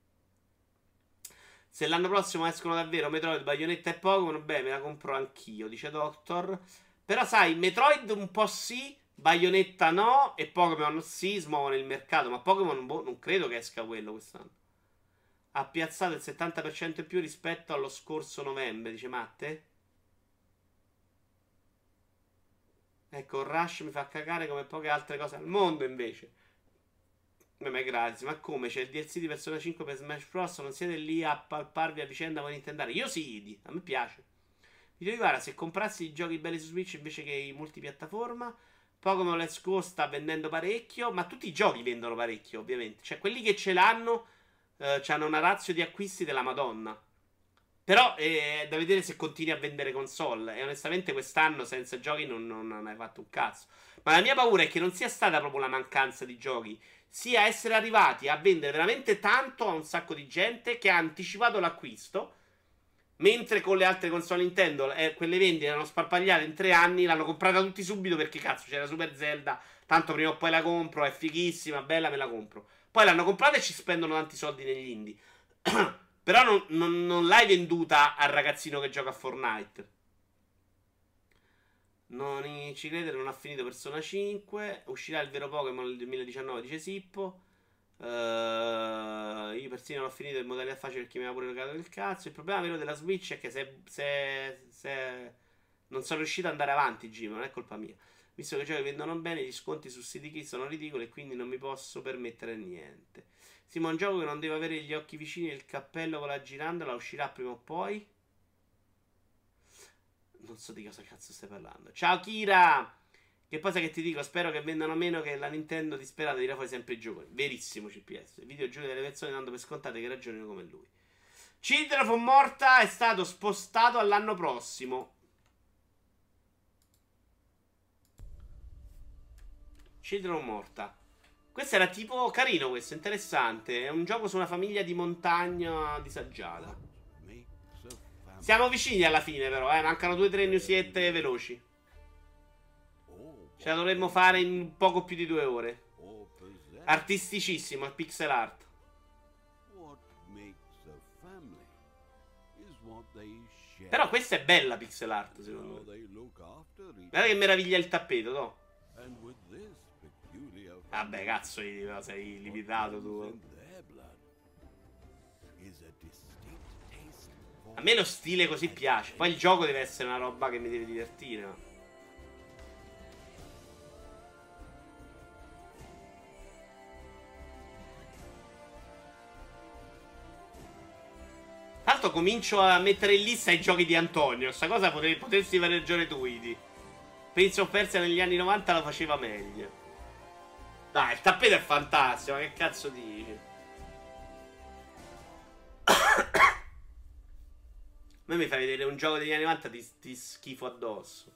Se l'anno prossimo escono davvero Metroid, Bayonetta e Pokémon, beh, me la compro anch'io, dice Doctor. Però sai, Metroid un po' sì, Bayonetta no, e Pokémon sì, smuovono il mercato. Ma Pokémon, boh, non credo che esca quello quest'anno. Ha piazzato il settanta per cento in più rispetto allo scorso novembre, dice Matte. Ecco, Rush mi fa cagare come poche altre cose al mondo, invece. Ma ma grazie, ma come? C'è il D L C di Persona cinque per Smash Bros. Non siete lì a palparvi a vicenda con Nintendo? Io sì, Idi, a me piace. Vi dico, guarda, se comprassi i giochi belli su Switch invece che i multipiattaforma, Pokémon Let's Go sta vendendo parecchio, ma tutti i giochi vendono parecchio, ovviamente. Cioè, quelli che ce l'hanno, eh, hanno una ratio di acquisti della Madonna. Però eh, è da vedere se continui a vendere console. E onestamente quest'anno senza giochi non, non, non hai fatto un cazzo. Ma la mia paura è che non sia stata proprio la mancanza di giochi, sia essere arrivati a vendere veramente tanto a un sacco di gente che ha anticipato l'acquisto. Mentre con le altre console Nintendo eh, quelle vendite erano sparpagliate in tre anni, l'hanno comprata tutti subito perché cazzo c'era Super Zelda. Tanto prima o poi la compro, è fighissima, bella, me la compro. Poi l'hanno comprata e ci spendono tanti soldi negli indie. Però non, non- non l'hai venduta al ragazzino che gioca a Fortnite. Non ci credere, non ha finito Persona cinque. Uscirà il vero Pokémon nel duemiladiciannove, dice Sippo. Eh, io persino l'ho finito in modalità facile perché mi aveva pure regalato il cazzo. Il problema vero della Switch è che se, se- se non sono riuscito ad andare avanti, Jim, non è colpa mia. Visto che i giochi vendono bene, gli sconti su C D K sono ridicoli e quindi non mi posso permettere niente. Sì, ma un gioco che non deve avere gli occhi vicini e il cappello con la girandola uscirà prima o poi. Non so di cosa cazzo stai parlando. Ciao Kira! Che cosa che ti dico? Spero che vendano meno, che la Nintendo disperata dirà fuori sempre i giovani. Verissimo C P S. Videogiochi delle persone dando per scontate che ragionino come lui. Children of Morta è stato spostato all'anno prossimo. Children of Morta. Questo era tipo carino, questo, interessante. È un gioco su una famiglia di montagna disagiata. Siamo vicini alla fine, però, eh. Mancano due o tre newsiette veloci. Ce la dovremmo fare in poco più di due ore. Artisticissimo, è pixel art. Però questa è bella pixel art, secondo me. Guarda che meraviglia il tappeto, no? Vabbè, cazzo, sei limitato tu. A me lo stile così piace. Poi il gioco deve essere una roba che mi deve divertire, no? Tanto comincio a mettere in lista i giochi di Antonio. Sta cosa potre- potresti avere ragione tu, Idi. Prince of Persia negli anni novanta lo faceva meglio. Dai, il tappeto è fantastico, ma che cazzo dici? A me mi fai vedere un gioco degli anni novanta ti, ti schifo addosso.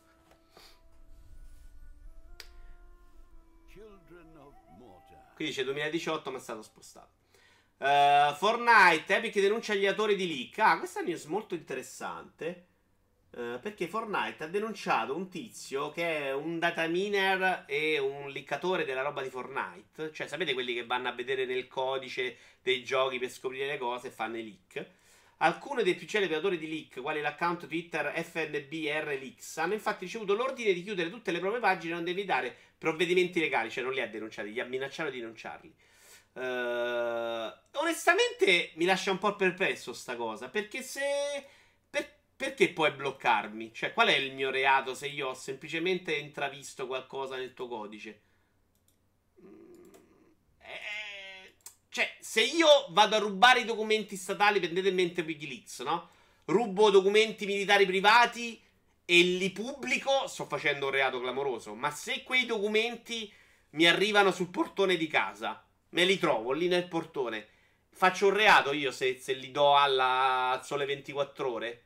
Qui dice duemiladiciotto ma è stato spostato. Uh, Fortnite, Epic denuncia gli autori di leak. Ah, questa news molto interessante. Uh, perché Fortnite ha denunciato un tizio che è un data miner e un leakatore della roba di Fortnite. Cioè, sapete quelli che vanno a vedere nel codice dei giochi per scoprire le cose e fanno i leak. Alcuni dei più celebri autori di leak, quali l'account Twitter F N B R Leaks, hanno infatti ricevuto l'ordine di chiudere tutte le proprie pagine e non di evitare provvedimenti legali. Cioè, non li ha denunciati, gli ha minacciato di denunciarli. Uh, onestamente mi lascia un po' perplesso sta cosa. Perché se... Per, perché puoi bloccarmi? Cioè, qual è il mio reato se io ho semplicemente intravisto qualcosa nel tuo codice? Mm, eh, cioè, se io vado a rubare i documenti statali, prendete in mente Wikileaks, no? Rubo documenti militari privati e li pubblico, sto facendo un reato clamoroso. Ma se quei documenti mi arrivano sul portone di casa, me li trovo lì nel portone, faccio un reato io se, se li do alla, al sole ventiquattro ore?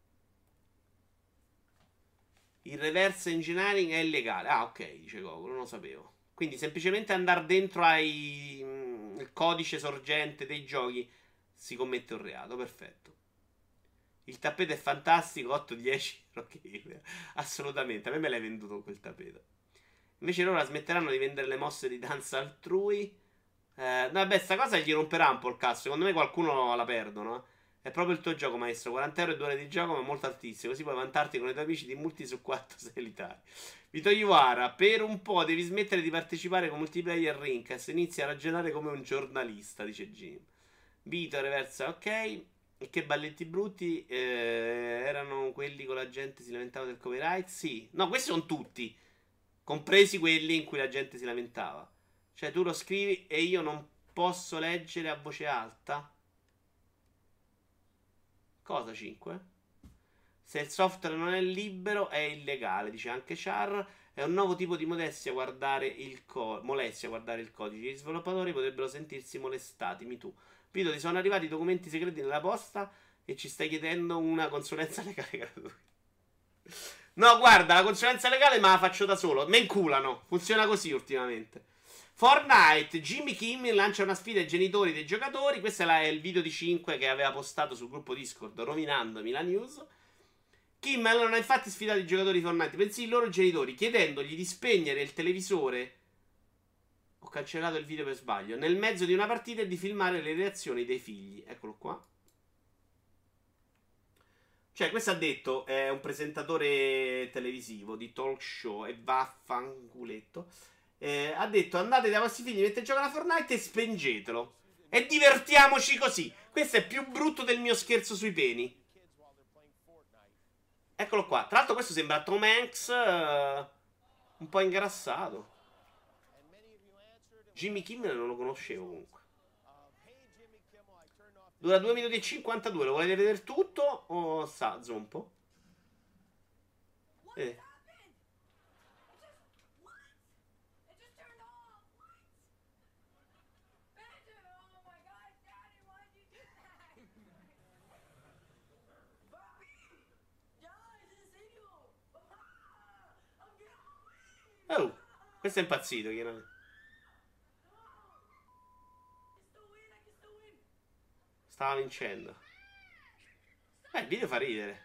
Il reverse engineering è illegale. Ah, ok, dice Goku, non lo sapevo. Quindi semplicemente andare dentro ai, mm, il codice sorgente dei giochi si commette un reato, perfetto. Il tappeto è fantastico, otto dieci. Ok, assolutamente, a me me l'hai venduto quel tappeto. Invece loro smetteranno di vendere le mosse di danza altrui. Eh, vabbè, sta cosa gli romperà un po' il cazzo. Secondo me qualcuno la perdono. Eh. È proprio il tuo gioco, maestro. quaranta euro e due ore di gioco, ma molto altissimo. Così puoi vantarti con i tuoi amici di multi su quattro se li tagli. Vito Iwara, per un po' devi smettere di partecipare con multiplayer Rincast. Inizia a ragionare come un giornalista, dice Jim. Vito, reversa, ok. E che balletti brutti. Eh, erano quelli con la gente si lamentava del copyright? Sì. No, questi sono tutti. Compresi quelli in cui la gente si lamentava. Cioè, tu lo scrivi e io non posso leggere a voce alta? Cosa cinque? Se il software non è libero è illegale, dice anche Char. È un nuovo tipo di modestia guardare il co- molestia guardare il codice. Gli sviluppatori potrebbero sentirsi molestati. Mi tu. Vito, ti sono arrivati i documenti segreti nella posta e ci stai chiedendo una consulenza legale gratuita. No, guarda, la consulenza legale me la faccio da solo. Me inculano. Funziona così ultimamente. Fortnite, Jimmy Kimmel lancia una sfida ai genitori dei giocatori. Questo è, la, è il video di cinque che aveva postato sul gruppo Discord rovinandomi la news. Kimmel non ha infatti sfidato i giocatori di Fortnite, bensì i loro genitori, chiedendogli di spegnere il televisore. Ho cancellato il video per sbaglio. Nel mezzo di una partita e di filmare le reazioni dei figli. Eccolo qua. Cioè, questo ha detto, è un presentatore televisivo di talk show e vaffanculetto. Eh, ha detto andate dai vostri figli mentre giocano a Fortnite e spengetelo. E divertiamoci così. Questo è più brutto del mio scherzo sui peni. Eccolo qua. Tra l'altro questo sembra Tom Hanks uh, un po' ingrassato. Jimmy Kimmel non lo conoscevo comunque. Dura due minuti e cinquantadue. Lo volete vedere tutto o sa zompo? Eh. Oh, questo è impazzito, chiaramente. Stava vincendo. Eh, il video fa ridere.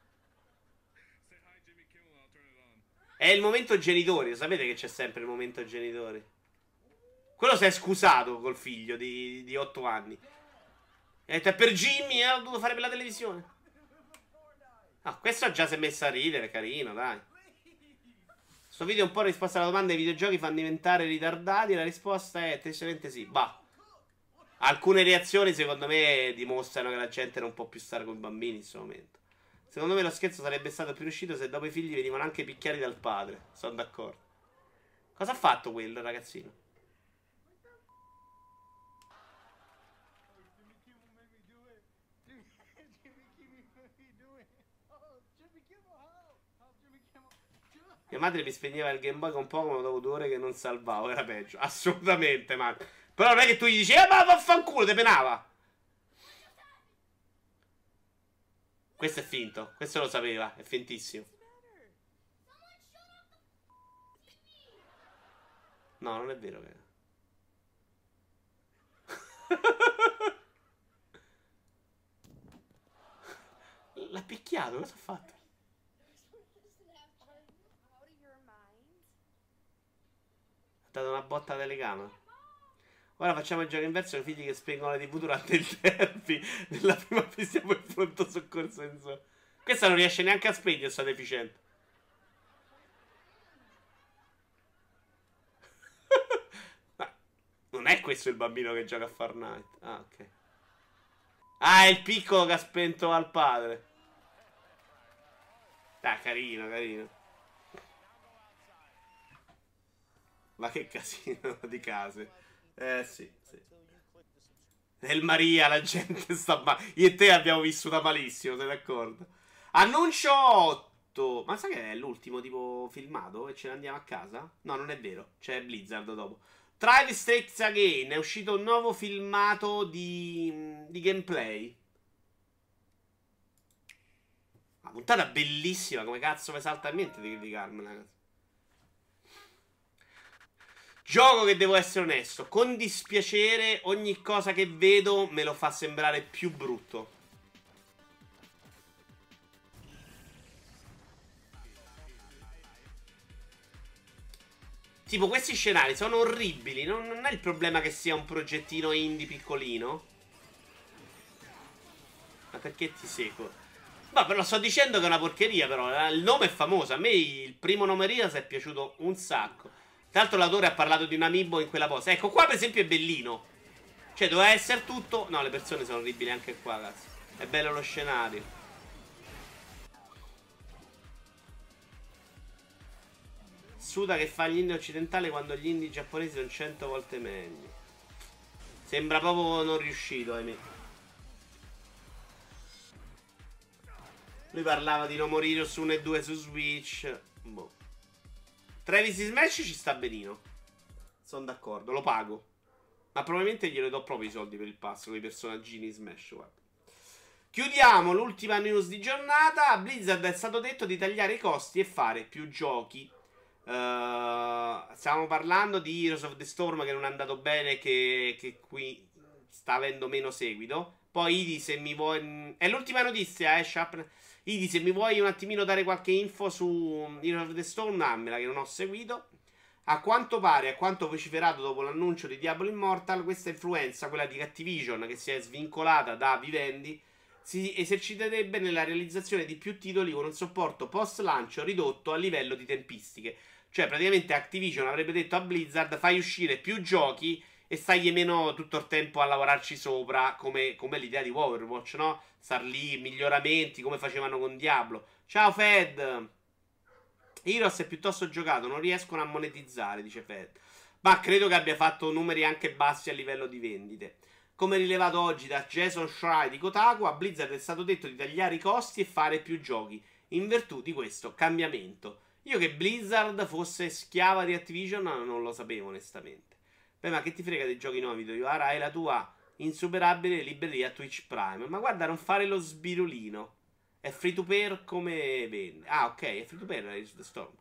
È il momento genitori. Sapete che c'è sempre il momento genitori. Quello si è scusato col figlio di, di otto anni. E ha detto, è per Jimmy, eh, ho dovuto fare per la televisione. Ah, questo già si è messo a ridere, carino, dai. Questo video è un po' risposta alla domanda: i videogiochi fanno diventare ritardati? La risposta è tristemente sì. Bah. Alcune reazioni secondo me dimostrano che la gente non può più stare con i bambini in questo momento. Secondo me lo scherzo sarebbe stato più riuscito se dopo i figli venivano anche picchiati dal padre. Sono d'accordo. Cosa ha fatto quello ragazzino? Mia madre mi spegneva il Game Boy con Pokémon dopo due ore che non salvavo. Era peggio. Assolutamente, man. Però non è che tu gli dici, eh ma vaffanculo, te penava. Questo è finto. Questo lo sapeva. È fintissimo. No, non è vero che... L'ha picchiato, cosa ha fatto? Ha dato una botta alla telecamera. Ora facciamo il gioco inverso con i figli che spengono la tivù durante il derby. Nella prima fissiamo il pronto soccorso in zona. Questa non riesce neanche a spegnere, sta deficiente. Ma non è è questo il bambino che gioca a Fortnite. Ah, ok. Ah, è il piccolo che ha spento al padre. Dai, carino, carino. Ma che casino di case. Eh, sì, sì. Nel Maria la gente sta male. Io e te abbiamo vissuta malissimo, sei d'accordo? Annuncio otto. Ma sai che è l'ultimo tipo filmato e ce ne andiamo a casa? No, non è vero. C'è Blizzard dopo. Travis Strikes Again. È uscito un nuovo filmato di, di gameplay. Una puntata bellissima. Come cazzo mi salta in mente di criticarmela? Gioco che devo essere onesto, con dispiacere ogni cosa che vedo me lo fa sembrare più brutto. Tipo questi scenari sono orribili, non, non è il problema che sia un progettino indie piccolino. Ma perché ti seguo? Ma però sto dicendo che è una porcheria però, eh. Il nome è famoso, a me il primo nome Rias è piaciuto un sacco. Tra l'altro l'autore ha parlato di un amiibo in quella posa. Ecco, qua per esempio è bellino. Cioè, doveva essere tutto... No, le persone sono orribili anche qua, cazzo. È bello lo scenario. Suda che fa gli indie occidentali quando gli indie giapponesi sono cento volte meglio. Sembra proprio non riuscito, ahimè. Lui parlava di No More Heroes su uno e due su Switch. Boh. Travis Smash ci sta benino. Sono d'accordo, lo pago. Ma probabilmente glielo do proprio i soldi per il pass con i personaggini Smash, guarda. Chiudiamo l'ultima news di giornata. A Blizzard è stato detto di tagliare i costi e fare più giochi. Uh, stiamo parlando di Heroes of the Storm che non è andato bene, che, che qui sta avendo meno seguito. Poi Idi, se mi vuoi... È l'ultima notizia, eh, Sharp. Idi, se mi vuoi un attimino dare qualche info su Heroes of the Storm, dammela che non ho seguito. A quanto pare, a quanto vociferato dopo l'annuncio di Diablo Immortal, questa influenza, quella di Activision, che si è svincolata da Vivendi, si eserciterebbe nella realizzazione di più titoli con un supporto post-lancio ridotto a livello di tempistiche. Cioè, praticamente Activision avrebbe detto a Blizzard: fai uscire più giochi e stagli meno tutto il tempo a lavorarci sopra, come, come l'idea di Overwatch, no? Star lì, miglioramenti, come facevano con Diablo. Ciao Fed! Heroes è piuttosto giocato, non riescono a monetizzare, dice Fed. Ma credo che abbia fatto numeri anche bassi a livello di vendite. Come rilevato oggi da Jason Schreier di Kotaku, a Blizzard è stato detto di tagliare i costi e fare più giochi, in virtù di questo cambiamento. Io che Blizzard fosse schiava di Activision non lo sapevo onestamente. Beh, ma che ti frega dei giochi nuovi? Ora hai la tua insuperabile libreria Twitch Prime. Ma guarda, non fare lo sbirulino. È free to play come vende. Ah, ok, è free to play Rise of the Storm.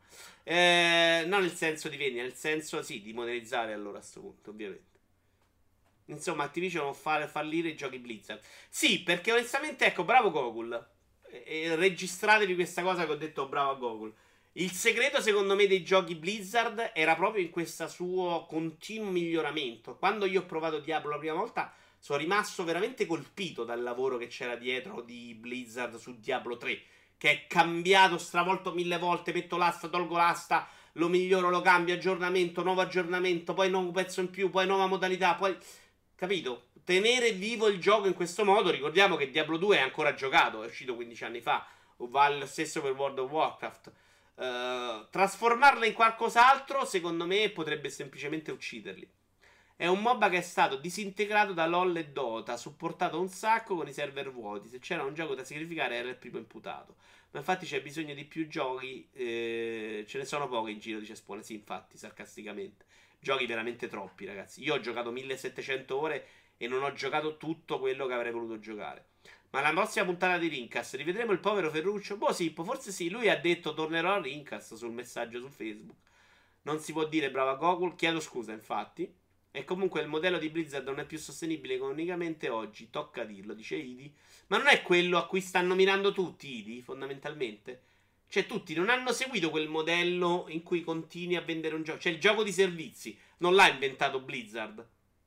Eh, non nel senso di vendita, nel senso sì, di monetizzare allora a sto punto, ovviamente. Insomma, Activision non fa fallire i giochi Blizzard. Sì, perché onestamente, ecco, bravo Google. E, e registratevi questa cosa che ho detto bravo a Google. Il segreto, secondo me, dei giochi Blizzard era proprio in questo suo continuo miglioramento. Quando io ho provato Diablo la prima volta, sono rimasto veramente colpito dal lavoro che c'era dietro di Blizzard su Diablo tre, che è cambiato, stravolto mille volte. Metto l'asta, tolgo l'asta, lo miglioro, lo cambio, aggiornamento, nuovo aggiornamento, poi nuovo pezzo in più, poi nuova modalità, poi... Capito? Tenere vivo il gioco in questo modo. Ricordiamo che Diablo due è ancora giocato, è uscito quindici anni fa, o vale lo stesso per World of Warcraft. Uh, trasformarla in qualcos'altro, secondo me, potrebbe semplicemente ucciderli. È un MOBA che è stato disintegrato da LoL e Dota, supportato un sacco con i server vuoti. Se c'era un gioco da sacrificare era il primo imputato. Ma infatti c'è bisogno di più giochi. Eh, ce ne sono pochi in giro, dice Spone. Sì, infatti, sarcasticamente. Giochi veramente troppi, ragazzi. Io ho giocato millesettecento ore e non ho giocato tutto quello che avrei voluto giocare. Ma la prossima puntata di Rincast rivedremo il povero Ferruccio? Boh, sì, forse sì. Lui ha detto tornerò a Rincast sul messaggio su Facebook. Non si può dire brava Gokul. Chiedo scusa, infatti. E comunque il modello di Blizzard non è più sostenibile economicamente oggi. Tocca dirlo, dice Idi. Ma non è quello a cui stanno mirando tutti, Idi, fondamentalmente. Cioè, tutti non hanno seguito quel modello in cui continui a vendere un gioco. Cioè, il gioco di servizi. Non l'ha inventato Blizzard.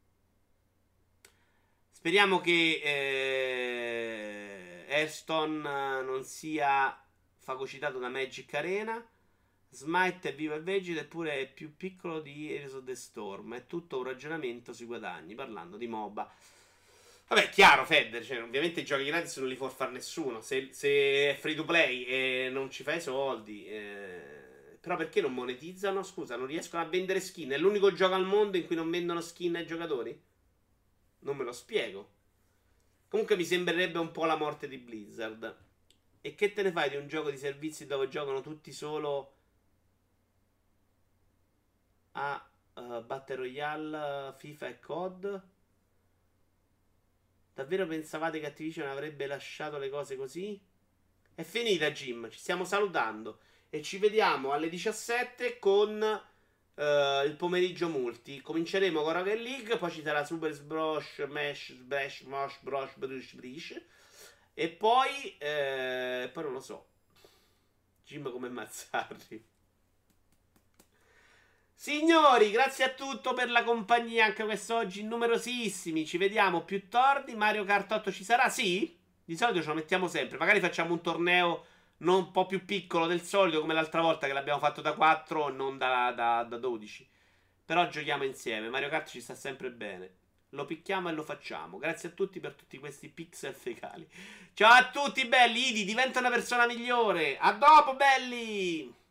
Speriamo che eh, Hearthstone non sia fagocitato da Magic Arena. Smite è vivo e vegeto, eppure è più piccolo di Heroes of the Storm. È tutto un ragionamento sui guadagni, parlando di MOBA. Vabbè, chiaro, Fedder, cioè, ovviamente i giochi gratis non li può fare nessuno. Se, se è free to play e non ci fai soldi, eh... però perché non monetizzano? Scusa, non riescono a vendere skin. È l'unico gioco al mondo in cui non vendono skin ai giocatori? Non me lo spiego. Comunque mi sembrerebbe un po' la morte di Blizzard. E che te ne fai di un gioco di servizi dove giocano tutti solo a uh, Battle Royale, FIFA e C O D? Davvero pensavate che Activision avrebbe lasciato le cose così? È finita, Jim. Ci stiamo salutando. E ci vediamo alle diciassette con uh, il pomeriggio multi. Cominceremo con Rocket League. Poi ci sarà Super Sbrosh, Mesh, Sbrash, Mosh, Brosh, Brush, Brish. E poi, eh, poi non lo so. Jim come Mazzarri. Signori, grazie a tutto per la compagnia anche quest'oggi, numerosissimi. Ci vediamo più tardi. Mario Kart otto ci sarà? Sì? Di solito ce lo mettiamo sempre. Magari facciamo un torneo non un po' più piccolo del solito, come l'altra volta che l'abbiamo fatto da quattro, non da, da, da dodici. Però giochiamo insieme. Mario Kart ci sta sempre bene. Lo picchiamo e lo facciamo. Grazie a tutti per tutti questi pixel fecali. Ciao a tutti belli. Idi, diventa una persona migliore. A dopo belli.